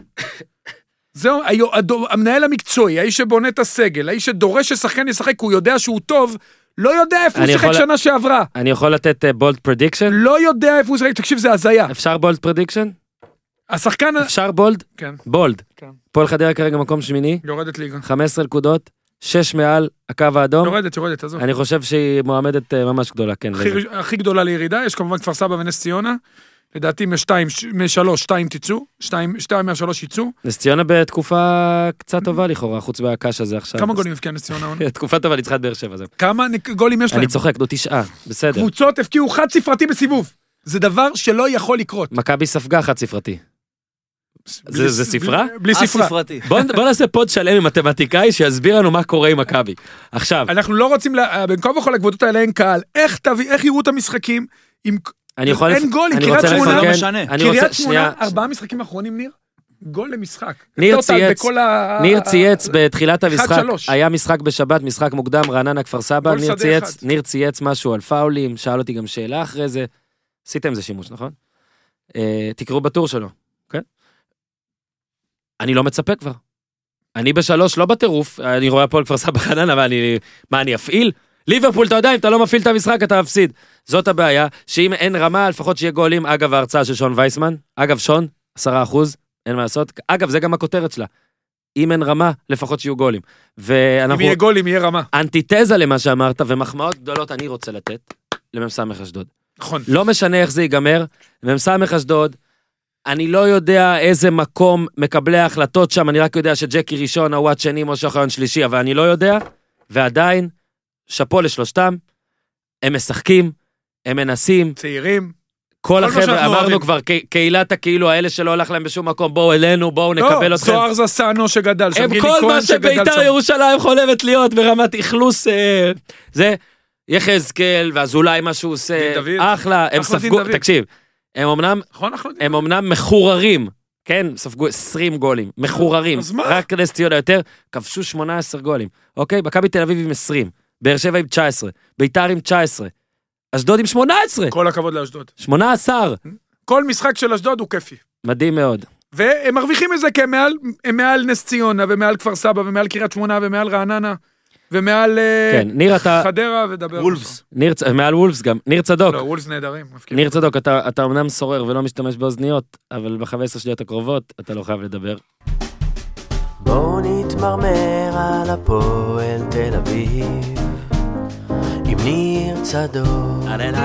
זהו, המנהל המקצועי, האיש שבונה את הסגל, האיש שדורש ששחקן ישחק, הוא יודע שהוא טוב, לא יודע איפה הוא שיחק שנה שעברה. אני יכול לתת בולד פרדיקשן? לא יודע איפה הוא שיחק, תקשיב, זה הזיה. אפשר בולד פרדיקשן? השחקן... אפשר בולד? כן. בולד. כן. פועל חדרה כרגע מקום שמיני. יורדת ליגה. 15 נקודות, 6 מעל הקו האדום. יורדת, עזוב. אני חושב שהיא מועמדת ממש גדולה, כן. הכי גדולה לירידה, יש כמובן כפר סבא ונס ציונה. לדעתי משלוש, 2 תיצאו, 2 מהשלוש יצאו. נס ציונה בתקופה קצת טובה לכאורה, חוץ מהקש הזה עכשיו. כמה גולים הבקיע נס ציונה? תקופה טובה, ניצחה את באר שבע. כמה גולים יש להם? אני צוחק, 9, בסדר. קבוצות הפקיעו חד ספרתי בסיבוב. זה דבר שלא יכול לקרות. מכבי ספגה חד ספרתי. זה ספרה? בלי ספרה. בוא נעשה פוד שלם עם מתמטיקאי שיסביר לנו מה קורא עם מכבי. עכשיו. אנחנו לא רוצים, בין כה וכל הקבוצות האלה אין קהל. איך יראו את המשחקים? אין גולים, קריית שמונה, 4 משחקים אחרונים, ניר? גול למשחק. ניר צייץ בתחילת המשחק, היה משחק בשבת, משחק מוקדם, רעננה כפר סבא, ניר צייץ משהו על פאולים, שאל אותי גם שאלה אחרי זה, עשיתם זה שימוש, נכון? תקראו בטור שלו, כן? אני לא מצפה כבר. אני ב3 לא בטירוף, אני רואה פה על כפר סבא רעננה, מה אני אפעיל? ליברפול, אתה יודע, אם אתה לא מפעיל את המשחק, אתה מפסיד. זאת הבעיה, שאם אין רמה, לפחות שיהיה גולים, אגב ההרצאה של שון וייסמן, אגב שון, 10%, אין מה לעשות, אגב זה גם הכותרת שלה, אם אין רמה, לפחות שיהיו גולים. אם יהיה גולים, יהיה רמה. אנטיתזה למה שאמרת, ומחמאות גדולות אני רוצה לתת, לממסמך אשדוד. נכון. לא משנה איך זה ייגמר, ממסמך אשדוד, אני לא יודע איזה מקום מקבלי ההחלטות שם, אני רק יודע שג'קי ראשון, הוואט שני, משה חיון שלישי, אבל אני לא יודע, ועדיין, שפו לשלושתם, הם משחקים, הם מנסים. צעירים. כל החבר'ה, אמרנו כבר, קהילת הכאילו, האלה שלא הולך להם בשום מקום, בואו אלינו, בואו נקבל אתכם. זוהר זסנו שגדל שם, הם כל מה שביתר ירושלים חולבת להיות ברמת אכלוס, זה, יחזקאל, ואז אולי מה שהוא עושה, אחלה, הם ספגו, תקשיב, הם אמנם מחוררים, כן, ספגו 20 גולים, מחוררים, רק נס ציונה יותר, כבשו 18 גולים, אוקיי? מכבי תל אביב עם 20, באר שבע עם 19, ביתר עם 19, אשדוד עם 18. כל הכבוד לאשדוד. 18. כל משחק של אשדוד הוא כיפי. מדהים מאוד. והם מרוויחים את זה כי הם מעל נס ציונה, ומעל כפר סבא, ומעל קריית שמונה, ומעל רעננה, ומעל חדרה, ודבר. וולפס. מעל וולפס גם. ניר צדוק. לא, וולפס נהדרים. ניר צדוק, אתה אמנם סורר ולא משתמש באוזניות, אבל ב-15 שניות הקרובות אתה לא חייב לדבר. בואו נתמרמר על הפועל תל אביב עם ניר צדוק.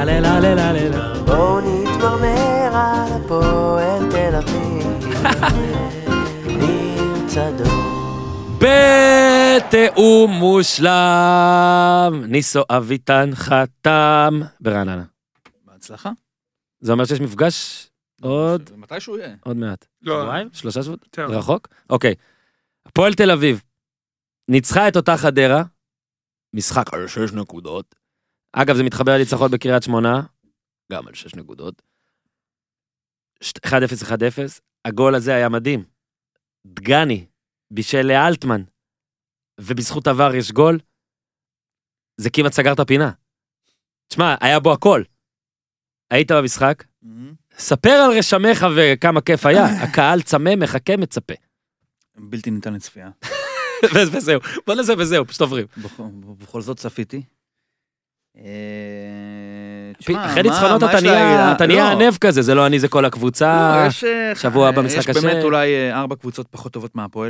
בואו נתמרמר על הפועל תל אביב ניר צדוק. בתיאום מושלם ניסו אביטן חתם ברעננה. בהצלחה. זה אומר שיש מפגש עוד... מתי שהוא יהיה? עוד מעט. לא. 3 שבועות? רחוק? אוקיי. הפועל תל אביב ניצחה את אותה חדרה, משחק על 6 נקודות. אגב, זה מתחבר לניצחון בקריית שמונה, גם על 6 נקודות. 1-0, 1-0. הגול הזה היה מדהים. דגני, בישל לאלטמן, ובזכות עבר יש גול, זה כמעט סגר את הפינה. תשמע, היה בו הכל. היית במשחק? ספר על רשמך וכמה כיף היה. הקהל צמא, מחכה, מצפה. בלתי ניתן לצפייה. וזהו, בוא נעשה וזהו, פשוט עוברים. בכל זאת צפיתי. אחרי ניצחונות אתה נהיה ענב כזה, זה לא אני, זה כל הקבוצה, שבוע במשחק השני. יש באמת אולי 4 קבוצות פחות טובות מהפועל,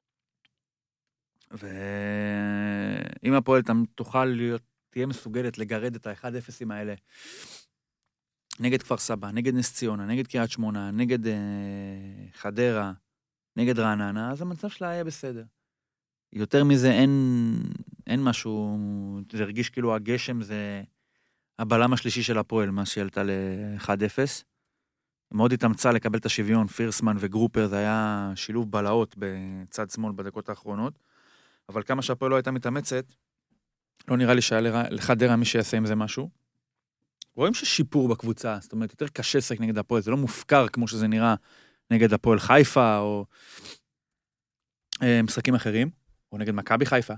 ואם הפועל תהיה מסוגלת לגרד את ה-1-0 האלה, נגד כפר סבא, נגד נס ציונה, נגד קריית שמונה, נגד חדרה, נגד רעננה, אז המצב שלה היה בסדר. יותר מזה אין משהו, זה הרגיש כאילו הגשם זה הבלם השלישי של הפועל, מה שעלתה ל-1-0. מאוד התאמצה לקבל את השוויון, פירסמן וגרופר, זה היה שילוב בלעות בצד שמאל בדקות האחרונות, אבל כמה שהפועל לא הייתה מתאמצת, לא נראה לי שהיה לחדרה מי שיעשה עם זה משהו. רואים ששיפור בקבוצה, זאת אומרת, יותר קשה לשחק נגד הפועל, זה לא מופקר כמו שזה נראה נגד הפועל חיפה או משחקים אחרים. או נגד מכבי חיפה.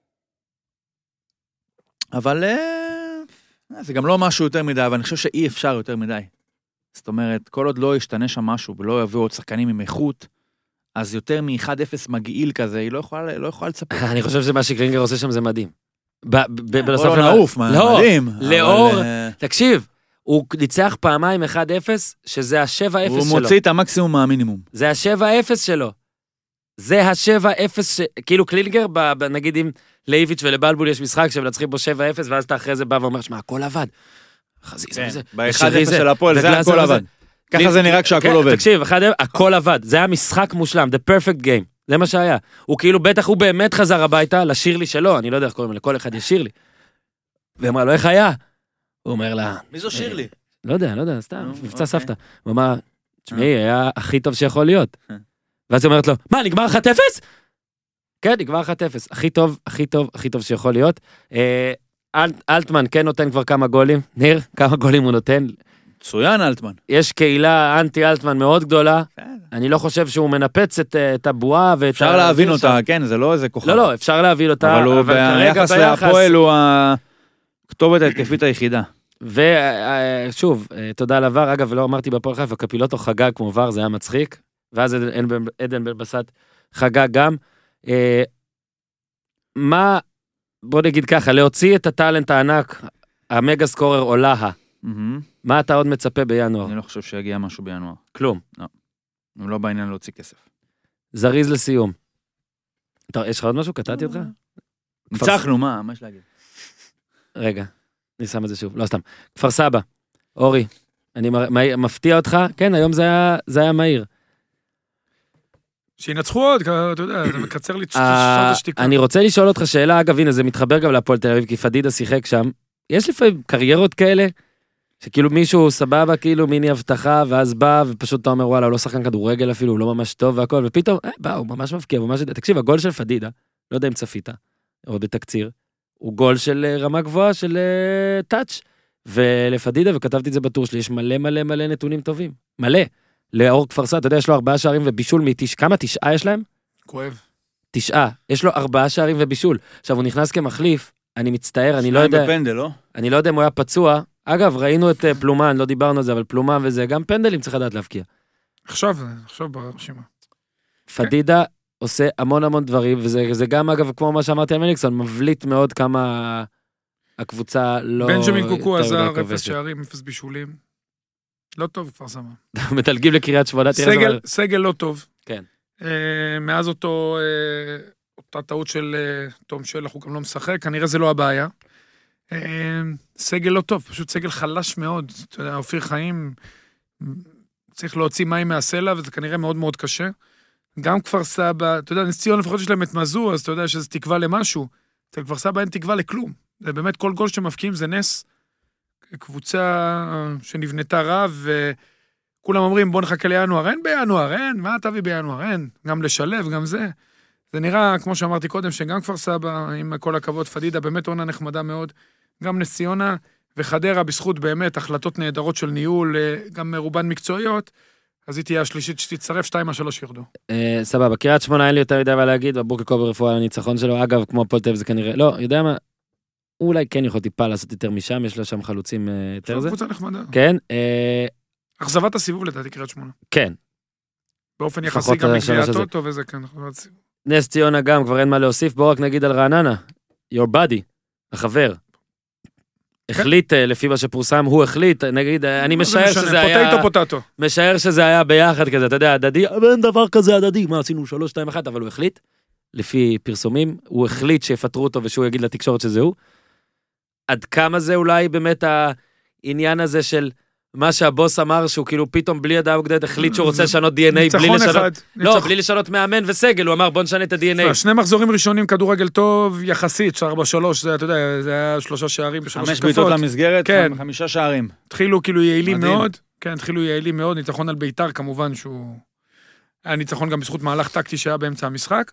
אבל זה גם לא משהו יותר מדי, אבל אני חושב שאי אפשר יותר מדי. זאת אומרת, כל עוד לא ישתנה שם משהו, ולא יביאו עוד שחקנים עם איכות, אז יותר מ-1-0 מגעיל כזה, היא לא יכולה לצפות. אני חושב שמה שקרינגר עושה שם זה מדהים. לא נעוף, מדהים. לאור, תקשיב, הוא ניצח פעמיים 1-0, שזה ה-7-0 שלו. הוא מוציא את המקסימום מהמינימום. זה ה-7-0 שלו. זה ה-7-0, כאילו קלינגר, נגיד אם לאיביץ' ולבלבול יש משחק שמנצחים בו 7-0, ואז אתה אחרי זה בא ואומר, שמה, הכל עבד. חזיזה, ב-1-0 של הפועל זה הכל עבד. ככה זה נראה כשהכל עובד. תקשיב, הכל עבד. זה היה משחק מושלם, the perfect game. זה מה שהיה. הוא כאילו, בטח הוא באמת חזר הביתה לשיר לי שלו, אני לא יודע איך קוראים, לכל אחד ישיר לי. ואמרה לו, איך היה? הוא אומר לה... מי זו שיר לי? לא יודע, סתם, מבצע סבתא. הוא אמר, תשמעי, היה הכי טוב שיכול להיות. ואז היא אומרת לו, מה, נגמר 1-0? כן, נגמר 1-0. הכי טוב שיכול להיות. אלטמן כן נותן כבר כמה גולים. ניר, כמה גולים הוא נותן? מצוין אלטמן. יש קהילה אנטי אלטמן מאוד גדולה. אני לא חושב שהוא מנפץ את הבועה. אפשר להבין אותה, כן, זה לא איזה כוכב. לא, אפשר להבין אותה. אבל הוא ביחס להפועל הוא הכתובת ההתקפית היחידה. ושוב, תודה לבר. אגב, לא אמרתי בפועל חיפה, קפילוטו חגג כמו ור, זה היה מצחיק. ואז עדן בן בסט חגג גם. מה, בוא נגיד ככה, להוציא את הטלנט הענק, המגה סקורר עולה. מה אתה עוד מצפה בינואר? אני לא חושב שיגיע משהו בינואר. כלום. לא. הוא לא בעניין להוציא כסף. זריז לסיום. יש לך עוד משהו? קטעתי אותך? ניצחנו, מה יש להגיד? רגע, אני שם את זה שוב. לא סתם. כפר סבא, אורי, אני מפתיע אותך? כן, היום זה היה מהיר. שינצחו עוד, אתה יודע, זה מקצר לי שעות השתיקה. אני רוצה לשאול אותך שאלה, אגב, הנה, זה מתחבר גם להפועל תל אביב, כי פדידה שיחק שם. יש לפעמים קריירות כאלה, שכאילו מישהו סבבה, כאילו מיני הבטחה, ואז בא, ופשוט אתה אומר, וואלה, הוא לא שחקן כדורגל אפילו, הוא לא ממש טוב והכל, ופתאום, הוא ממש מבקיע, תקשיב, הגול של פדידה, לא יודע אם צפית, או בתקציר, הוא גול של רמה גבוהה, של טאץ', ולפדידה, וכתבתי את זה בטור שלי, יש מלא נתונים טובים, מלא. לאור כפר סבא, אתה יודע, יש לו 4 שערים ובישול כמה? 9 יש להם? כואב. 9. יש לו 4 שערים ובישול. עכשיו, הוא נכנס כמחליף, אני מצטער, אני לא יודע... בפנדל, לא? אני לא יודע אם הוא היה פצוע. אגב, ראינו את פלומן, לא דיברנו על זה, אבל פלומן וזה, גם פנדלים צריך לדעת להבקיע. עכשיו ברשימה. פדידה עושה המון דברים, וזה גם, אגב, כמו מה שאמרתי על מליקסון, מבליט מאוד כמה הקבוצה לא... בנג'מין קוקו עזר, 0 שערים, 0 בישולים. לא טוב, כפר סבא. מתלגים לקריית שמונה. סגל לא טוב. כן. מאז אותה טעות של תום שלח, הוא גם לא משחק, כנראה זה לא הבעיה. סגל לא טוב, פשוט סגל חלש מאוד. אתה יודע, אופיר חיים, צריך להוציא מים מהסלע, וזה כנראה מאוד מאוד קשה. גם כפר סבא, אתה יודע, נס ציון לפחות יש להם את מזו, אז אתה יודע שזה תקווה למשהו. אצל כפר סבא אין תקווה לכלום. זה באמת כל גול שמפקיעים זה נס. קבוצה שנבנתה רע, וכולם אומרים, בוא נחכה לינואר, אין בינואר, אין, מה תביא בינואר, אין, גם לשלב, גם זה. זה נראה, כמו שאמרתי קודם, שגם כפר סבא, עם כל הכבוד, פדידה, באמת עונה נחמדה מאוד, גם נס ציונה וחדרה, בזכות באמת החלטות נהדרות של ניהול, גם רובן מקצועיות, אז היא תהיה השלישית שתצטרף, 2-3 ירדו. סבבה, קריית שמונה אין לי יותר יודע מה להגיד, בבוק הקובר רפואה על הניצחון שלו, אגב, כמו הפועל תל אביב זה כנראה, לא, יודע מה, אולי כן יכול טיפה לעשות יותר משם, יש לו שם חלוצים יותר זה. קבוצה נחמדה. כן. אכזבת הסיבוב לדעתי קריית שמונה. כן. באופן יחסי גם מגביע טוטו וזה כן. נס ציונה גם, כבר אין מה להוסיף, בואו רק נגיד על רעננה. Your buddy, החבר. החליט, לפי מה שפורסם, הוא החליט, נגיד, אני משער שזה היה... פוטטו. משער שזה היה ביחד כזה, אתה יודע, הדדי, אין דבר כזה הדדי, מה עשינו 3-2-1, אבל הוא החליט, לפי פרסומים, הוא החליט שיפטרו אותו ושהוא יגיד לתקשורת שזה הוא. עד כמה זה אולי באמת העניין הזה של מה שהבוס אמר, שהוא כאילו פתאום בלי ידע מוקדמת החליט שהוא רוצה לשנות DNA, בלי לשנות מאמן וסגל, הוא אמר בוא נשנה את ה-DNA. 2 מחזורים ראשונים, כדורגל טוב, יחסית, 4-3, זה, אתה יודע, זה היה 3 שערים ב3 5 בעיטות למסגרת, 5 שערים. התחילו כאילו יעילים מאוד, כן, התחילו יעילים מאוד, ניצחון על ביתר, כמובן שהוא היה ניצחון גם בזכות מהלך טקטי שהיה באמצע המשחק.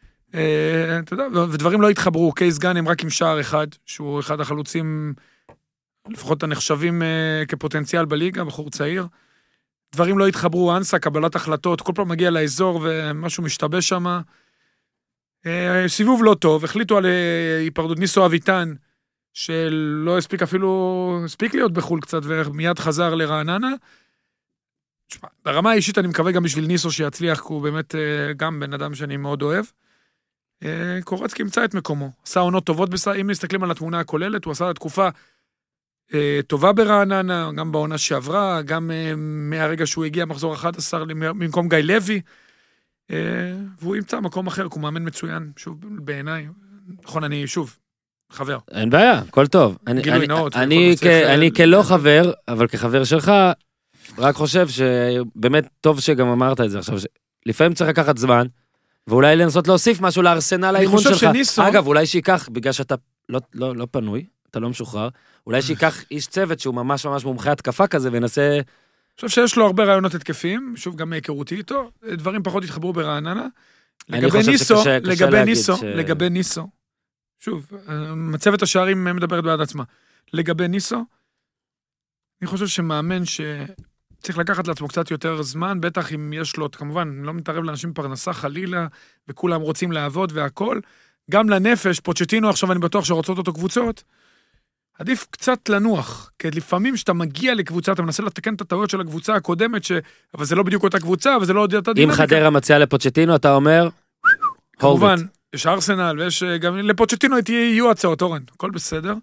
אתה יודע, ודברים לא התחברו, קייס גן הם רק עם שער אחד, שהוא אחד החלוצים, לפחות הנחשבים כפוטנציאל בליגה, בחור צעיר. דברים לא התחברו, אנסה, קבלת החלטות, כל פעם מגיע לאזור ומשהו משתבש שם. סיבוב לא טוב, החליטו על היפרדות ניסו אביטן, שלא הספיק להיות בחול קצת, ומיד חזר לרעננה. תשמע, ברמה האישית אני מקווה גם בשביל ניסו שיצליח, כי הוא באמת גם בן אדם שאני מאוד אוהב. קורצקי ימצא את מקומו, עשה עונות טובות, אם מסתכלים על התמונה הכוללת, הוא עשה תקופה טובה ברעננה, גם בעונה שעברה, גם מהרגע שהוא הגיע מחזור 11 במקום גיא לוי, והוא ימצא מקום אחר, הוא מאמן מצוין, שוב, בעיניי, נכון, אני שוב, חבר. אין בעיה, הכל טוב. גילוי נאות. אני כלא חבר, אבל כחבר שלך, רק חושב שבאמת טוב שגם אמרת את זה עכשיו, לפעמים צריך לקחת זמן, ואולי לנסות להוסיף משהו לארסנל האימון שלך. שניסו... אגב, אולי שיקח, בגלל שאתה לא פנוי, אתה לא משוחרר, אולי שיקח איש צוות שהוא ממש ממש מומחה התקפה כזה, וינסה... אני חושב שיש לו הרבה רעיונות התקפים, שוב גם מהיכרותי איתו, דברים פחות התחברו ברעננה. לגבי ניסו, שוב, מצבת השערים מדברת בעד עצמה. לגבי ניסו, אני חושב שמאמן שצריך לקחת לעצמו קצת יותר זמן, בטח אם יש לו, כמובן, לא מתערב לאנשים פרנסה חלילה, וכולם רוצים לעבוד והכל, גם לנפש, פוצ'טינו עכשיו אני בטוח שרוצות אותו קבוצות, עדיף קצת לנוח, כי לפעמים שאתה מגיע לקבוצה, אתה מנסה לתקן את הטעויות של הקבוצה הקודמת, אבל זה לא בדיוק אותה קבוצה, וזה לא עוד אותה דינמיקה. אם חדרה מציעה לפוצ'טינו, אתה אומר, כמובן, יש ארסנל, ויש גם לפוצ'טינו יהיו הצעות, אורן, הכל בסדר.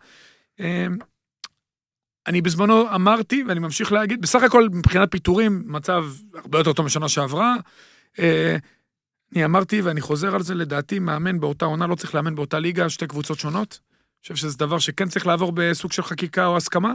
אני בזמנו אמרתי, ואני ממשיך להגיד, בסך הכל מבחינת פיתורים, מצב הרבה יותר טוב משנה שעברה, אני אמרתי ואני חוזר על זה, לדעתי מאמן באותה עונה, לא צריך לאמן באותה ליגה, שתי קבוצות שונות, אני חושב שזה דבר שכן צריך לעבור בסוג של חקיקה או הסכמה,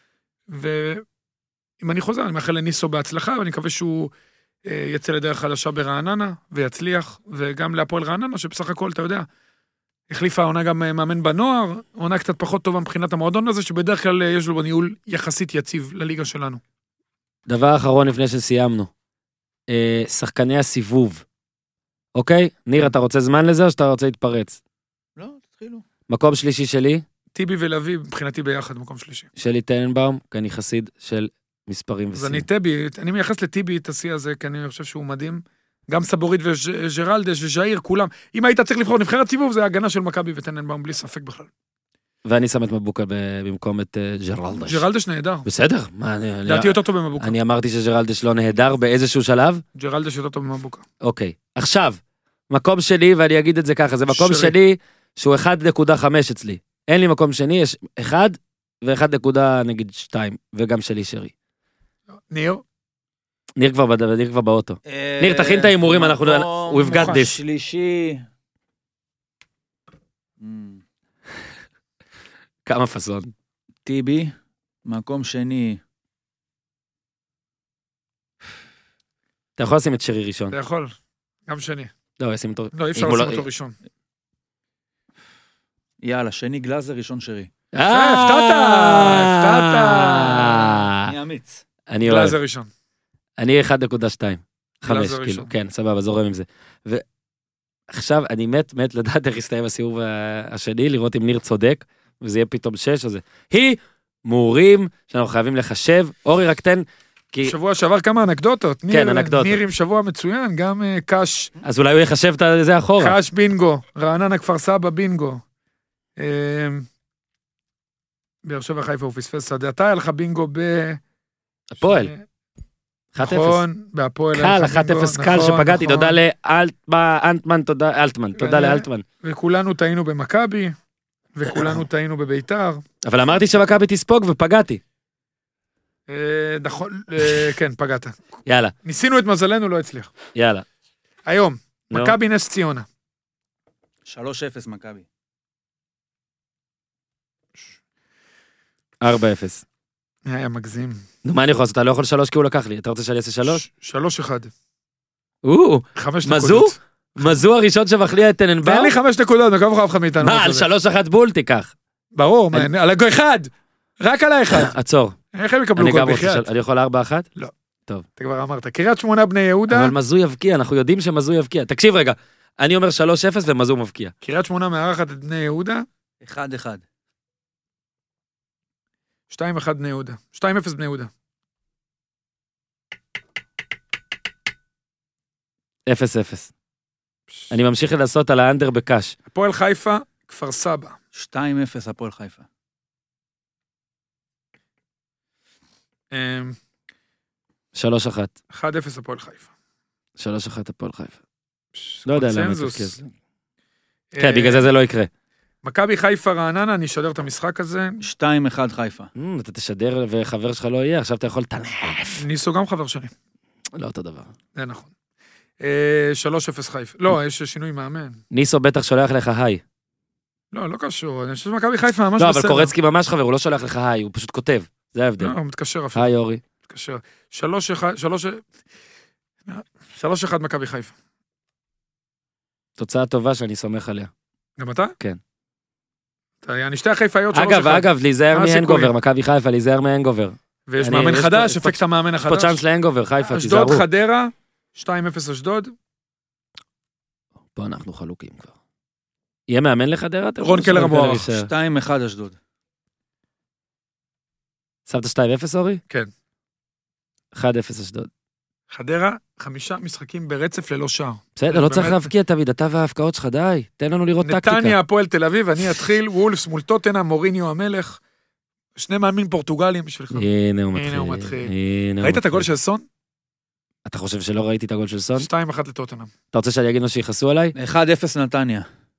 ואם אני חוזר, אני מאחל לניסו בהצלחה, ואני מקווה שהוא יצא לדרך חדשה ברעננה, ויצליח, וגם להפועל רעננה, שבסך הכל, אתה יודע, החליפה העונה גם מאמן בנוער, עונה קצת פחות טובה מבחינת המועדון הזה, שבדרך כלל יש לו בניהול יחסית יציב לליגה שלנו. דבר אחרון לפני שסיימנו, שחקני הסיבוב, אוקיי? ניר, אתה רוצה זמן לזה או שאתה רוצה להתפרץ? לא, תתחילו. מקום שלישי שלי? טיבי ולוי, מבחינתי ביחד, מקום שלישי. שלי טננבאום, כי אני חסיד של מספרים וסיום. אז אני מייחס לטיבי את השיא הזה, כי אני חושב שהוא מדהים. גם סבורית וג'רלדש וז'איר, כולם. אם היית צריך לבחור נבחרת סיבוב, זה הגנה של מכבי וטננבאום, בלי ספק בכלל. ואני שם את מבוקה במקום את ג'רלדש. ג'רלדש נהדר. בסדר. דעתי יותר טוב במבוקה. אני אמרתי שג'רלדש לא נהדר באיזשהו שלב. ג'רלדש יותר טוב במבוקה. אוקיי. עכשיו, מקום שלי, ואני אגיד את זה ככה, זה מקום שלי, שהוא 1.5 אצלי. אין לי מקום שני, יש 1 ו1.2, וגם שלי שרי. ניר? ניר כבר באוטו. ניר, תכין את האימורים, אנחנו... We've got this. שלישי. כמה פסון. טיבי, מקום שני. אתה יכול לשים את שרי ראשון. אתה יכול, גם שני. לא, ישים אותו... לא, אי אפשר לשים אותו ראשון. יאללה, שני גלאזר, ראשון שרי. הפתעת. אני אמיץ. אני אוהב. גלאזר ראשון. אני 1.2. 5, כאילו, כן, סבבה, זורם עם זה. ועכשיו אני מת לדעת איך יסתיים הסיבוב השני, לראות אם ניר צודק, וזה יהיה פתאום 6 או זה. מורים שאנחנו חייבים לחשב, אורי רק תן, כי... שבוע שעבר כמה אנקדוטות. כן, אנקדוטות. ניר עם שבוע מצוין, גם קש. אז אולי הוא יחשב את זה אחורה. קש בינגו, רעננה כפר סבא בינגו. באר שבע חיפה הוא פספס שדה. אתה היה לך בינגו הפועל. 1-0. נכון, בהפועל. קל, 1-0 קל שפגעתי, תודה לאלטמן, תודה לאלטמן. וכולנו טעינו במכבי, וכולנו טעינו בביתר. אבל אמרתי שמכבי תספוג ופגעתי. נכון, כן, פגעת. יאללה. ניסינו את מזלנו, לא הצליח. יאללה. היום, מכבי נס ציונה. 3-0 מכבי. 4-0. היה מגזים. נו, מה אני יכול לעשות? אתה לא יכול 3 כי הוא לקח לי. אתה רוצה שאני אעשה 3? 3-1. 5 נקודות. מזו הראשון שמחליע את טננבאום? תן לי 5 נקודות, נקב לך אף אחד מאיתנו. מה, על 3-1 בול תיקח. ברור, על אחד. רק על האחד. עצור. איך הם יקבלו גול בחייאת? אני יכול 4-1? לא. טוב. אתה כבר אמרת. קריית שמונה בני יהודה. אבל מזו יבקיע, אנחנו יודעים שמזו יבקיע. תקשיב רגע, אני אומר 3-0 ומזו מבקיע. קריית שמונה מארחת את בני יהודה. 1-1. 2-1 בני יהודה. 2-0 בני יהודה. 0-0. אני ממשיך לנסות על האנדר בקש. הפועל חיפה, כפר סבא. 2-0 הפועל חיפה. 3-1. 1-0 הפועל חיפה. 3-1 הפועל חיפה. לא יודע למה זה כזה. כן, אה, בגלל זה לא יקרה. מכבי חיפה רעננה, אני אשדר את המשחק הזה. 2-1 חיפה. אתה תשדר וחבר שלך לא יהיה, עכשיו אתה יכול לטנף. ניסו גם חבר שלי. לא אותו דבר. זה נכון. 3-0 חיפה. לא, יש שינוי מאמן. ניסו בטח שולח לך היי. לא, לא קשור. אני חושב שמכבי חיפה ממש לא, בסדר. אבל קורצקי ממש חבר, הוא לא שולח לך היי, הוא פשוט כותב. זה ההבדל. לא, הוא מתקשר אפילו. היי אורי. מתקשר. 3-1 מכבי חיפה. תוצאה טובה שאני סומך עליה. גם אתה? כן. אני שתי החיפאיות 3-1. אגב, להיזהר מה הסיכויים? מהנגובר, מכבי חיפה, להיזהר מהנגובר. ויש אני- מאמן יש חדש, פה- אפקט המאמן יש פה החדש. צ'אנס להנגובר, חיפה, אשדוד תיזהרו. חדרה, 2-0 אשדוד. פה אנחנו חלוקים כבר. יהיה מאמן לחדרה? אתה רון רוצה קלר שרון המוערך. יישאר? 2-1 אשדוד. שמת 2-0 אורי? כן. 1-0 אשדוד. חדרה, 5 משחקים ברצף ללא שער. בסדר, לא צריך באמת. להבקיע תמיד, אתה וההפקעות שלך, די. תן לנו לראות טקטיקה. נתניה, הפועל תל אביב, אני אתחיל, וולפס מול טוטנהאם, מוריניו המלך. 2 מאמין פורטוגלים בשבילך. הנה הוא הנה הוא מתחיל. מתחיל. הנה הוא ראית את מתחיל. הגול של סון? אתה חושב שלא ראיתי את הגול של סון? 2-1 לטוטנהאם. אתה רוצה שאני אגיד לו שיחסו עליי? 1-0 נתניה.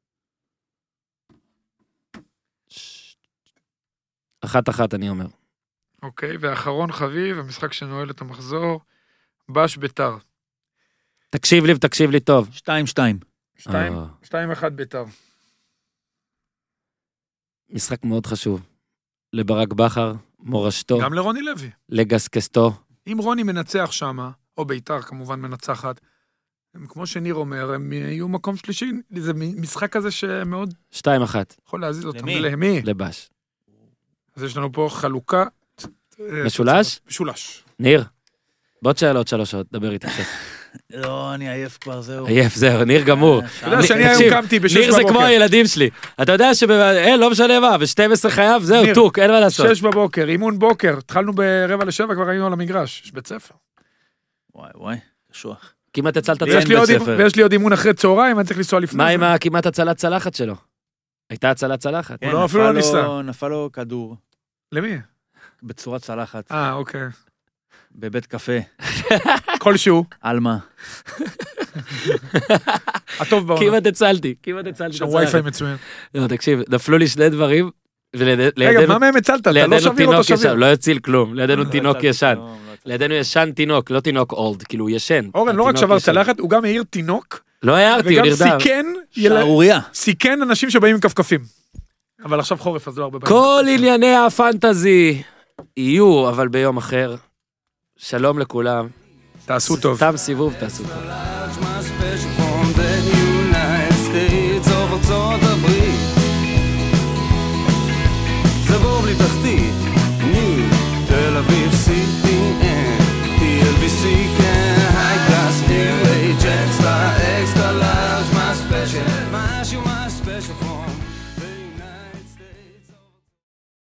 1-1 אני אומר. אוקיי, ואחרון חביב, המשחק שנועל את המחזור, בש ביתר. תקשיב לי ותקשיב לי טוב. 2-2. 2-1 ביתר. משחק מאוד חשוב. לברק בכר, מורשתו, גם לרוני לוי. לגסקסטו. אם רוני מנצח שמה, או ביתר כמובן מנצחת, הם, כמו שניר אומר, הם יהיו מקום שלישי. זה משחק כזה שמאוד 2-1 יכול להזיז אותם. למי? למי? לבש. אז יש לנו פה חלוקה. משולש? משולש. ניר, בעוד שאלות 3 שעות, דבר איתי קצת. לא, אני עייף כבר, זהו. עייף, זהו, ניר גמור. אתה יודע שאני היום תקשיב, קמתי ב-6 ניר זה כמו בבוקר. הילדים שלי. אתה יודע לא משנה מה, ב-12 חייו, זהו, ניר, טוק, אין מה לעשות. 6 בבוקר, אימון בוקר, התחלנו ב6:45, כבר היינו על המגרש, יש בית ספר. וואי, קשוח. כמעט הצלת אין ויש לי צלחת. עוד בית אימון- ספר. ויש לי עוד אימון אחרי צהריים, אני צריך לנסוע לפני מה זה. עם הכמעט הצלת צלחת שלו? הייתה הצלת צלחת. הוא לא- אפילו לא ניסה. נפל לו כדור למי? בצורת צלחת, אוקיי. בבית קפה, כלשהו, אלמה. הטוב בעונה. כמעט הצלתי את שם הצלחת. וי-פיי מצוין. לא, תקשיב, נפלו לי 2 דברים, רגע, ולידינו מה מהם הצלת? אתה לא לידינו שביר או תינוק אתה שביר? ישן, לא יציל כלום, לידינו תינוק ישן. לא, לידינו ישן תינוק, לא תינוק אולד, כאילו הוא ישן. אורן לא רק התינוק שבר ישן. צלחת, הוא גם העיר תינוק, לא הערתי, הוא וגם נרדם. שערוריה. סיכן אנשים שבאים עם כפכפים. אבל עכשיו חורף, אז לא הרבה באים. כל ענייני הפנטזי יהיו, אבל ביום אחר. שלום לכולם. תעשו טוב. סתם סיבוב, תעשו טוב. my special from the United States of ארצות הברית. זה בור בלי תחתית, ניו, תל אביב, CPN, TLBC, כן, high class, new age, extra, extra large, my special, משהו, my special from